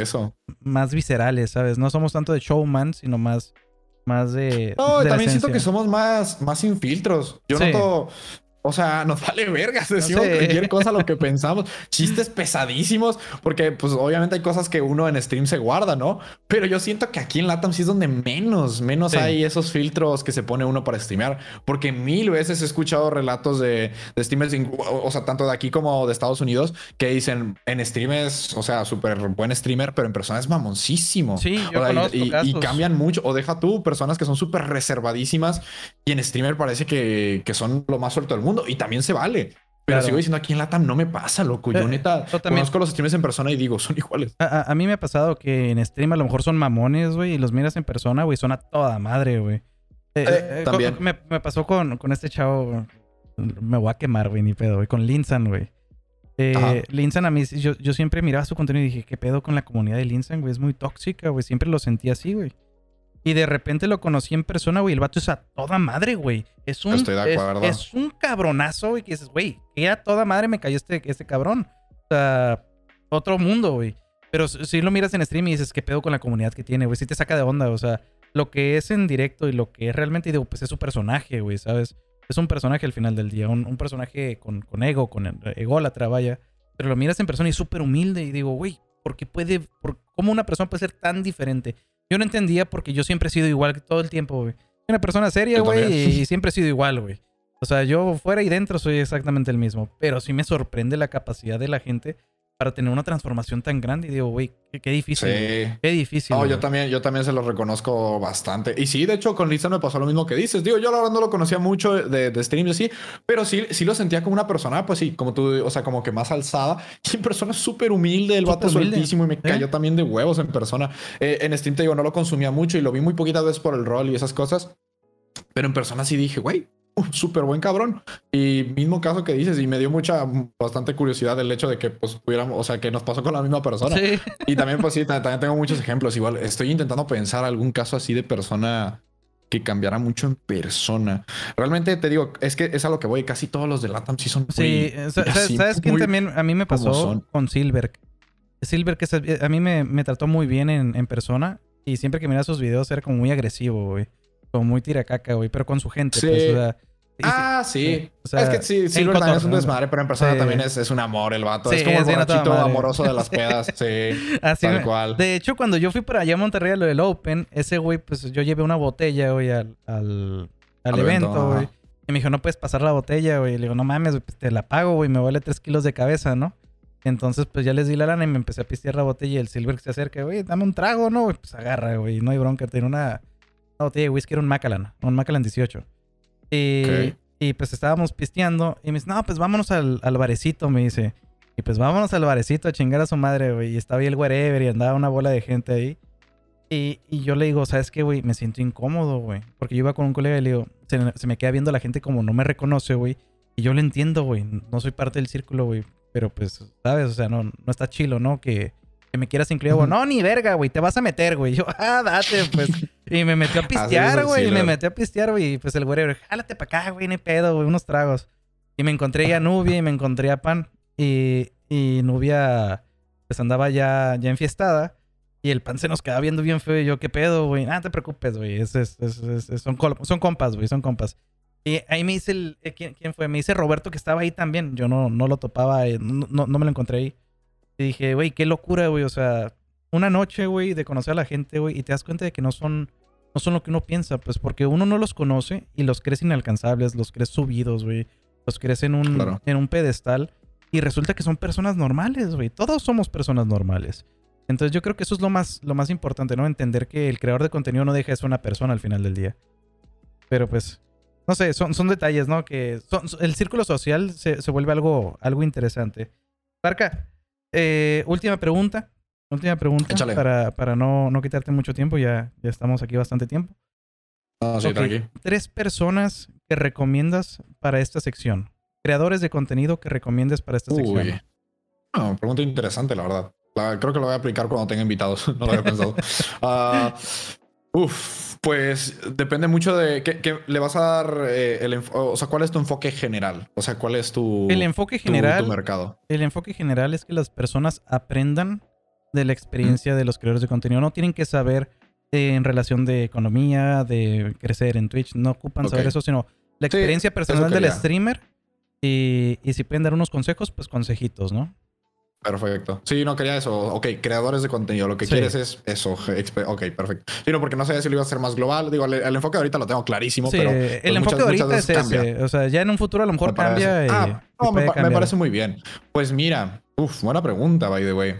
más viscerales, ¿sabes? No somos tanto de showman, sino más de... No, de también siento que somos más sin filtros. Yo noto... O sea, nos vale vergas, decimos cualquier cosa lo que pensamos. Chistes pesadísimos, porque pues obviamente hay cosas que uno en stream se guarda, ¿no? Pero yo siento que aquí en LATAM sí es donde menos hay esos filtros que se pone uno para streamear. Porque 1000 veces he escuchado relatos de streamers, o sea, tanto de aquí como de Estados Unidos, que dicen en streamers, o sea, súper buen streamer, pero en persona es mamoncísimo. Sí, yo conozco casos. Y cambian mucho. O deja tú, personas que son súper reservadísimas y en streamer parece que son lo más suelto del mundo. Y también se vale. Pero sigo diciendo, aquí en LATAM no me pasa, loco. Yo neta conozco a los streamers en persona y digo, son iguales. A mí me ha pasado que en stream a lo mejor son mamones, güey, y los miras en persona, güey, son a toda madre, güey. También. Me pasó con este chavo, me voy a quemar, güey, ni pedo, güey, con Linsan, güey. Linsan a mí, yo siempre miraba su contenido y dije, ¿qué pedo con la comunidad de Linsan, güey? Es muy tóxica, güey. Siempre lo sentí así, güey. Y de repente lo conocí en persona, güey. El vato es a toda madre, güey. Estoy de acuerdo. Es un cabronazo, güey. Que dices, güey, que a toda madre me cayó este cabrón. O sea, otro mundo, güey. Pero si lo miras en stream y dices, ¿qué pedo con la comunidad que tiene, güey? Sí te saca de onda, o sea, lo que es en directo y lo que es realmente, y digo, pues es su personaje, güey, ¿sabes? Es un personaje al final del día. Un personaje con ego, con ególatra, vaya. Pero lo miras en persona y es súper humilde. Y digo, güey, ¿cómo una persona puede ser tan diferente? Yo no entendía porque yo siempre he sido igual todo el tiempo, güey. Soy una persona seria, güey, y siempre he sido igual, güey. O sea, yo fuera y dentro soy exactamente el mismo. Pero sí me sorprende la capacidad de la gente para tener una transformación tan grande. Y digo, güey, qué difícil. Sí. Qué difícil. No, yo también se lo reconozco bastante. Y sí, de hecho, con Lisa me pasó lo mismo que dices. Digo, yo la verdad no lo conocía mucho de streams así, pero sí lo sentía como una persona, pues sí, como tú, o sea, como que más alzada. Y en persona súper humilde, el vato sueltísimo y me cayó también de huevos en persona. En stream, te digo, no lo consumía mucho y lo vi muy poquitas veces por el rol y esas cosas. Pero en persona sí dije, güey, súper buen cabrón. Y mismo caso que dices, y me dio bastante curiosidad el hecho de que pues pudiéramos, o sea, que nos pasó con la misma persona. Sí. Y también, pues sí, también tengo muchos ejemplos. Igual estoy intentando pensar algún caso así de persona que cambiara mucho en persona. Realmente te digo, es que es a lo que voy. Casi todos los de LATAM sí son muy... Sí, ¿sabes quién también a mí me pasó? Con Silver. Silver, que a mí me trató muy bien en persona. Y siempre que miraba sus videos era como muy agresivo, güey. Como muy tiracaca, güey. Pero con su gente, sí. Pues, o sea... Sí. O sea, es que sí, Silver también es un desmadre, pero en persona también es un amor el vato. Sí, es como el borrachito amoroso de las pedas. Sí, así tal cual. De hecho, cuando yo fui para allá a Monterrey a lo del Open, ese güey, pues yo llevé una botella, güey, al evento, güey. Y me dijo, no puedes pasar la botella, güey. Y le digo, no mames, pues te la pago, güey. Me vale 3 kilos de cabeza, ¿no? Entonces, pues ya les di la lana y me empecé a pistear la botella. Y el Silver que se acerca, güey, dame un trago, ¿no? Pues agarra, güey. No hay bronca. Tiene una botella de whisky, era un Macallan 18. Y pues estábamos pisteando. Y me dice, no, pues vámonos al barecito, me dice. Y pues vámonos al barecito a chingar a su madre, güey. Y estaba ahí el wherever y andaba una bola de gente ahí. Y yo le digo, ¿sabes qué, güey? Me siento incómodo, güey. Porque yo iba con un colega y le digo, se me queda viendo la gente como no me reconoce, güey. Y yo lo entiendo, güey. No soy parte del círculo, güey. Pero pues, ¿sabes? O sea, no está chilo, ¿no? Que me quieras incluir, güey. No, ni verga, güey. Te vas a meter, güey. Yo, date, pues. Y me metió a pistear, güey. Y pues el güey, jálate para acá, güey. Ni pedo, güey. Unos tragos. Y me encontré a Nubia y me encontré a Pan. Y Nubia, pues andaba ya enfiestada. Y el Pan se nos quedaba viendo bien feo. Y yo, ¿qué pedo, güey? No te preocupes, güey. Son compas, güey. Son compas. Y ahí me dice ¿quién fue? Me dice Roberto que estaba ahí también. Yo no lo topaba. No me lo encontré ahí. Y dije, güey, qué locura, güey. O sea, una noche, güey, de conocer a la gente, güey. Y te das cuenta de que no son lo que uno piensa. Pues porque uno no los conoce y los crees inalcanzables. Los crees subidos, güey. Los crees en un pedestal. Y resulta que son personas normales, güey. Todos somos personas normales. Entonces yo creo que eso es lo más importante, ¿no? Entender que el creador de contenido no deja de ser una persona al final del día. Pero pues, no sé, son detalles, ¿no? Que el círculo social se vuelve algo interesante. Barca, última pregunta. Échale. Para no quitarte mucho tiempo. Ya estamos aquí bastante tiempo. Sí, tranqui. 3 personas que recomiendas para esta sección. Creadores de contenido que recomiendes para esta sección. Pregunta interesante, la verdad. Creo que lo voy a aplicar cuando tenga invitados. No lo había pensado. Pues depende mucho de qué le vas a dar o sea, ¿cuál es tu enfoque general? O sea, ¿cuál es el enfoque general, tu mercado? El enfoque general es que las personas aprendan de la experiencia de los creadores de contenido. No tienen que saber en relación de economía, de crecer en Twitch. No ocupan saber eso, sino la experiencia personal del streamer. Y si pueden dar unos consejos, pues consejitos, ¿no? Perfecto. Sí, no quería eso. Ok, creadores de contenido. Lo que quieres es eso. Ok, perfecto. Sí, no, porque no sabía si lo iba a hacer más global. Digo, el enfoque de ahorita lo tengo clarísimo, sí, pero... el enfoque de ahorita es ese. O sea, ya en un futuro a lo mejor cambia. Me parece muy bien. Pues mira, buena pregunta, by the way.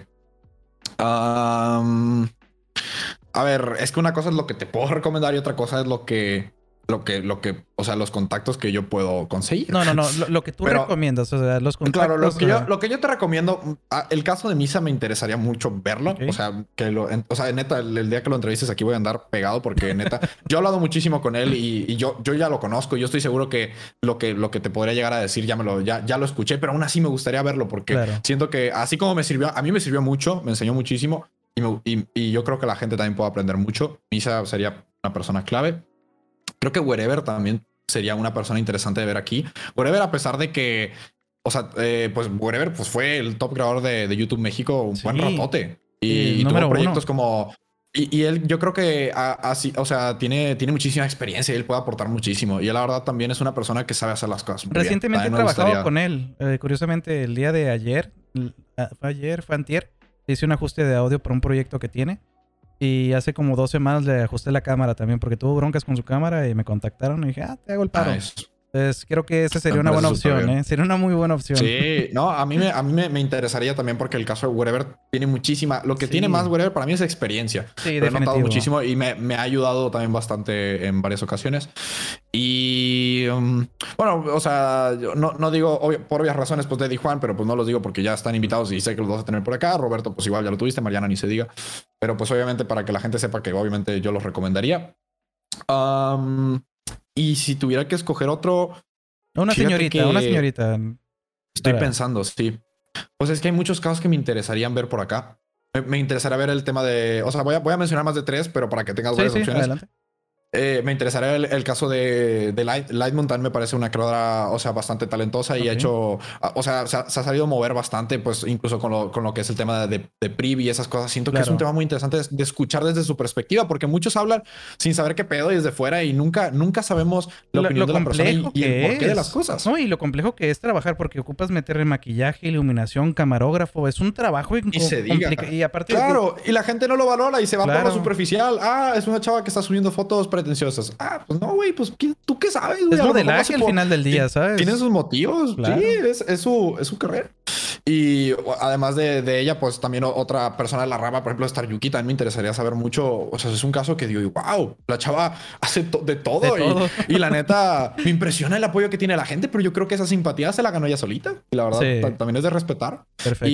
A ver, es que una cosa es lo que te puedo recomendar y otra cosa es lo que, o sea, los contactos que yo puedo conseguir. No, lo que tú recomiendas, o sea, los contactos. Claro, lo que yo te recomiendo, el caso de Misa me interesaría mucho verlo. Okay. O sea, neta, el día que lo entrevistes aquí voy a andar pegado porque neta, yo he hablado muchísimo con él y yo ya lo conozco. Yo estoy seguro que lo que te podría llegar a decir ya lo escuché, pero aún así me gustaría verlo porque siento que así como a mí me sirvió mucho, me enseñó muchísimo y yo creo que la gente también puede aprender mucho. Misa sería una persona clave. Creo que Wherever también sería una persona interesante de ver aquí. Wherever, a pesar de que, o sea, pues Wherever pues fue el top creador de YouTube México un buen ratote. Y tuvo proyectos como... Y él, yo creo que así, o sea, tiene muchísima experiencia y él puede aportar muchísimo. Y él, la verdad, también es una persona que sabe hacer las cosas muy Recientemente he trabajado con él. Curiosamente, el día de ayer, fue antier, hice un ajuste de audio para un proyecto que tiene. Y hace como 2 semanas le ajusté la cámara también porque tuvo broncas con su cámara y me contactaron y dije, te hago el paro. Entonces creo que esa sería una buena opción, ¿eh? Sería una muy buena opción. Sí, no, a mí me interesaría también porque el caso de Wherever tiene muchísima... Lo que tiene más Wherever para mí es experiencia. Sí, lo he notado muchísimo y me ha ayudado también bastante en varias ocasiones. Y bueno, o sea, no digo por obvias razones pues de Eddie Juan, pero pues no los digo porque ya están invitados y sé que los vas a tener por acá. Roberto pues igual ya lo tuviste, Mariana ni se diga. Pero pues obviamente para que la gente sepa que obviamente yo los recomendaría. Y si tuviera que escoger otro... Una señorita. Estoy pensando, sí. Pues es que hay muchos casos que me interesarían ver por acá. Me interesaría ver el tema de... O sea, voy a mencionar más de 3, pero para que tengas varias opciones. Adelante. Me interesaría el caso de Lightmon. También me parece una creadora, o sea, bastante talentosa y ha hecho, o sea, se ha sabido mover bastante, pues incluso con lo que es el tema de Priv y esas cosas. Siento que es un tema muy interesante de escuchar desde su perspectiva, porque muchos hablan sin saber qué pedo y desde fuera y nunca sabemos la opinión de la persona y el porqué de las cosas. No, y lo complejo que es trabajar porque ocupas meterle maquillaje, iluminación, camarógrafo. Es un trabajo y se diga. Y aparte y la gente no lo valora y se va por lo superficial. Es una chava que está subiendo fotos pretenciosas. Pues no, güey, pues ¿tú qué sabes, güey? Es modelaje al final del día, ¿sabes? Tiene sus motivos, claro. Sí, es su carrera. Y además de ella, pues también otra persona de la rama, por ejemplo, Star Yuki, también me interesaría saber mucho. O sea, es un caso que digo, wow, la chava hace de todo. Y la neta, me impresiona el apoyo que tiene la gente, pero yo creo que esa simpatía se la ganó ella solita. Y la verdad, también es de respetar. Perfecto.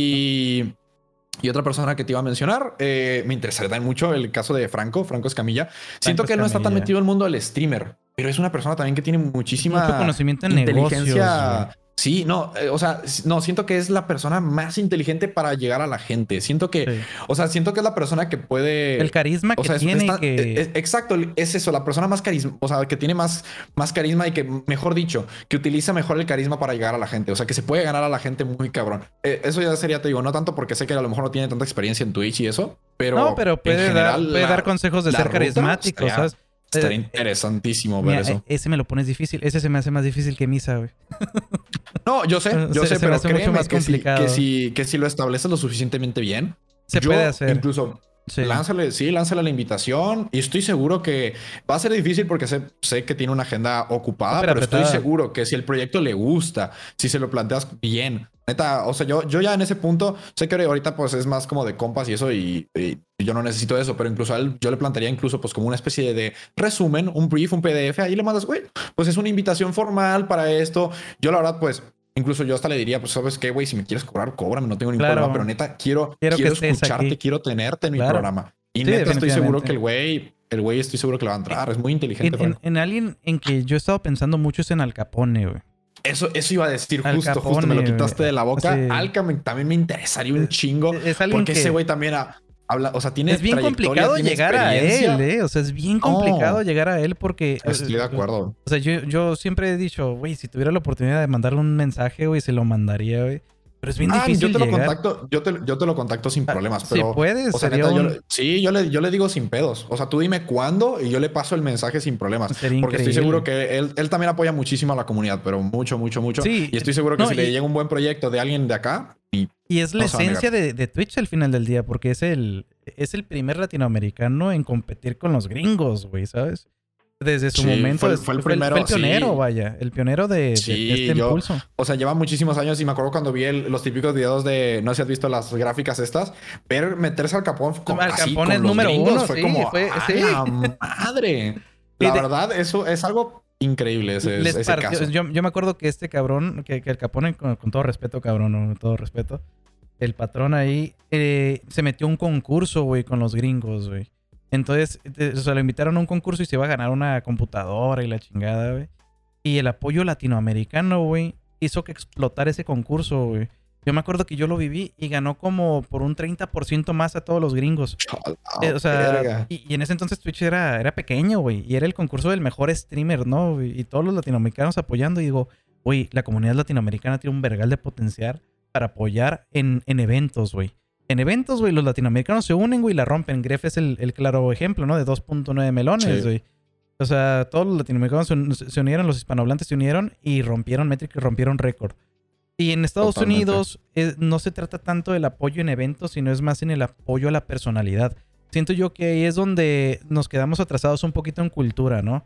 Y otra persona que te iba a mencionar, me interesaría también mucho el caso de Franco Escamilla. Siento que él no está tan metido en el mundo del streamer, pero es una persona también que tiene mucho conocimiento en inteligencia. Negocios, sí, o sea, no, siento que es la persona más inteligente para llegar a la gente. Siento que, o sea, siento que es la persona que puede... El carisma que tiene exacto, es eso, la persona más carisma, o sea, que tiene más carisma y que, mejor dicho, que utiliza mejor el carisma para llegar a la gente. O sea, que se puede ganar a la gente muy cabrón. Eso ya sería, te digo, no tanto porque sé que a lo mejor no tiene tanta experiencia en Twitch y eso, pero... No, pero puede dar consejos de ser carismático, ¿sabes? Estaría interesantísimo ver eso. Ese me lo pones difícil. Ese se me hace más difícil que Misa, güey. No, yo sé, pero créeme mucho más complicado. Que si lo estableces lo suficientemente bien, se puede hacer. Incluso lánzale la invitación y estoy seguro que va a ser difícil porque sé que tiene una agenda ocupada, pero estoy seguro que si el proyecto le gusta, si se lo planteas bien, neta, o sea, yo ya en ese punto sé que ahorita pues es más como de compas y eso y yo no necesito eso, pero incluso a él yo le plantearía incluso pues como una especie de resumen, un brief, un PDF, ahí le mandas, güey, pues es una invitación formal para esto. Yo la verdad pues incluso yo hasta le diría, pues, ¿sabes qué, güey? Si me quieres cobrar, cóbrame, no tengo ningún problema, pero neta, quiero escucharte, aquí. Quiero tenerte en mi programa. Y neta, estoy seguro que el güey estoy seguro que le va a entrar. Es muy inteligente. En alguien en que yo he estado pensando mucho es en Al Capone, güey. Eso iba a decir justo me lo quitaste de la boca. Sí. Al Capone también me interesaría un chingo. Es alguien porque ese güey también habla, o sea, tiene es bien complicado llegar a él, o sea, es bien complicado llegar a él porque... Estoy de acuerdo. O sea, yo siempre he dicho, güey, si tuviera la oportunidad de mandarle un mensaje, güey, se lo mandaría, güey. Pero es bien difícil llegar. Yo te lo contacto sin problemas, pero... Si puedes, o sea, neta, yo le digo sin pedos. O sea, tú dime cuándo y yo le paso el mensaje sin problemas. Porque estoy seguro que él también apoya muchísimo a la comunidad, pero mucho, mucho, mucho. Sí, y estoy seguro que si le llega un buen proyecto de alguien de acá... Y es la esencia de Twitch al final del día, porque es el primer latinoamericano en competir con los gringos, güey, ¿sabes? Desde su momento. Fue el primero. Fue el pionero, vaya. El pionero de este impulso. O sea, lleva muchísimos años y me acuerdo cuando vi los típicos videos de... No sé si has visto las gráficas estas. Ver meterse al Capón Al Capón es número uno. Fue como... ¡La madre! La verdad, eso es algo increíble ese caso. Yo me acuerdo que este cabrón... Que el Capone, con todo respeto, cabrón, con todo respeto... El patrón ahí se metió a un concurso, güey, con los gringos, güey. Entonces, o sea, lo invitaron a un concurso y se iba a ganar una computadora y la chingada, güey. Y el apoyo latinoamericano, güey, hizo que explotara ese concurso, güey. Yo me acuerdo que yo lo viví y ganó como por un 30% más a todos los gringos. O sea, y en ese entonces Twitch era pequeño, güey. Y era el concurso del mejor streamer, ¿no? Y todos los latinoamericanos apoyando. Y digo, güey, la comunidad latinoamericana tiene un vergal de potencial para apoyar en eventos, güey. En eventos, güey, los latinoamericanos se unen, güey, y la rompen. Gref es el claro ejemplo, ¿no? De 2.9 melones, güey. Sí. O sea, todos los latinoamericanos se unieron, los hispanohablantes se unieron y rompieron métrica y rompieron récord. Y en Estados Unidos no se trata tanto del apoyo en eventos, sino es más en el apoyo a la personalidad. Siento yo que ahí es donde nos quedamos atrasados un poquito en cultura, ¿no?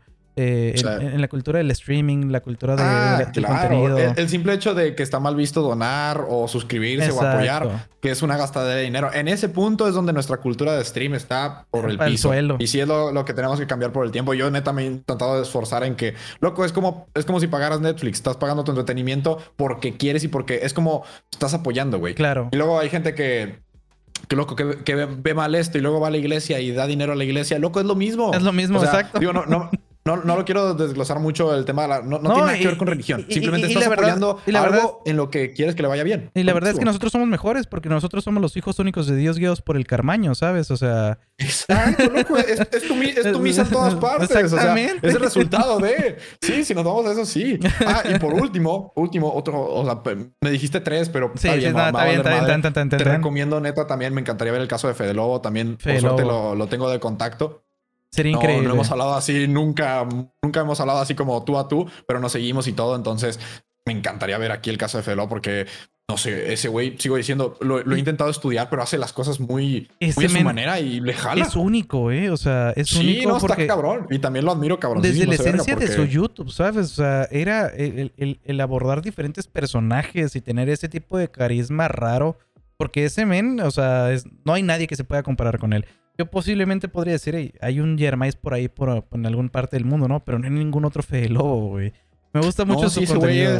En la cultura del streaming, la cultura del contenido. El simple hecho de que está mal visto donar o suscribirse o apoyar, que es una gastadera de dinero. En ese punto es donde nuestra cultura de stream está por el piso. Suelo. Y sí es lo que tenemos que cambiar por el tiempo. Yo neta me he intentado de esforzar en que, loco, es como si pagaras Netflix. Estás pagando tu entretenimiento porque quieres y porque es como estás apoyando, güey. Claro. Y luego hay gente que loco, que ve mal esto y luego va a la iglesia y da dinero a la iglesia. Loco, es lo mismo. Es lo mismo, o sea, exacto. Digo, no lo quiero desglosar mucho el tema de no tiene nada que ver con religión. Simplemente estás apoyando algo en lo que quieres que le vaya bien. Y la verdad es que nosotros somos mejores porque nosotros somos los hijos únicos de Dios guiados por el Carmaño, ¿sabes? O sea... Exacto, loco. Es tu misa en todas partes. Exactamente. O sea, es el resultado de... Sí, si nos vamos a eso, sí. Y por último, otro... O sea, me dijiste 3, pero... Sí, está bien. Te recomiendo, neta, también. Me encantaría ver el caso de Fede Lobo. También, por suerte, lo tengo de contacto. Sería increíble. No hemos hablado así, nunca hemos hablado así como tú a tú, pero nos seguimos y todo. Entonces, me encantaría ver aquí el caso de Felo porque, no sé, ese güey, sigo diciendo, lo he intentado estudiar, pero hace las cosas muy a su manera y le jala. Es único, es único. Sí, no, está cabrón. Y también lo admiro, cabrón. Desde la esencia de su YouTube, ¿sabes? O sea, era el abordar diferentes personajes y tener ese tipo de carisma raro. Porque ese men, o sea, no hay nadie que se pueda comparar con él. Yo posiblemente podría decir, hey, hay un Yermais por ahí, en alguna parte del mundo, ¿no? Pero no hay ningún otro Fede Lobo, güey. Me gusta mucho su contenido.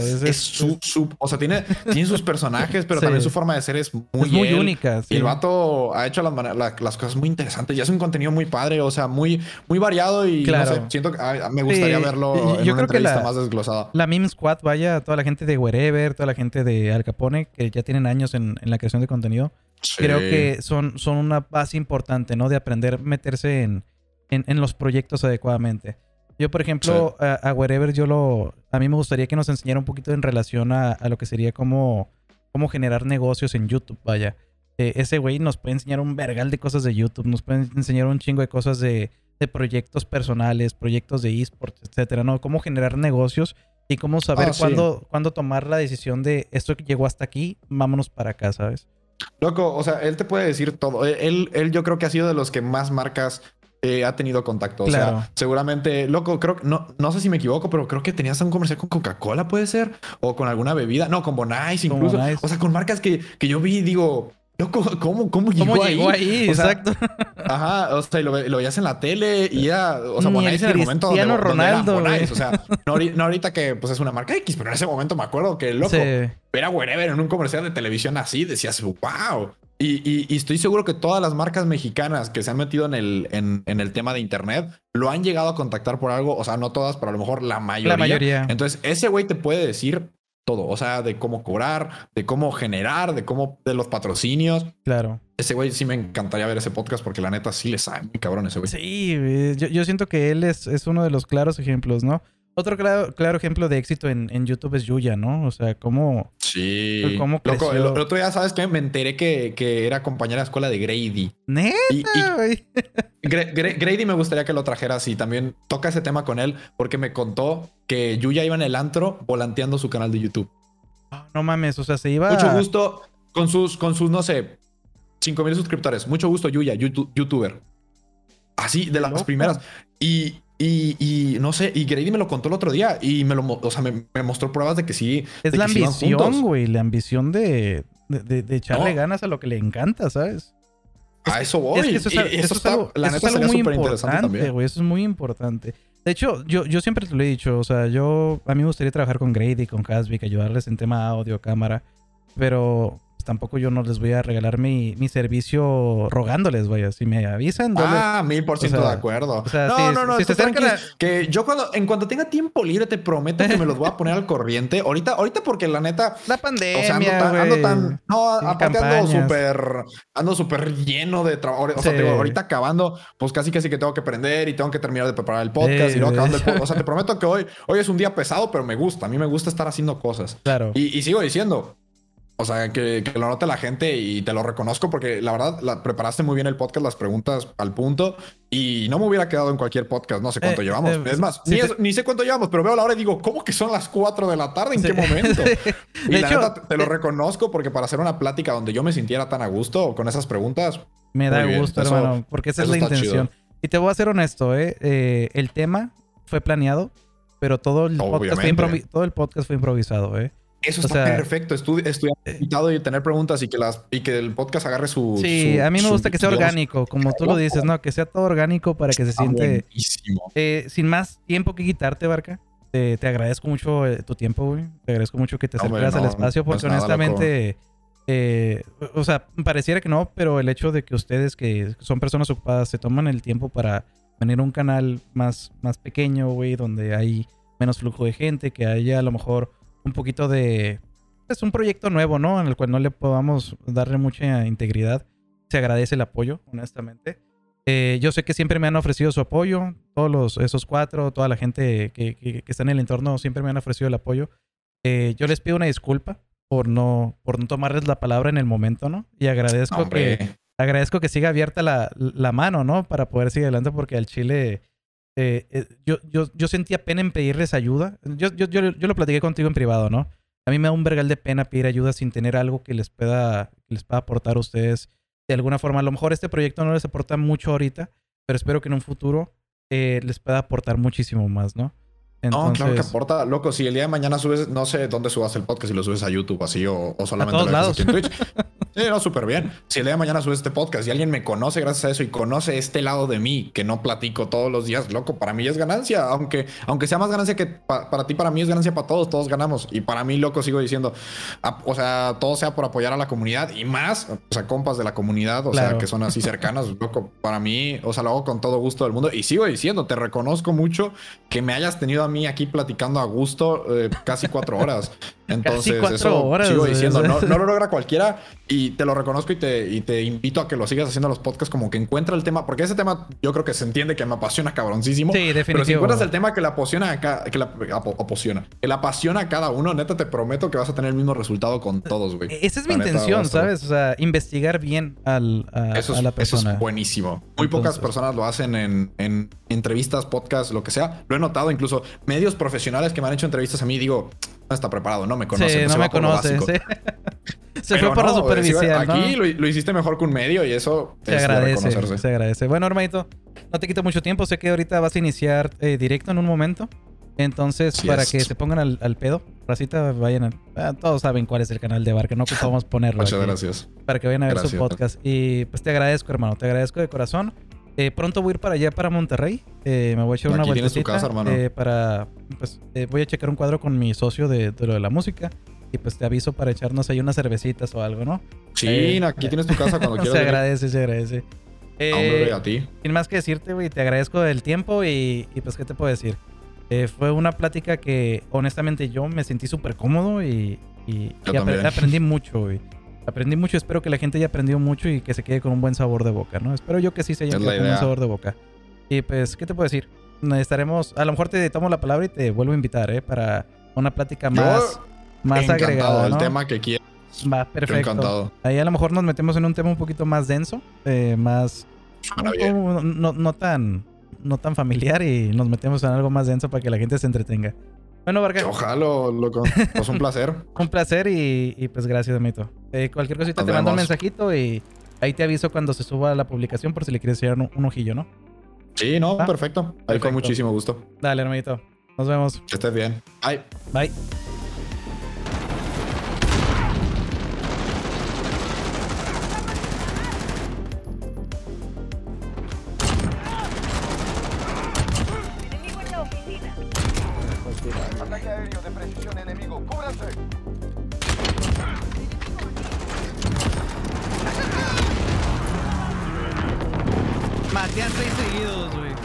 O sea, tiene sus personajes, pero también su forma de ser es muy única. Sí. Y el vato ha hecho las cosas muy interesantes. Y hace un contenido muy padre, o sea, muy variado. Y no sé, siento que me gustaría verlo en una entrevista más desglosada. La Meme Squad, vaya, toda la gente de Wherever, toda la gente de Al Capone, que ya tienen años en la creación de contenido. Sí. Creo que son una base importante, ¿no? De aprender a meterse en los proyectos adecuadamente. Yo, por ejemplo, a Wherever, a mí me gustaría que nos enseñara un poquito en relación a lo que sería cómo generar negocios en YouTube, vaya. Ese güey nos puede enseñar un vergal de cosas de YouTube, nos puede enseñar un chingo de cosas de proyectos personales, proyectos de esports, etcétera, ¿no? Cómo generar negocios y cómo saber cuándo tomar la decisión de esto que llegó hasta aquí, vámonos para acá, ¿sabes? Loco, o sea, él te puede decir todo. Él yo creo que ha sido de los que más marcas ha tenido contacto. Claro. O sea, seguramente, loco, creo que no sé si me equivoco, pero creo que tenías un comercial con Coca-Cola, puede ser, o con alguna bebida. No, con Bonais incluso. Bonais. O sea, con marcas que yo vi y digo, loco, ¿cómo llegó ahí? O sea, exacto. Ajá, o sea, y lo veías en la tele y era, o sea, Bonais en el momento donde Ronaldo, donde Bonais, o sea, no ahorita que pues es una marca X, pero en ese momento me acuerdo que, loco, ver a Wherever en un comercial de televisión así, decías, wow. Y estoy seguro que todas las marcas mexicanas que se han metido en el tema de internet lo han llegado a contactar por algo. O sea, no todas, pero a lo mejor la mayoría. La mayoría. Entonces, ese güey te puede decir todo. O sea, de cómo cobrar, de cómo generar, de los patrocinios. Claro. Ese güey sí me encantaría ver ese podcast porque la neta sí le sabe muy cabrón ese güey. Sí, yo siento que él es uno de los claros ejemplos, ¿no? Otro claro ejemplo de éxito en YouTube es Yuya, ¿no? O sea, cómo... Sí. ¿Cómo creció? Loco, el otro día, ¿sabes qué? Me enteré que era compañera de escuela de Grady. ¡Neta, güey! Grady me gustaría que lo trajeras y también toca ese tema con él porque me contó que Yuya iba en el antro volanteando su canal de YouTube. No mames, o sea, se iba... Mucho gusto con sus no sé, 5,000 suscriptores. Mucho gusto, Yuya, YouTuber. Así, de las primeras. Y no sé, y Grady me lo contó el otro día y me mostró pruebas de que sí. Es la ambición, güey, la ambición de echarle ganas a lo que le encanta, ¿sabes? A eso voy. Es que eso es algo, la neta, sería súper interesante, güey. Eso es muy importante. De hecho, yo siempre te lo he dicho, o sea, a mí me gustaría trabajar con Grady, con Hasvik, ayudarles en tema audio, cámara, pero tampoco yo no les voy a regalar mi servicio rogándoles, vaya. Si me avisan... 1000% de acuerdo. O sea, no. Si se acercan que yo en cuanto tenga tiempo libre te prometo que me los voy a poner al corriente. Ahorita porque la neta... La pandemia, o sea, aparte ando súper lleno de trabajo. O sea, ahorita acabando, pues casi que tengo que aprender y tengo que terminar de preparar el podcast y luego acabando el podcast. O sea, te prometo que hoy es un día pesado, pero me gusta. A mí me gusta estar haciendo cosas. Claro. Y sigo diciendo... O sea, que lo note la gente y te lo reconozco porque la verdad preparaste muy bien el podcast, las preguntas al punto y no me hubiera quedado en cualquier podcast. No sé cuánto llevamos. Es más, ni sé cuánto llevamos, pero veo la hora y digo, ¿cómo que son las 4 de la tarde? ¿En qué momento? Y la neta te lo reconozco porque para hacer una plática donde yo me sintiera tan a gusto con esas preguntas. Me da gusto, hermano, porque esa es la intención. Chido. Y te voy a ser honesto, el tema fue planeado, pero todo el podcast fue improvisado, Eso está perfecto. Estudiar invitado y tener preguntas y que el podcast agarre su... Sí, a mí me gusta que sea orgánico, como tú lo dices, ¿no? Que sea todo orgánico para que se siente... Buenísimo. Sin más tiempo que quitarte, Barca. Te agradezco mucho tu tiempo, güey. Te agradezco mucho que te acercaras al espacio porque honestamente... o sea, pareciera que no, pero el hecho de que ustedes, que son personas ocupadas, se toman el tiempo para venir a un canal más pequeño, güey, donde hay menos flujo de gente, que haya a lo mejor... un poquito de... Es un proyecto nuevo, ¿no? En el cual no le podamos darle mucha integridad. Se agradece el apoyo, honestamente. Yo sé que siempre me han ofrecido su apoyo. Esos 4, toda la gente que está en el entorno siempre me han ofrecido el apoyo. Yo les pido una disculpa por no tomarles la palabra en el momento, ¿no? Y agradezco que siga abierta la mano, ¿no? Para poder seguir adelante porque al chile... yo sentía pena en pedirles ayuda. Yo lo platiqué contigo en privado, ¿no? A mí me da un vergal de pena pedir ayuda sin tener algo que les pueda aportar a ustedes de alguna forma. A lo mejor este proyecto no les aporta mucho ahorita, pero espero que en un futuro les pueda aportar muchísimo más, ¿no? Entonces, no, claro que aporta. Loco, si el día de mañana subes, no sé dónde subas el podcast, si lo subes a YouTube así o solamente a todos lados. Aquí en Twitch. Sí, no, súper bien. Si el día de mañana subes este podcast y alguien me conoce gracias a eso y conoce este lado de mí que no platico todos los días, loco, para mí es ganancia. Aunque sea más ganancia que para ti, para mí es ganancia para todos ganamos. Y para mí, loco, sigo diciendo, o sea, todo sea por apoyar a la comunidad y más, o sea, compas de la comunidad, o sea, que son así cercanos, loco, para mí, o sea, lo hago con todo gusto del mundo. Y sigo diciendo, te reconozco mucho que me hayas tenido a mí aquí platicando a gusto casi 4 horas. Entonces, casi 4 horas, sigo diciendo, no lo logra cualquiera y te lo reconozco y te invito a que lo sigas haciendo los podcasts como que encuentra el tema, porque ese tema yo creo que se entiende que me apasiona cabroncísimo. Sí, definitivo. Pero si encuentras el tema que le apasiona que le apasiona a cada uno, neta te prometo que vas a tener el mismo resultado con todos, güey. Esa es mi intención, ¿sabes? O sea, investigar bien a la persona. Eso es buenísimo. Muy pocas personas lo hacen en entrevistas, podcasts, lo que sea. Lo he notado, incluso medios profesionales que me han hecho entrevistas a mí, digo, no está preparado, no me conoce. Sí, no me conoce, sí. Se fue por lo superficial, aquí ¿no? lo hiciste mejor que un medio y eso se agradece, se agradece. Bueno, hermanito, no te quito mucho tiempo. Sé que ahorita vas a iniciar directo en un momento. Entonces, para que se pongan al pedo, racita, vayan todos saben cuál es el canal de Barca, no ocupamos ponerlo. Muchas gracias. Para que vayan a ver su podcast. Y pues te agradezco, hermano, te agradezco de corazón. Pronto voy a ir para allá, para Monterrey. Me voy a echar una vueltecita. Tienes tu casa, hermano. Voy a checar un cuadro con mi socio de lo de la música. Y pues te aviso para echarnos ahí unas cervecitas o algo, ¿no? Sí, aquí tienes tu casa cuando quieras. Se agradece. Hombre, a ti. Sin más que decirte, güey, te agradezco el tiempo y pues, ¿qué te puedo decir? Fue una plática que honestamente yo me sentí súper cómodo y aprendí mucho, güey. Aprendí mucho, espero que la gente haya aprendido mucho y que se quede con un buen sabor de boca, ¿no? Espero yo que sí se haya quedado con un buen sabor de boca. Y pues, ¿qué te puedo decir? Estaremos, a lo mejor te tomo la palabra y te vuelvo a invitar, para una plática más agregada, ¿no? El tema que quieras. Va, perfecto. Encantado. Ahí a lo mejor nos metemos en un tema un poquito más denso, no tan familiar y nos metemos en algo más denso para que la gente se entretenga. Bueno, Vargas. Ojalá, loco. Pues un placer. Un placer y pues gracias, amito. Cualquier cosita te mando un mensajito y ahí te aviso cuando se suba la publicación por si le quieres echar un ojillo, ¿no? Sí, no, perfecto. Ahí con muchísimo gusto. Dale, hermanito. Nos vemos. Que estés bien. Bye. Bye. Ataque aéreo de precisión enemigo. ¡Cúbranse! Maté a 6 seguidos, güey.